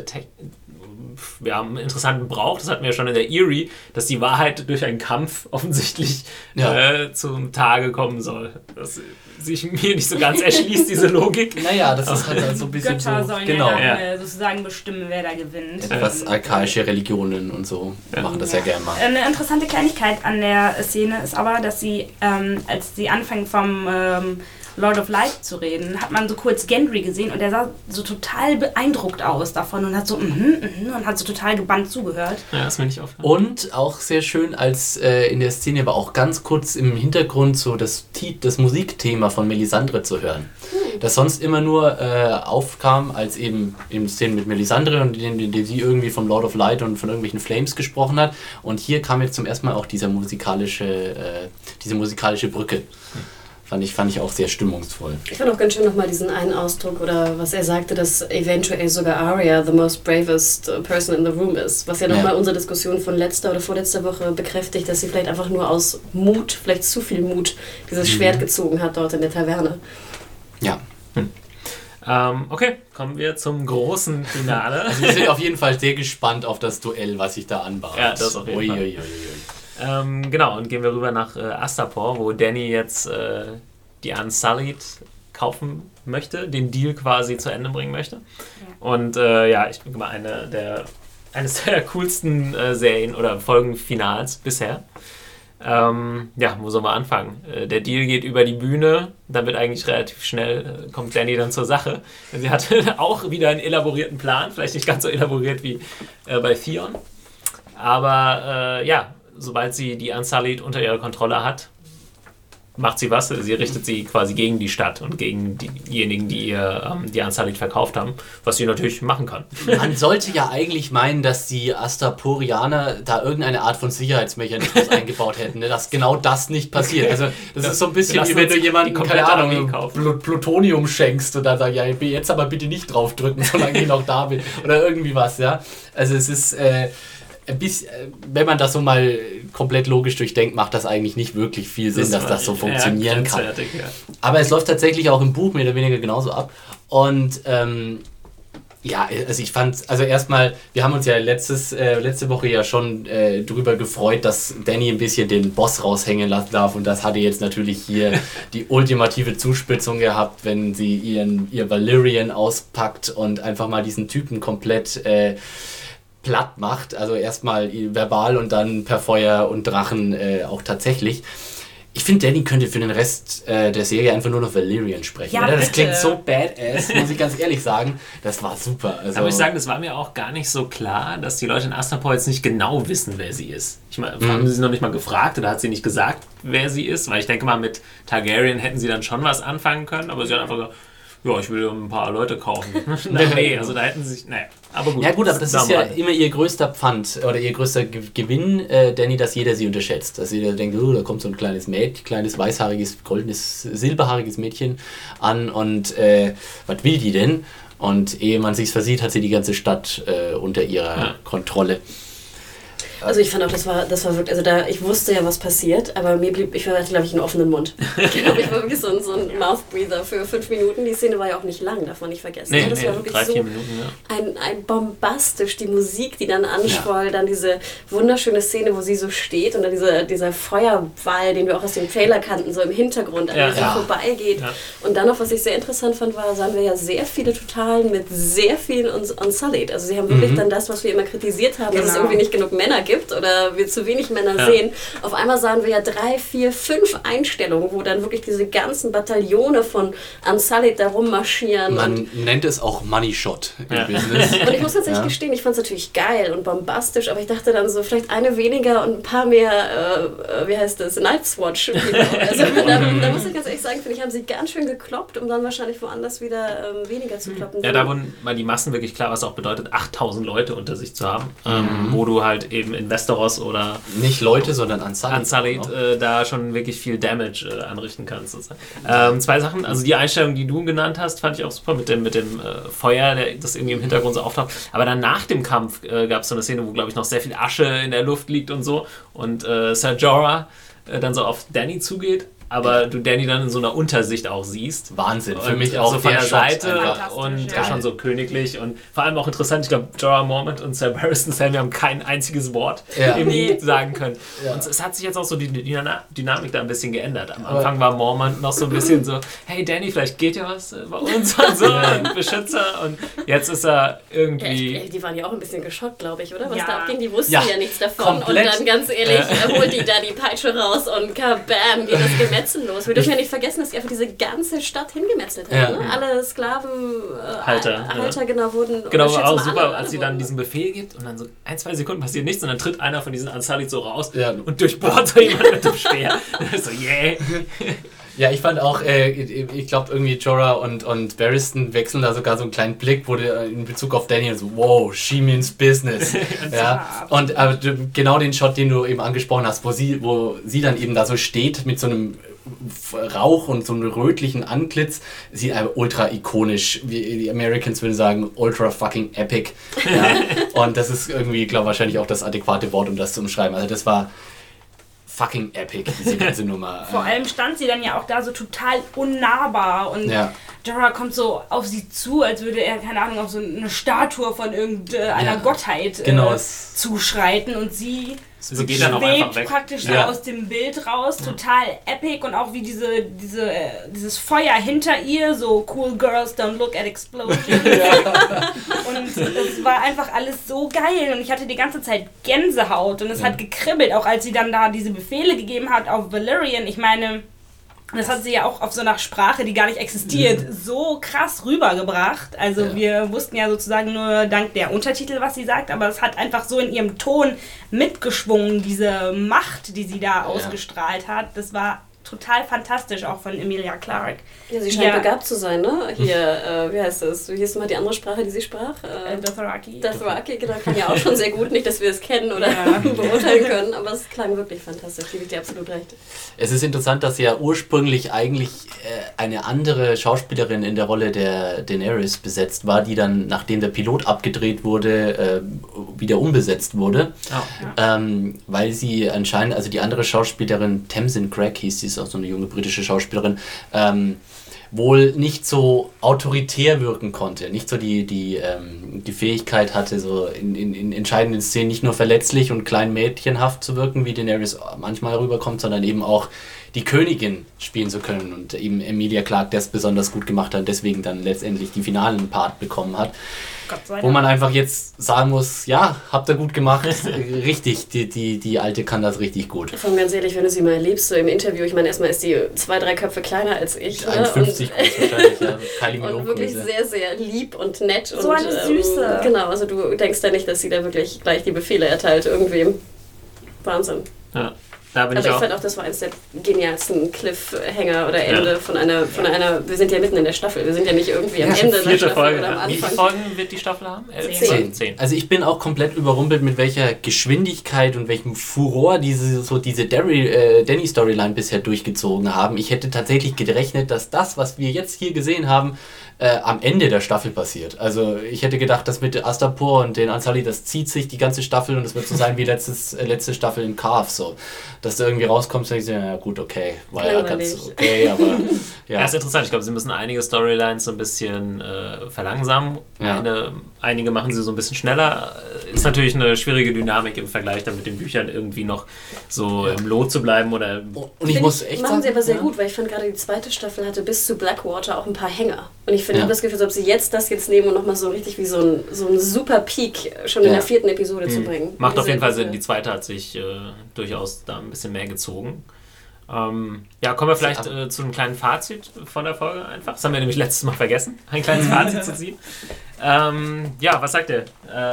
einen interessanten Brauch, das hatten wir ja schon in der Erie, dass die Wahrheit durch einen Kampf offensichtlich zum Tage kommen soll. Das sich mir nicht so ganz erschließt, diese Logik. Naja, das ist halt so ein bisschen Götter so... sollen sozusagen bestimmen, wer da gewinnt. Etwas archaische Religionen und so machen das ja gerne mal. Eine interessante Kleinigkeit an der Szene ist aber, dass sie, als sie anfangen vom Lord of Light zu reden, hat man so kurz Gendry gesehen und der sah so total beeindruckt aus davon und hat so und hat so total gebannt zugehört. Ja, das finde ich aufgefallen. Und auch sehr schön, als in der Szene war auch ganz kurz im Hintergrund so das Musikthema von Melisandre zu hören. Das sonst immer nur aufkam, als eben in Szenen mit Melisandre und in denen sie irgendwie vom Lord of Light und von irgendwelchen Flames gesprochen hat. Und hier kam jetzt zum ersten Mal auch diese musikalische Brücke. Fand ich auch sehr stimmungsvoll. Ich fand auch ganz schön nochmal diesen einen Ausdruck, oder was er sagte, dass eventuell sogar Arya the most bravest person in the room ist. Was ja nochmal unsere Diskussion von letzter oder vorletzter Woche bekräftigt, dass sie vielleicht einfach nur aus Mut, vielleicht zu viel Mut, dieses Schwert gezogen hat dort in der Taverne. Ja. Okay, kommen wir zum großen Finale. Also wir sind auf jeden Fall sehr gespannt auf das Duell, was sich da anbahnt. Ja, das auf jeden Fall. Genau, und gehen wir rüber nach Astapor, wo Dany jetzt die Unsullied kaufen möchte, den Deal quasi zu Ende bringen möchte. Ja. Und ich denke mal, eines der coolsten Serien oder Folgenfinals bisher. Wo soll man anfangen? Der Deal geht über die Bühne, dann wird eigentlich relativ schnell, kommt Dany dann zur Sache. Sie hatte auch wieder einen elaborierten Plan, vielleicht nicht ganz so elaboriert wie bei Theon. Aber sobald sie die Unsullied unter ihrer Kontrolle hat, macht sie was? Sie richtet sie quasi gegen die Stadt und gegen diejenigen, die ihr die Unsullied verkauft haben, was sie natürlich machen kann. Man sollte ja eigentlich meinen, dass die Astaporianer da irgendeine Art von Sicherheitsmechanismus eingebaut hätten, ne? Dass genau das nicht passiert. Also das ist so ein bisschen wie wenn du jemanden, keine Ahnung, Plutonium schenkst und dann sagst, ja, jetzt aber bitte nicht draufdrücken, solange ich noch da bin. Oder irgendwie was, ja. Also es ist... wenn man das so mal komplett logisch durchdenkt, macht das eigentlich nicht wirklich viel Sinn, dass das so funktionieren kann. Ja. Aber es läuft tatsächlich auch im Buch mehr oder weniger genauso ab. Und also ich fand, also erstmal, wir haben uns ja letzte Woche ja schon drüber gefreut, dass Dany ein bisschen den Boss raushängen lassen darf, und das hatte jetzt natürlich hier die ultimative Zuspitzung gehabt, wenn sie ihr Valyrian auspackt und einfach mal diesen Typen komplett platt macht, also erstmal verbal und dann per Feuer und Drachen auch tatsächlich. Ich finde, Dany könnte für den Rest der Serie einfach nur noch Valyrian sprechen. Ja, das klingt so badass, muss ich ganz ehrlich sagen. Das war super. Also, aber ich sage, das war mir auch gar nicht so klar, dass die Leute in Astapor jetzt nicht genau wissen, wer sie ist. Ich meine, haben sie noch nicht mal gefragt oder hat sie nicht gesagt, wer sie ist? Weil ich denke mal, mit Targaryen hätten sie dann schon was anfangen können, aber sie hat einfach gesagt, ja, ich will ein paar Leute kaufen. Nee, also da hätten sie sich... Naja, aber gut. Ja gut, aber das ist ja immer ihr größter Pfand oder ihr größter Gewinn, Dany, dass jeder sie unterschätzt. Dass jeder denkt, da kommt so ein kleines weißhaariges, goldenes, silberhaariges Mädchen an und was will die denn? Und ehe man sich's versieht, hat sie die ganze Stadt unter ihrer Kontrolle. Also ich fand auch, das war wirklich, also ich wusste ja, was passiert, aber ich hatte, glaube ich, einen offenen Mund. Ich glaube, ich war wirklich so ein Mouthbreather für 5 Minuten. Die Szene war ja auch nicht lang, darf man nicht vergessen. Nee, das war wirklich 3-4 so Minuten, ja. ein bombastisch, die Musik, die dann anschwoll, dann diese wunderschöne Szene, wo sie so steht und dann dieser Feuerball, den wir auch aus dem Trailer kannten, so im Hintergrund, an dem sie vorbeigeht. Ja. Und dann noch, was ich sehr interessant fand, sahen wir ja sehr viele Totalen mit sehr vielen Unsullied. Also sie haben wirklich dann das, was wir immer kritisiert haben, dass es irgendwie nicht genug Männer gibt oder wir zu wenig Männer sehen. Auf einmal sahen wir ja 3, 4, 5 Einstellungen, wo dann wirklich diese ganzen Bataillone von Unsullied da rummarschieren. Man nennt es auch Money Shot im Business. Und ich muss tatsächlich gestehen, ich fand es natürlich geil und bombastisch, aber ich dachte dann so, vielleicht eine weniger und ein paar mehr, Night's Watch. Also da muss ich ganz ehrlich sagen, finde ich, haben sie ganz schön gekloppt, um dann wahrscheinlich woanders wieder weniger zu kloppen. Ja, da wurden mal die Massen wirklich klar, was auch bedeutet, 8000 Leute unter sich zu haben, wo du halt eben in Westeros oder... Nicht Leute, sondern Unsullied da schon wirklich viel Damage anrichten kannst. Sozusagen. 2 Sachen, also die Einstellung, die du genannt hast, fand ich auch super mit dem Feuer, das irgendwie im Hintergrund so auftaucht. Aber dann nach dem Kampf gab es so eine Szene, wo, glaube ich, noch sehr viel Asche in der Luft liegt und so und Ser Jorah dann so auf Dany zugeht. Aber du Dany dann in so einer Untersicht auch siehst. Wahnsinn, für mich auch so von der Seite und schon so königlich und vor allem auch interessant, ich glaube, Jorah Mormont und Sir Barristan Selmy haben kein einziges Wort irgendwie sagen können. Ja. Und es hat sich jetzt auch so die Dynamik da ein bisschen geändert. Am Anfang war Mormont noch so ein bisschen so, hey Dany, vielleicht geht ja was bei uns und so, und Beschützer, und jetzt ist er irgendwie... Ja, die waren ja auch ein bisschen geschockt, glaube ich, oder? Was da abging, die wussten ja nichts davon. Komplett. Und dann, ganz ehrlich, holt die da die Peitsche raus und kabam, geht das Gemetzel los. Wir dürfen ja nicht vergessen, dass die einfach diese ganze Stadt hingemetzelt haben. Ne? Alle Sklavenhalter genau, wurden... Genau, war auch super, als sie dann diesen Befehl gibt und dann so 1-2 Sekunden passiert nichts und dann tritt einer von diesen Unsullied so raus und durchbohrt so jemand mit dem Speer. So, Ja, ich fand auch, ich glaube irgendwie Jorah und Barristan wechseln da sogar so einen kleinen Blick, wo in Bezug auf Dany so, wow, she means business. Und genau den Shot, den du eben angesprochen hast, wo sie dann eben da so steht mit so einem Rauch und so einem rötlichen Antlitz, sieht einfach ultra ikonisch, wie die Americans würden sagen, ultra fucking epic. Ja. Und das ist irgendwie, glaube ich, wahrscheinlich auch das adäquate Wort, um das zu umschreiben. Also das war fucking epic, diese ganze Nummer. Vor allem stand sie dann ja auch da so total unnahbar und Jorah kommt so auf sie zu, als würde er, keine Ahnung, auf so eine Statue von irgendeiner Gottheit zuschreiten und sie geht dann auch einfach weg. Praktisch so aus dem Bild raus, total epic und auch wie dieses Feuer hinter ihr, so cool girls don't look at explosions. Und es war einfach alles so geil und ich hatte die ganze Zeit Gänsehaut und es hat gekribbelt, auch als sie dann da diese Befehle gegeben hat auf Valyrian. Ich meine, Das hat sie ja auch auf so einer Sprache, die gar nicht existiert, so krass rübergebracht. Also wir wussten ja sozusagen nur dank der Untertitel, was sie sagt, aber es hat einfach so in ihrem Ton mitgeschwungen, diese Macht, die sie da ausgestrahlt hat. Das war total fantastisch, auch von Emilia Clarke. Ja, sie scheint begabt zu sein, ne? Hier, wie heißt das? Wie hieß mal die andere Sprache, die sie sprach? Dothraki. Dothraki, genau, kann ja auch schon sehr gut. Nicht, dass wir es kennen oder beurteilen können, aber es klang wirklich fantastisch. Gebe ich dir absolut recht. Es ist interessant, dass ja ursprünglich eigentlich eine andere Schauspielerin in der Rolle der Daenerys besetzt war, die dann, nachdem der Pilot abgedreht wurde, wieder umbesetzt wurde. Weil sie anscheinend, also die andere Schauspielerin, Tamsin Gregg hieß sie, ist auch so eine junge britische Schauspielerin, wohl nicht so autoritär wirken konnte, nicht so die Fähigkeit hatte, so in entscheidenden Szenen nicht nur verletzlich und klein mädchenhaft zu wirken, wie Daenerys manchmal rüberkommt, sondern eben auch die Königin spielen zu können und eben Emilia Clarke das besonders gut gemacht hat, deswegen dann letztendlich die finalen Part bekommen hat. Wo man einfach jetzt sagen muss, ja, habt ihr gut gemacht, richtig, die Alte kann das richtig gut. Von ganz ehrlich, wenn du sie mal erlebst, so im Interview, ich meine, erstmal ist die 2-3 Köpfe kleiner als ich. 51 wahrscheinlich, ja. Kylie und wirklich sehr, sehr lieb und nett. So eine Süße. Genau, also du denkst ja nicht, dass sie da wirklich gleich die Befehle erteilt irgendwem. Wahnsinn. Ja. Aber ich fand auch, das war eines der genialsten Cliffhanger oder Ende von einer, wir sind ja mitten in der Staffel, wir sind ja nicht irgendwie am Ende der Staffel Folge, oder am Anfang. Wie viele Folgen wird die Staffel haben? 10. Also ich bin auch komplett überrumpelt, mit welcher Geschwindigkeit und welchem Furor diese Dany-Storyline bisher durchgezogen haben. Ich hätte tatsächlich gerechnet, dass das, was wir jetzt hier gesehen haben, am Ende der Staffel passiert. Also ich hätte gedacht, dass mit Astapor und den Ansali, das zieht sich die ganze Staffel und es wird so sein wie letzte Staffel in Carve, so. Dass du irgendwie rauskommst und ich ja gut, okay, war ja ganz okay, aber ja. Ja, ist interessant. Ich glaube, sie müssen einige Storylines so ein bisschen verlangsamen. Ja. Einige machen sie so ein bisschen schneller. Ist natürlich eine schwierige Dynamik im Vergleich dann mit den Büchern irgendwie noch so im Lot zu bleiben oder... Und ich muss echt machen sagen, sie aber sehr gut, weil ich fand gerade die zweite Staffel hatte bis zu Blackwater auch ein paar Hänger. Und ich finde, ich habe das Gefühl, als ob sie jetzt das nehmen und nochmal so richtig wie so ein super Peak schon in der 4. Episode zu bringen. Macht auf jeden Fall Sinn. Die zweite hat sich durchaus da ein bisschen mehr gezogen. Kommen wir vielleicht zu einem kleinen Fazit von der Folge einfach. Das haben wir nämlich letztes Mal vergessen, ein kleines Fazit zu ziehen. Was sagt ihr?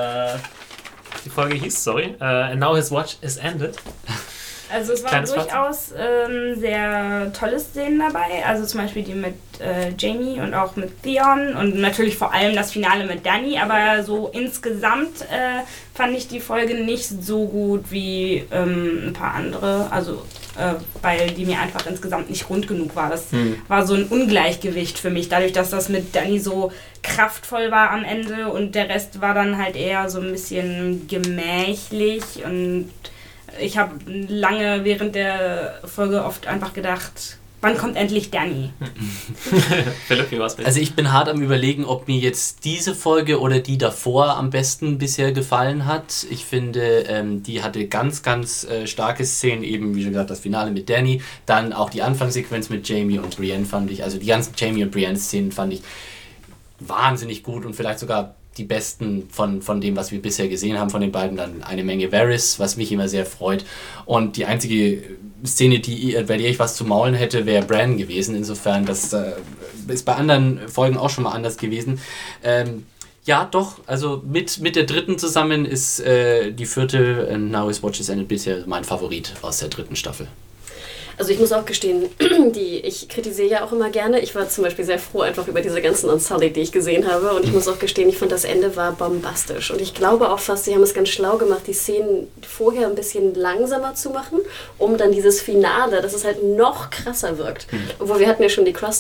Die Folge hieß, And Now His Watch is Ended. Also es waren durchaus sehr tolle Szenen dabei, also zum Beispiel die mit Jaime und auch mit Theon und natürlich vor allem das Finale mit Dany, aber so insgesamt fand ich die Folge nicht so gut wie ein paar andere, also weil die mir einfach insgesamt nicht rund genug war. Das war so ein Ungleichgewicht für mich, dadurch, dass das mit Dany so kraftvoll war am Ende und der Rest war dann halt eher so ein bisschen gemächlich und ich habe lange während der Folge oft einfach gedacht, wann kommt endlich Dany? Philipp, wie war's mit dir? Also ich bin hart am Überlegen, ob mir jetzt diese Folge oder die davor am besten bisher gefallen hat. Ich finde, die hatte ganz, ganz starke Szenen, eben wie schon gesagt, das Finale mit Dany, dann auch die Anfangssequenz mit Jaime und Brienne fand ich, also die ganzen Jaime und Brienne Szenen fand ich wahnsinnig gut und vielleicht sogar die besten von dem, was wir bisher gesehen haben von den beiden, dann eine Menge Varys, was mich immer sehr freut. Und die einzige Szene, bei der ich was zu maulen hätte, wäre Bran gewesen. Insofern, das ist bei anderen Folgen auch schon mal anders gewesen. Ja, doch, also mit der dritten zusammen ist die 4. And Now His Watch is Ended bisher mein Favorit aus der 3. Staffel. Also ich muss auch gestehen, ich kritisiere ja auch immer gerne. Ich war zum Beispiel sehr froh einfach über diese ganzen Unsullied, die ich gesehen habe. Und ich muss auch gestehen, ich fand das Ende war bombastisch. Und ich glaube auch fast, sie haben es ganz schlau gemacht, die Szenen vorher ein bisschen langsamer zu machen, um dann dieses Finale, dass es halt noch krasser wirkt. Obwohl wir hatten ja schon den Kampf,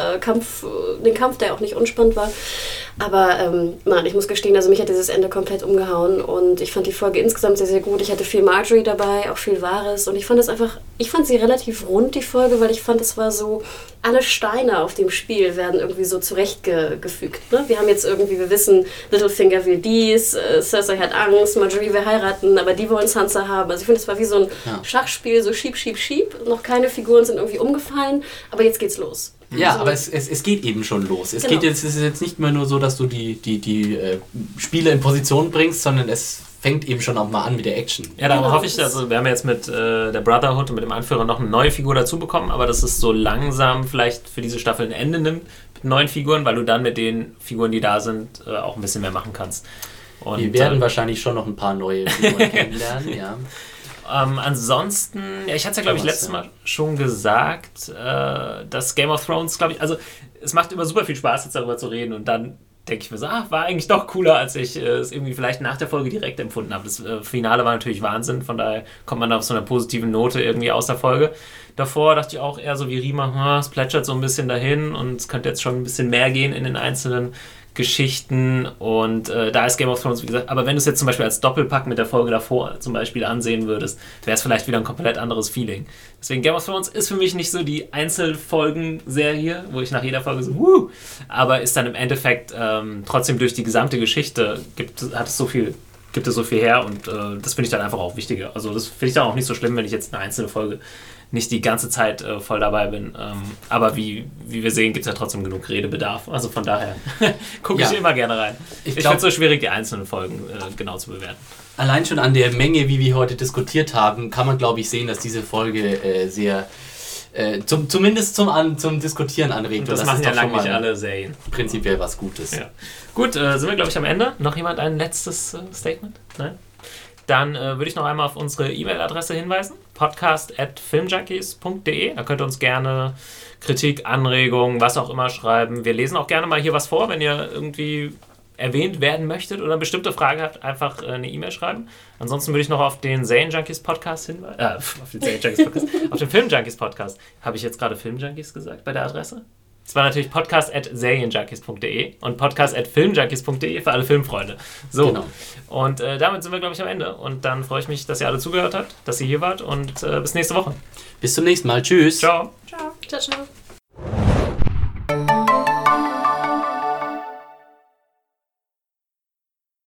der auch nicht unspannend war. Aber ich muss gestehen, also mich hat dieses Ende komplett umgehauen. Und ich fand die Folge insgesamt sehr, sehr gut. Ich hatte viel Marjorie dabei, auch viel Wahres. Und ich fand sie relativ rund, die Folge, weil ich fand, es war so, alle Steine auf dem Spiel werden irgendwie so zurechtgefügt. Ne? Wir haben jetzt irgendwie, wir wissen, Littlefinger will dies, Cersei hat Angst, Marjorie will heiraten, aber die wollen Sansa haben. Also ich finde, es war wie so ein Schachspiel, so schieb. Noch keine Figuren sind irgendwie umgefallen, aber jetzt geht's los. Ja, aber es geht eben schon los. Es ist jetzt nicht mehr nur so, dass du die Spiele in Position bringst, sondern es fängt eben schon auch mal an mit der Action. Ja, da hoffe ich, also wir haben jetzt mit der Brotherhood und mit dem Anführer noch eine neue Figur dazu bekommen, aber dass es so langsam vielleicht für diese Staffel ein Ende nimmt mit neuen Figuren, weil du dann mit den Figuren, die da sind, auch ein bisschen mehr machen kannst. Und, wir werden wahrscheinlich schon noch ein paar neue Figuren kennenlernen, ja. Ansonsten, ja, ich hatte es ja, glaube ich, letztes Mal schon gesagt, dass Game of Thrones, glaube ich, also es macht immer super viel Spaß, jetzt darüber zu reden und dann denke ich mir so, war eigentlich doch cooler, als ich es irgendwie vielleicht nach der Folge direkt empfunden habe. Das Finale war natürlich Wahnsinn, von daher kommt man auf so einer positiven Note irgendwie aus der Folge. Davor dachte ich auch eher so wie Rima, es plätschert so ein bisschen dahin und es könnte jetzt schon ein bisschen mehr gehen in den einzelnen Geschichten und da ist Game of Thrones, wie gesagt, aber wenn du es jetzt zum Beispiel als Doppelpack mit der Folge davor zum Beispiel ansehen würdest, wäre es vielleicht wieder ein komplett anderes Feeling. Deswegen Game of Thrones ist für mich nicht so die Einzelfolgen-Serie, wo ich nach jeder Folge so, aber ist dann im Endeffekt trotzdem durch die gesamte Geschichte gibt es so viel her und das finde ich dann einfach auch wichtiger. Also das finde ich dann auch nicht so schlimm, wenn ich jetzt eine einzelne Folge nicht die ganze Zeit voll dabei bin. Aber wie wir sehen, gibt es ja trotzdem genug Redebedarf. Also von daher gucke ich immer gerne rein. Ich finde es so schwierig, die einzelnen Folgen genau zu bewerten. Allein schon an der Menge, wie wir heute diskutiert haben, kann man, glaube ich, sehen, dass diese Folge sehr zumindest zum Diskutieren anregt. Und das machen ja lange nicht alle Serien. Prinzipiell was Gutes. Ja. Gut, sind wir, glaube ich, am Ende. Noch jemand ein letztes Statement? Nein? Dann würde ich noch einmal auf unsere E-Mail-Adresse hinweisen, podcast@filmjunkies.de. Da könnt ihr uns gerne Kritik, Anregungen, was auch immer schreiben. Wir lesen auch gerne mal hier was vor, wenn ihr irgendwie erwähnt werden möchtet oder eine bestimmte Frage habt, einfach eine E-Mail schreiben. Ansonsten würde ich noch auf den Serien Junkies Podcast hinweisen. Auf den Serien Junkies Podcast. Auf den Film Junkies Podcast. Habe ich jetzt gerade Film Junkies gesagt bei der Adresse? Es war natürlich podcast@serienjunkies.de und podcast@filmjunkies.de für alle Filmfreunde. So, genau. Und damit sind wir, glaube ich, am Ende. Und dann freue ich mich, dass ihr alle zugehört habt, dass ihr hier wart und bis nächste Woche. Bis zum nächsten Mal. Tschüss. Ciao. Ciao. Ciao, ciao.